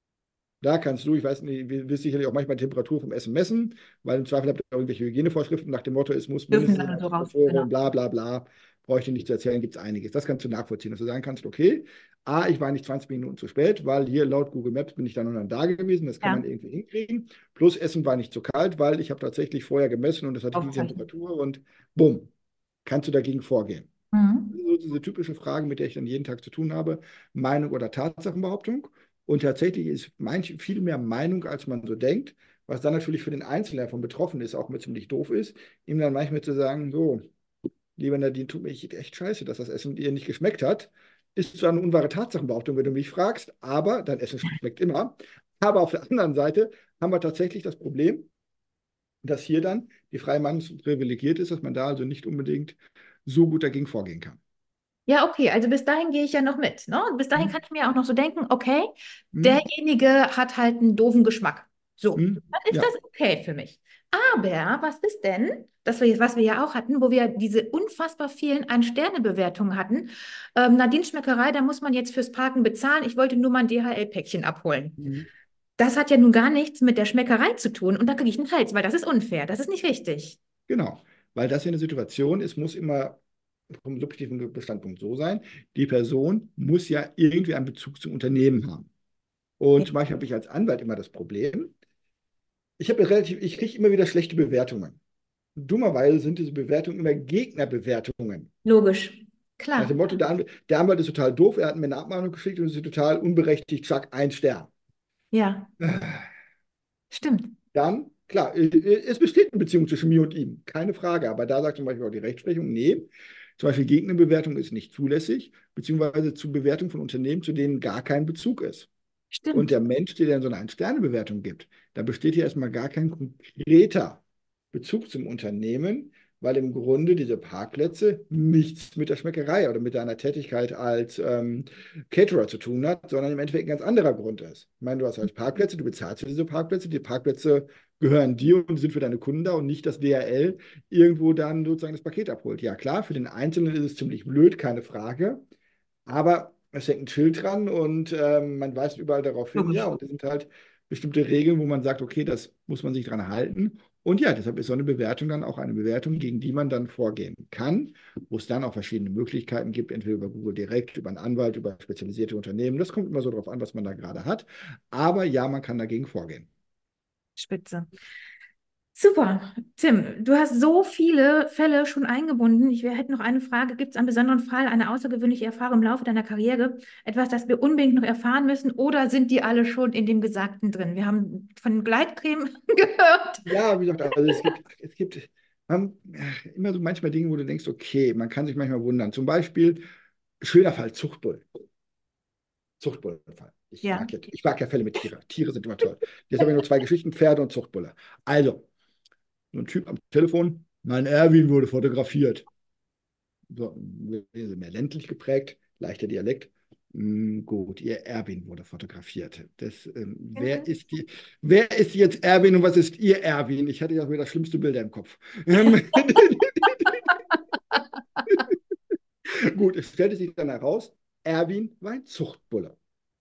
Da kannst du, ich weiß nicht, wir wirst sicherlich auch manchmal die Temperatur vom Essen messen, weil im Zweifel habt ihr irgendwelche Hygienevorschriften nach dem Motto, es muss Dürfen mindestens dann und so raus. Temperatur Genau. und bla bla bla. Brauche ich dir nicht zu erzählen, gibt es einiges. Das kannst du nachvollziehen, dass du sagen kannst, okay, A, ich war nicht zwanzig Minuten zu spät, weil hier laut Google Maps bin ich dann noch dann da gewesen, das kann man Ja, irgendwie hinkriegen. Plus Essen war nicht zu kalt, weil ich habe tatsächlich vorher gemessen und das hatte die aufzeichnen. Temperatur und bumm, kannst du dagegen vorgehen. Mhm. So diese typische Frage, mit der ich dann jeden Tag zu tun habe, Meinung oder Tatsachenbehauptung. Und tatsächlich ist manch, viel mehr Meinung, als man so denkt, was dann natürlich für den Einzelnen, der davon betroffen ist, auch mit ziemlich doof ist, ihm dann manchmal zu sagen, so, lieber Nadine, tut mir echt scheiße, dass das Essen dir nicht geschmeckt hat. Ist zwar eine unwahre Tatsachenbehauptung, wenn du mich fragst, aber dein Essen schmeckt immer. Aber auf der anderen Seite haben wir tatsächlich das Problem, dass hier dann die freie Meinung privilegiert ist, dass man da also nicht unbedingt so gut dagegen vorgehen kann. Ja, okay, also bis dahin gehe ich ja noch mit. Ne? Bis dahin Hm? kann ich mir auch noch so denken, okay, Hm? derjenige hat halt einen doofen Geschmack. So, Hm? dann ist das Ja. okay für mich. Aber was ist denn, das wir, was wir ja auch hatten, wo wir diese unfassbar vielen Ein-Sterne-Bewertungen hatten? Ähm, Nadine Schmeckerei, da muss man jetzt fürs Parken bezahlen. Ich wollte nur mein D H L-Päckchen abholen. Mhm. Das hat ja nun gar nichts mit der Schmeckerei zu tun und da kriege ich einen Hals, weil das ist unfair. Das ist nicht richtig. Genau. Weil das ja eine Situation ist, muss immer vom subjektiven Bestandpunkt so sein. Die Person muss ja irgendwie einen Bezug zum Unternehmen haben. Ja. Und zum Beispiel habe ich als Anwalt immer das Problem, ich habe ja relativ, ich kriege immer wieder schlechte Bewertungen. Dummerweise sind diese Bewertungen immer Gegnerbewertungen. Logisch. Nach dem Klar. Motto, der Anwalt, der Anwalt ist total doof, er hat mir eine Abmahnung geschickt und ist total unberechtigt, zack, ein Stern. Ja, stimmt. Dann, klar, äh, äh, es besteht eine Beziehung zwischen mir und ihm, keine Frage. Aber da sagt zum Beispiel auch die Rechtsprechung, nee, zum Beispiel Gegnerbewertung ist nicht zulässig, beziehungsweise zu Bewertung von Unternehmen, zu denen gar kein Bezug ist. Und Stimmt. der Mensch, der dann so eine Ein-Sterne-Bewertung gibt, da besteht hier erstmal gar kein konkreter Bezug zum Unternehmen, weil im Grunde diese Parkplätze nichts mit der Schmeckerei oder mit deiner Tätigkeit als ähm, Caterer zu tun hat, sondern im Endeffekt ein ganz anderer Grund ist. Ich meine, du hast halt Parkplätze, du bezahlst für diese Parkplätze, die Parkplätze gehören dir und sind für deine Kunden da und nicht, dass D H L irgendwo dann sozusagen das Paket abholt. Ja, klar, für den Einzelnen ist es ziemlich blöd, keine Frage. Aber es hängt ein Schild dran und ähm, man weist überall darauf hin, ja, Logisch. und es sind halt bestimmte Regeln, wo man sagt, okay, das muss man sich dran halten. Und ja, deshalb ist so eine Bewertung dann auch eine Bewertung, gegen die man dann vorgehen kann, wo es dann auch verschiedene Möglichkeiten gibt, entweder über Google direkt, über einen Anwalt, über spezialisierte Unternehmen. Das kommt immer so darauf an, was man da gerade hat. Aber ja, man kann dagegen vorgehen. Spitze. Super. Tim, du hast so viele Fälle schon eingebunden. Ich wär- hätte noch eine Frage. Gibt es einen besonderen Fall, eine außergewöhnliche Erfahrung im Laufe deiner Karriere? Etwas, das wir unbedingt noch erfahren müssen? Oder sind die alle schon in dem Gesagten drin? Wir haben von Gleitcreme gehört. Ja, wie gesagt, also es gibt, es gibt ähm, immer so manchmal Dinge, wo du denkst, okay, man kann sich manchmal wundern. Zum Beispiel, schöner Fall, Zuchtbull. Zuchtbullenfall. Ich Ja. mag ja, ich mag ja Fälle mit Tieren. Tiere sind immer toll. Jetzt habe ich nur zwei Geschichten, Pferde und Zuchtbulle. Also, so ein Typ am Telefon, mein Erwin wurde fotografiert. So, mehr ländlich geprägt, leichter Dialekt. Hm, gut, ihr Erwin wurde fotografiert. Das, ähm, wer ist die, wer ist jetzt Erwin und was ist ihr Erwin? Ich hatte ja wieder schlimmste Bilder im Kopf. Ähm, gut, es stellte sich dann heraus, Erwin war ein Zuchtbulle.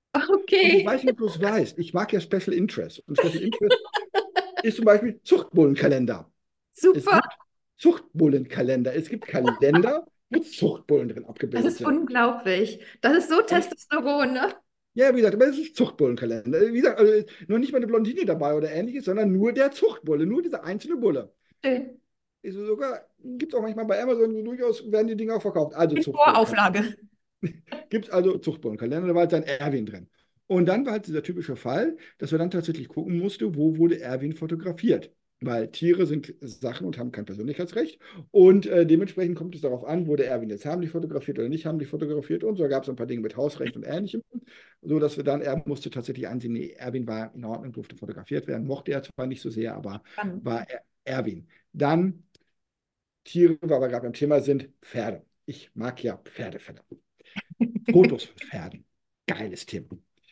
Und ich Okay, weiß nicht, ob du es weißt, ich mag ja Special Interest. Und Special Interest ist zum Beispiel Zuchtbullenkalender. Es super. gibt Zuchtbullenkalender. Es gibt Kalender, wo Zuchtbullen drin Das abgebildet ist sind. unglaublich. Das ist so Testosteron, ne? Ja, wie gesagt, aber es ist Zuchtbullenkalender. Wie gesagt, also noch nicht mal eine Blondine dabei oder ähnliches, sondern nur der Zuchtbulle, nur dieser einzelne Bulle. Schön. Ist sogar, gibt es auch manchmal bei Amazon, durchaus werden die Dinge auch verkauft. Also In Zuchtbullenkalender. Vorauflage. Gibt es also Zuchtbullenkalender, da war halt sein Erwin drin. Und dann war halt dieser typische Fall, dass wir dann tatsächlich gucken mussten, wo wurde Erwin fotografiert. Weil Tiere sind Sachen und haben kein Persönlichkeitsrecht. Und äh, dementsprechend kommt es darauf an, wurde Erwin jetzt heimlich fotografiert oder nicht heimlich fotografiert. Und so gab es ein paar Dinge mit Hausrecht und Ähnlichem. So dass wir dann, er musste tatsächlich ansehen, nee, Erwin war in Ordnung, durfte fotografiert werden. Mochte er zwar nicht so sehr, aber Spannend. war er, Erwin. Dann Tiere, weil wir gerade beim Thema sind, Pferde. Ich mag ja Pferdefälle. Fotos von Pferden. Geiles Thema.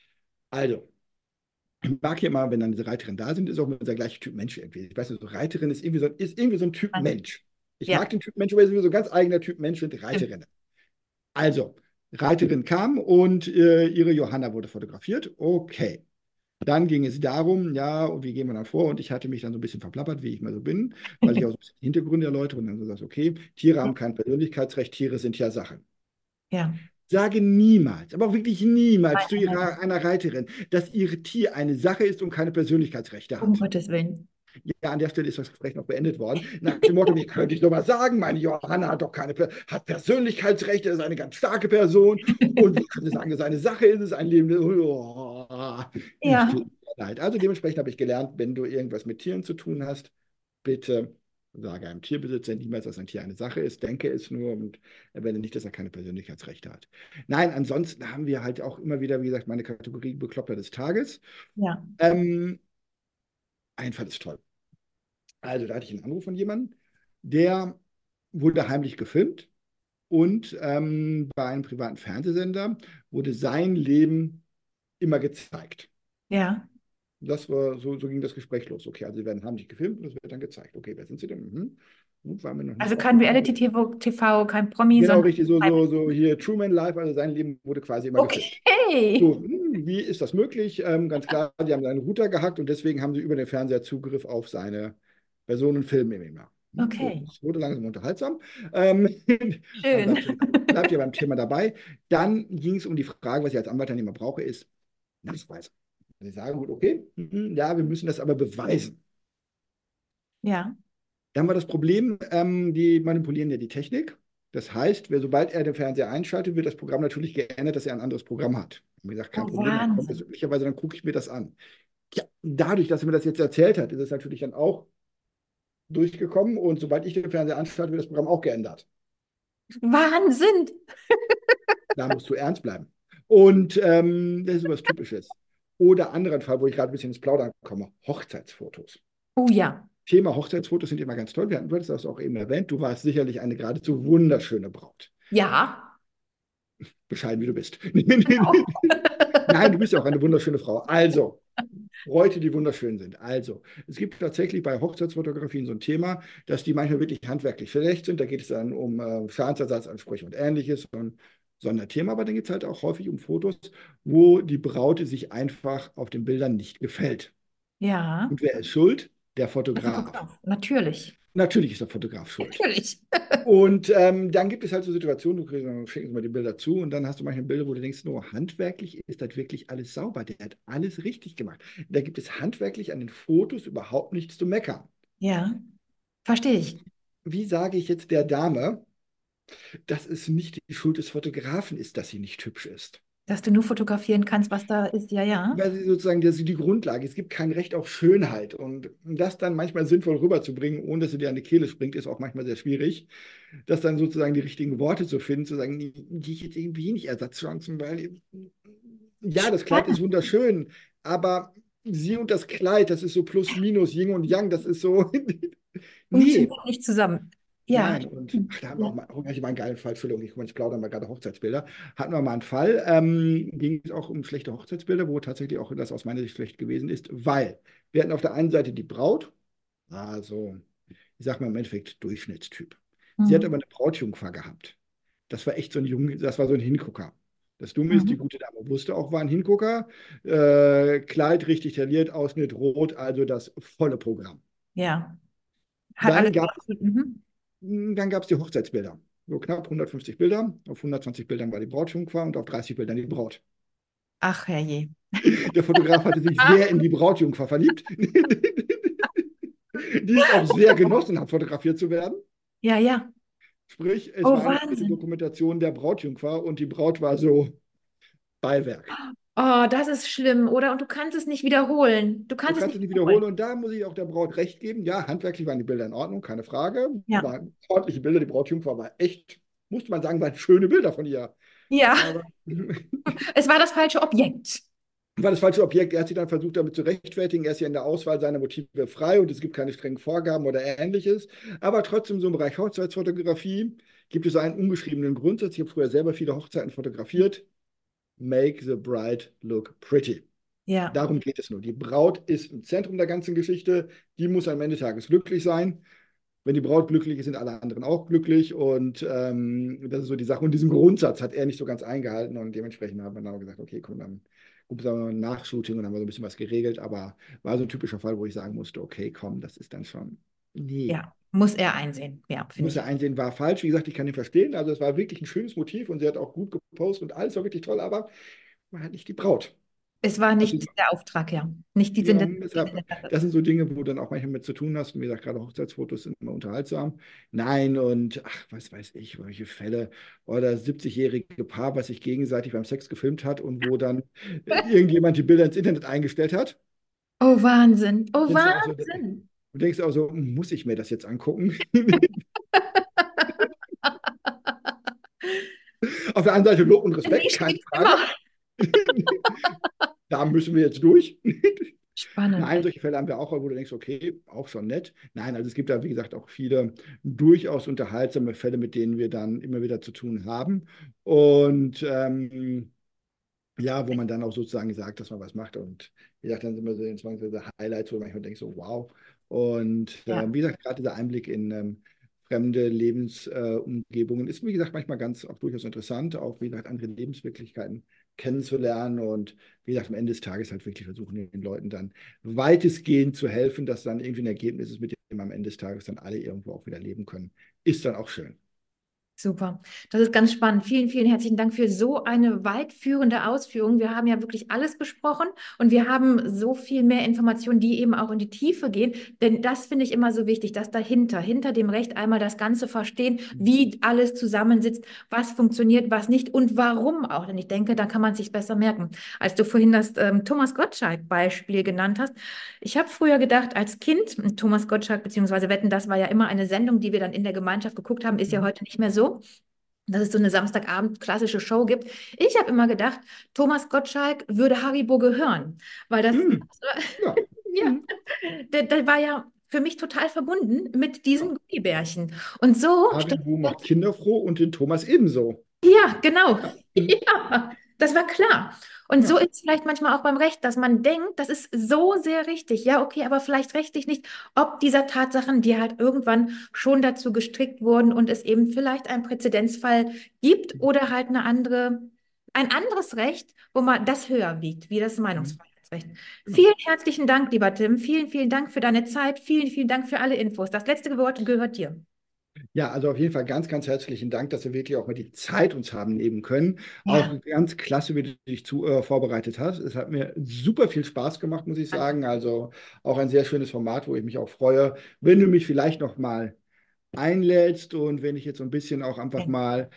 Also, ich mag ja immer, wenn dann diese Reiterinnen da sind, ist auch immer der gleiche Typ Mensch irgendwie. Ich weiß nicht, so Reiterin ist irgendwie so, ist irgendwie so ein Typ Spannend. Mensch. Ich mag Ja, den Typ Mensch, aber ist irgendwie so ein ganz eigener Typ Mensch und stimmt. Reiterinnen. Also, Reiterin kam und äh, ihre Johanna wurde fotografiert. Okay. Dann ging es darum, ja, und wie gehen wir dann vor? Und ich hatte mich dann so ein bisschen verplappert, wie ich mal so bin, weil ich auch so ein bisschen Hintergründe erläutere und dann so sagst, okay, Tiere haben kein Persönlichkeitsrecht, Tiere sind ja Sachen. Ja. Sage niemals, aber auch wirklich niemals Nein, zu nein, ihrer, nein. einer Reiterin, dass ihr Tier eine Sache ist und keine Persönlichkeitsrechte Um hat. Gottes Willen. Ja, an der Stelle ist das Gespräch noch beendet worden. Nach dem Motto, wie könnte ich doch mal sagen, meine Johanna hat doch keine, hat Persönlichkeitsrechte, ist eine ganz starke Person. Und wie können Sie sagen, dass eine Sache ist, ist ein Leben. Oh, es Ja, tut mir leid. Also dementsprechend habe ich gelernt, wenn du irgendwas mit Tieren zu tun hast, bitte sage einem Tierbesitzer niemals, dass ein Tier eine Sache ist, denke es nur und erwähne nicht, dass er keine Persönlichkeitsrechte hat. Nein, ansonsten haben wir halt auch immer wieder, wie gesagt, meine Kategorie Bekloppter des Tages. ja, Ähm, Einfall ist toll. Also da hatte ich einen Anruf von jemandem, der wurde heimlich gefilmt und ähm, bei einem privaten Fernsehsender wurde sein Leben immer gezeigt. ja. Das war, so, so ging das Gespräch los. Okay, also sie werden heimlich gefilmt und es wird dann gezeigt. Okay, wer sind sie denn? Mhm. Gut, war mir noch Also nicht kein aufgefallen. Reality-T V, T V, kein Promi, Genau, sondern richtig, so, so, so hier Truman Life, also sein Leben wurde quasi immer gefilmt. So, okay. hm, wie ist das möglich? Ähm, ganz klar, die haben seinen Router gehackt und deswegen haben sie über den Fernseher Zugriff auf seine Personenfilme immer. Hm, gut, Okay, es wurde langsam unterhaltsam. Ähm, aber schön. bleibt ja, bleibt ja beim Thema dabei. Dann ging es um die Frage, was ich als Anwalt dann immer brauche, ist Nachweise. Sie sagen, gut, okay, mhm, ja, wir müssen das aber beweisen. Ja. Dann war das Problem, ähm, die manipulieren ja die Technik. Das heißt, wer, sobald er den Fernseher einschaltet, wird das Programm natürlich geändert, dass er ein anderes Programm hat. Wie gesagt, kein Oh, Problem, dann kommt das Wahnsinn. üblicherweise, dann gucke ich mir das an. Ja, dadurch, dass er mir das jetzt erzählt hat, ist es natürlich dann auch durchgekommen und sobald ich den Fernseher anschalte, wird das Programm auch geändert. Wahnsinn. Da musst du ernst bleiben. Und ähm, das ist so was Typisches. Oder anderen Fall, wo ich gerade ein bisschen ins Plaudern komme, Hochzeitsfotos. Oh ja. Thema Hochzeitsfotos sind immer ganz toll. Wir hatten, du hattest das auch eben erwähnt. Du warst sicherlich eine geradezu wunderschöne Braut. Ja. Bescheiden wie du bist. Genau. Nein, du bist ja auch eine wunderschöne Frau. Also, Bräute, die wunderschön sind. Also, es gibt tatsächlich bei Hochzeitsfotografien so ein Thema, dass die manchmal wirklich handwerklich schlecht sind. Da geht es dann um äh, Schadensersatzansprüche und ähnliches. So ein Sonderthema, aber dann geht es halt auch häufig um Fotos, wo die Braut sich einfach auf den Bildern nicht gefällt. Ja. Und wer ist schuld? Der Der Fotograf. Fotograf. Natürlich. Natürlich ist der Fotograf schuld. Natürlich. Und ähm, dann gibt es halt so Situationen, du kriegst, schicken mal die Bilder zu und dann hast du manchmal Bilder, wo du denkst, nur handwerklich ist das wirklich alles sauber. Der hat alles richtig gemacht. Da gibt es handwerklich an den Fotos überhaupt nichts zu meckern. Ja. Verstehe ich. Wie sage ich jetzt der Dame, dass es nicht die Schuld des Fotografen ist, dass sie nicht hübsch ist? Dass du nur fotografieren kannst, was da ist. Ja, ja. Weil sie sozusagen, das ist die Grundlage. Es gibt kein Recht auf Schönheit. Und das dann manchmal sinnvoll rüberzubringen, ohne dass sie dir an die Kehle springt, ist auch manchmal sehr schwierig. Das dann sozusagen die richtigen Worte zu finden, zu sagen, die ich jetzt irgendwie nicht Ersatzchancen, weil ja, das Kleid ist Spannend. wunderschön, aber sie und das Kleid, das ist so plus minus, Yin und Yang, das ist so, nee. Funktioniert nicht zusammen. Ja. Nein, und ach, da haben wir auch mal, auch mal einen geilen Fall, Entschuldigung, ich, ich plaudere mal gerade Hochzeitsbilder. Hatten wir mal einen Fall, ähm, ging es auch um schlechte Hochzeitsbilder, wo tatsächlich auch das aus meiner Sicht schlecht gewesen ist, weil wir hatten auf der einen Seite die Braut, also, ich sag mal im Endeffekt Durchschnittstyp. Sie hat Mhm. aber eine Brautjungfer gehabt. Das war echt so ein Jung, das war so ein Hingucker. Das Dumme ist, die Mhm. gute Dame wusste auch, war ein Hingucker. Äh, Kleid richtig tailliert, Ausschnitt rot, also das volle Programm. Ja. Hat alles. Dann gab Mhm. Dann gab es die Hochzeitsbilder. So knapp hundertfünfzig Bilder. Auf hundertzwanzig Bildern war die Brautjungfer und auf dreißig Bildern die Braut. Ach, herrje. Der Fotograf hatte sich sehr in die Brautjungfer verliebt. Die es auch sehr genossen hat, fotografiert zu werden. Ja, ja. Sprich, es Oh, war eine schöne Wahnsinn. Dokumentation der Brautjungfer und die Braut war so Beiwerk. Oh, das ist schlimm, oder? Und du kannst es nicht wiederholen. Du Du kannst es kannst nicht es nicht wiederholen. wiederholen und da muss ich auch der Braut recht geben. Ja, handwerklich waren die Bilder in Ordnung, keine Frage. Ja. Waren ordentliche Bilder. Die Brautjungfer war echt, musste man sagen, waren schöne Bilder von ihr. Ja, Aber es war das falsche Objekt. war das falsche Objekt. Er hat sich dann versucht, damit zu rechtfertigen. Er ist ja in der Auswahl seiner Motive frei und es gibt keine strengen Vorgaben oder Ähnliches. Aber trotzdem, so im Bereich Hochzeitsfotografie gibt es einen ungeschriebenen Grundsatz. Ich habe früher selber viele Hochzeiten fotografiert. Make the bride look pretty. Ja, Darum geht es nur. Die Braut ist im Zentrum der ganzen Geschichte. Die muss am Ende des Tages glücklich sein. Wenn die Braut glücklich ist, sind alle anderen auch glücklich. Und ähm, das ist so die Sache. Und diesen Grundsatz hat er nicht so ganz eingehalten. Und dementsprechend haben wir dann auch gesagt, okay, komm, dann gibt es aber ein Nachshooting und dann haben wir so ein bisschen was geregelt. Aber war so ein typischer Fall, wo ich sagen musste, okay, komm, das ist dann schon, nee. ja. Muss er einsehen. Ja, finde Muss ich. er einsehen, war falsch. Wie gesagt, ich kann ihn verstehen. Also es war wirklich ein schönes Motiv und sie hat auch gut gepostet und alles war wirklich toll, aber man hat nicht die Braut. Es war Also nicht der Auftrag, ja. Nicht die Sinn ja, der Sinn deshalb, der Sache. das sind so Dinge, wo du dann auch manchmal mit zu tun hast. Und wie gesagt, gerade Hochzeitsfotos sind immer unterhaltsam. Nein, und ach, was weiß ich, welche Fälle. Oder siebzig-jährige Paar, was sich gegenseitig beim Sex gefilmt hat und wo dann äh, irgendjemand die Bilder ins Internet eingestellt hat. Oh, Wahnsinn. Oh, Denkst du auch so, du Wahnsinn. denkst auch so, muss ich mir das jetzt angucken? Auf der anderen Seite Lob und Wie Respekt, keine steht's immer? Frage. Da müssen wir jetzt durch. Spannend. Nein, solche Fälle haben wir auch, wo du denkst, okay, auch schon nett. Nein, also es gibt da, wie gesagt, auch viele durchaus unterhaltsame Fälle, mit denen wir dann immer wieder zu tun haben. Und ähm, ja, wo man dann auch sozusagen sagt, dass man was macht. Und wie gesagt, dann sind wir so in zwanzig Highlights, wo man manchmal denkt, so wow. Und äh, Ja, wie gesagt, gerade dieser Einblick in ähm, fremde Lebensumgebungen äh, Umgebungen ist, wie gesagt, manchmal ganz auch durchaus interessant, auch wie gesagt, andere Lebenswirklichkeiten kennenzulernen und wie gesagt, am Ende des Tages halt wirklich versuchen, den Leuten dann weitestgehend zu helfen, dass dann irgendwie ein Ergebnis ist, mit dem am Ende des Tages dann alle irgendwo auch wieder leben können. Ist dann auch schön. super. Das ist ganz spannend. Vielen, vielen herzlichen Dank für so eine weitführende Ausführung. Wir haben ja wirklich alles besprochen und wir haben so viel mehr Informationen, die eben auch in die Tiefe gehen. Denn das finde ich immer so wichtig, dass dahinter, hinter dem Recht einmal das Ganze verstehen, wie alles zusammensitzt, was funktioniert, was nicht und warum auch. Denn ich denke, da kann man sich besser merken. Als du vorhin das ähm, Thomas Gottschalk-Beispiel genannt hast, ich habe früher gedacht, als Kind, Thomas Gottschalk beziehungsweise Wetten, das war ja immer eine Sendung, die wir dann in der Gemeinschaft geguckt haben, ist ja Mhm. heute nicht mehr so, dass es so eine Samstagabend klassische Show gibt. Ich habe immer gedacht, Thomas Gottschalk würde Haribo gehören, weil das, Mhm. Ja. ja, Mhm. der, der war ja für mich total verbunden mit diesen Gummibärchen. Und so stelle Haribo ich macht Kinder froh und den Thomas ebenso. ja, genau. Ja. Mhm. Ja, das war klar. Und so Ja. ist es vielleicht manchmal auch beim Recht, dass man denkt, das ist so sehr richtig. Ja, okay, aber vielleicht rechtlich nicht, ob dieser Tatsachen, die halt irgendwann schon dazu gestrickt wurden und es eben vielleicht einen Präzedenzfall gibt oder halt eine andere, ein anderes Recht, wo man das höher wiegt, wie das Mhm. Meinungsfreiheitsrecht. Genau. Vielen herzlichen Dank, lieber Tim. Vielen, vielen Dank für deine Zeit. Vielen, vielen Dank für alle Infos. Das letzte Wort gehört dir. Ja, also auf jeden Fall ganz, ganz herzlichen Dank, dass wir wirklich auch mal die Zeit uns haben nehmen können. Ja, Auch ganz klasse, wie du dich zu, äh, vorbereitet hast. Es hat mir super viel Spaß gemacht, muss ich danke. sagen. Also auch ein sehr schönes Format, wo ich mich auch freue, wenn du mich vielleicht noch mal einlädst und wenn ich jetzt so ein bisschen auch einfach mal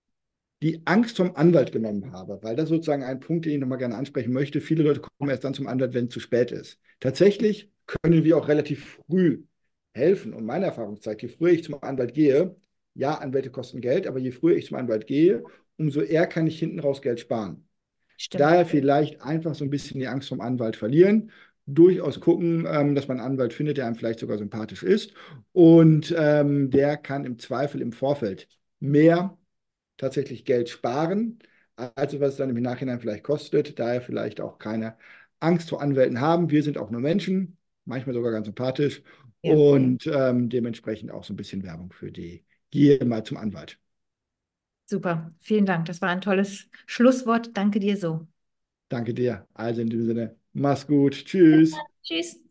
die Angst vom Anwalt genommen habe, weil das sozusagen ein Punkt, den ich nochmal gerne ansprechen möchte. Viele Leute kommen erst dann zum Anwalt, wenn es zu spät ist. Tatsächlich können wir auch relativ früh helfen. Und meine Erfahrung zeigt, je früher ich zum Anwalt gehe, ja, Anwälte kosten Geld, aber je früher ich zum Anwalt gehe, umso eher kann ich hinten raus Geld sparen. Stimmt. Daher vielleicht einfach so ein bisschen die Angst vom Anwalt verlieren. Durchaus gucken, ähm, dass man einen Anwalt findet, der einem vielleicht sogar sympathisch ist. Und ähm, der kann im Zweifel im Vorfeld mehr tatsächlich Geld sparen, als was es dann im Nachhinein vielleicht kostet. Daher vielleicht auch keine Angst vor Anwälten haben. Wir sind auch nur Menschen, manchmal sogar ganz sympathisch Ja, und ähm, dementsprechend auch so ein bisschen Werbung für die Gier mal zum Anwalt. super. Vielen Dank. Das war ein tolles Schlusswort. Danke dir so. Danke dir. Also in diesem Sinne, mach's gut. Tschüss. Tschüss.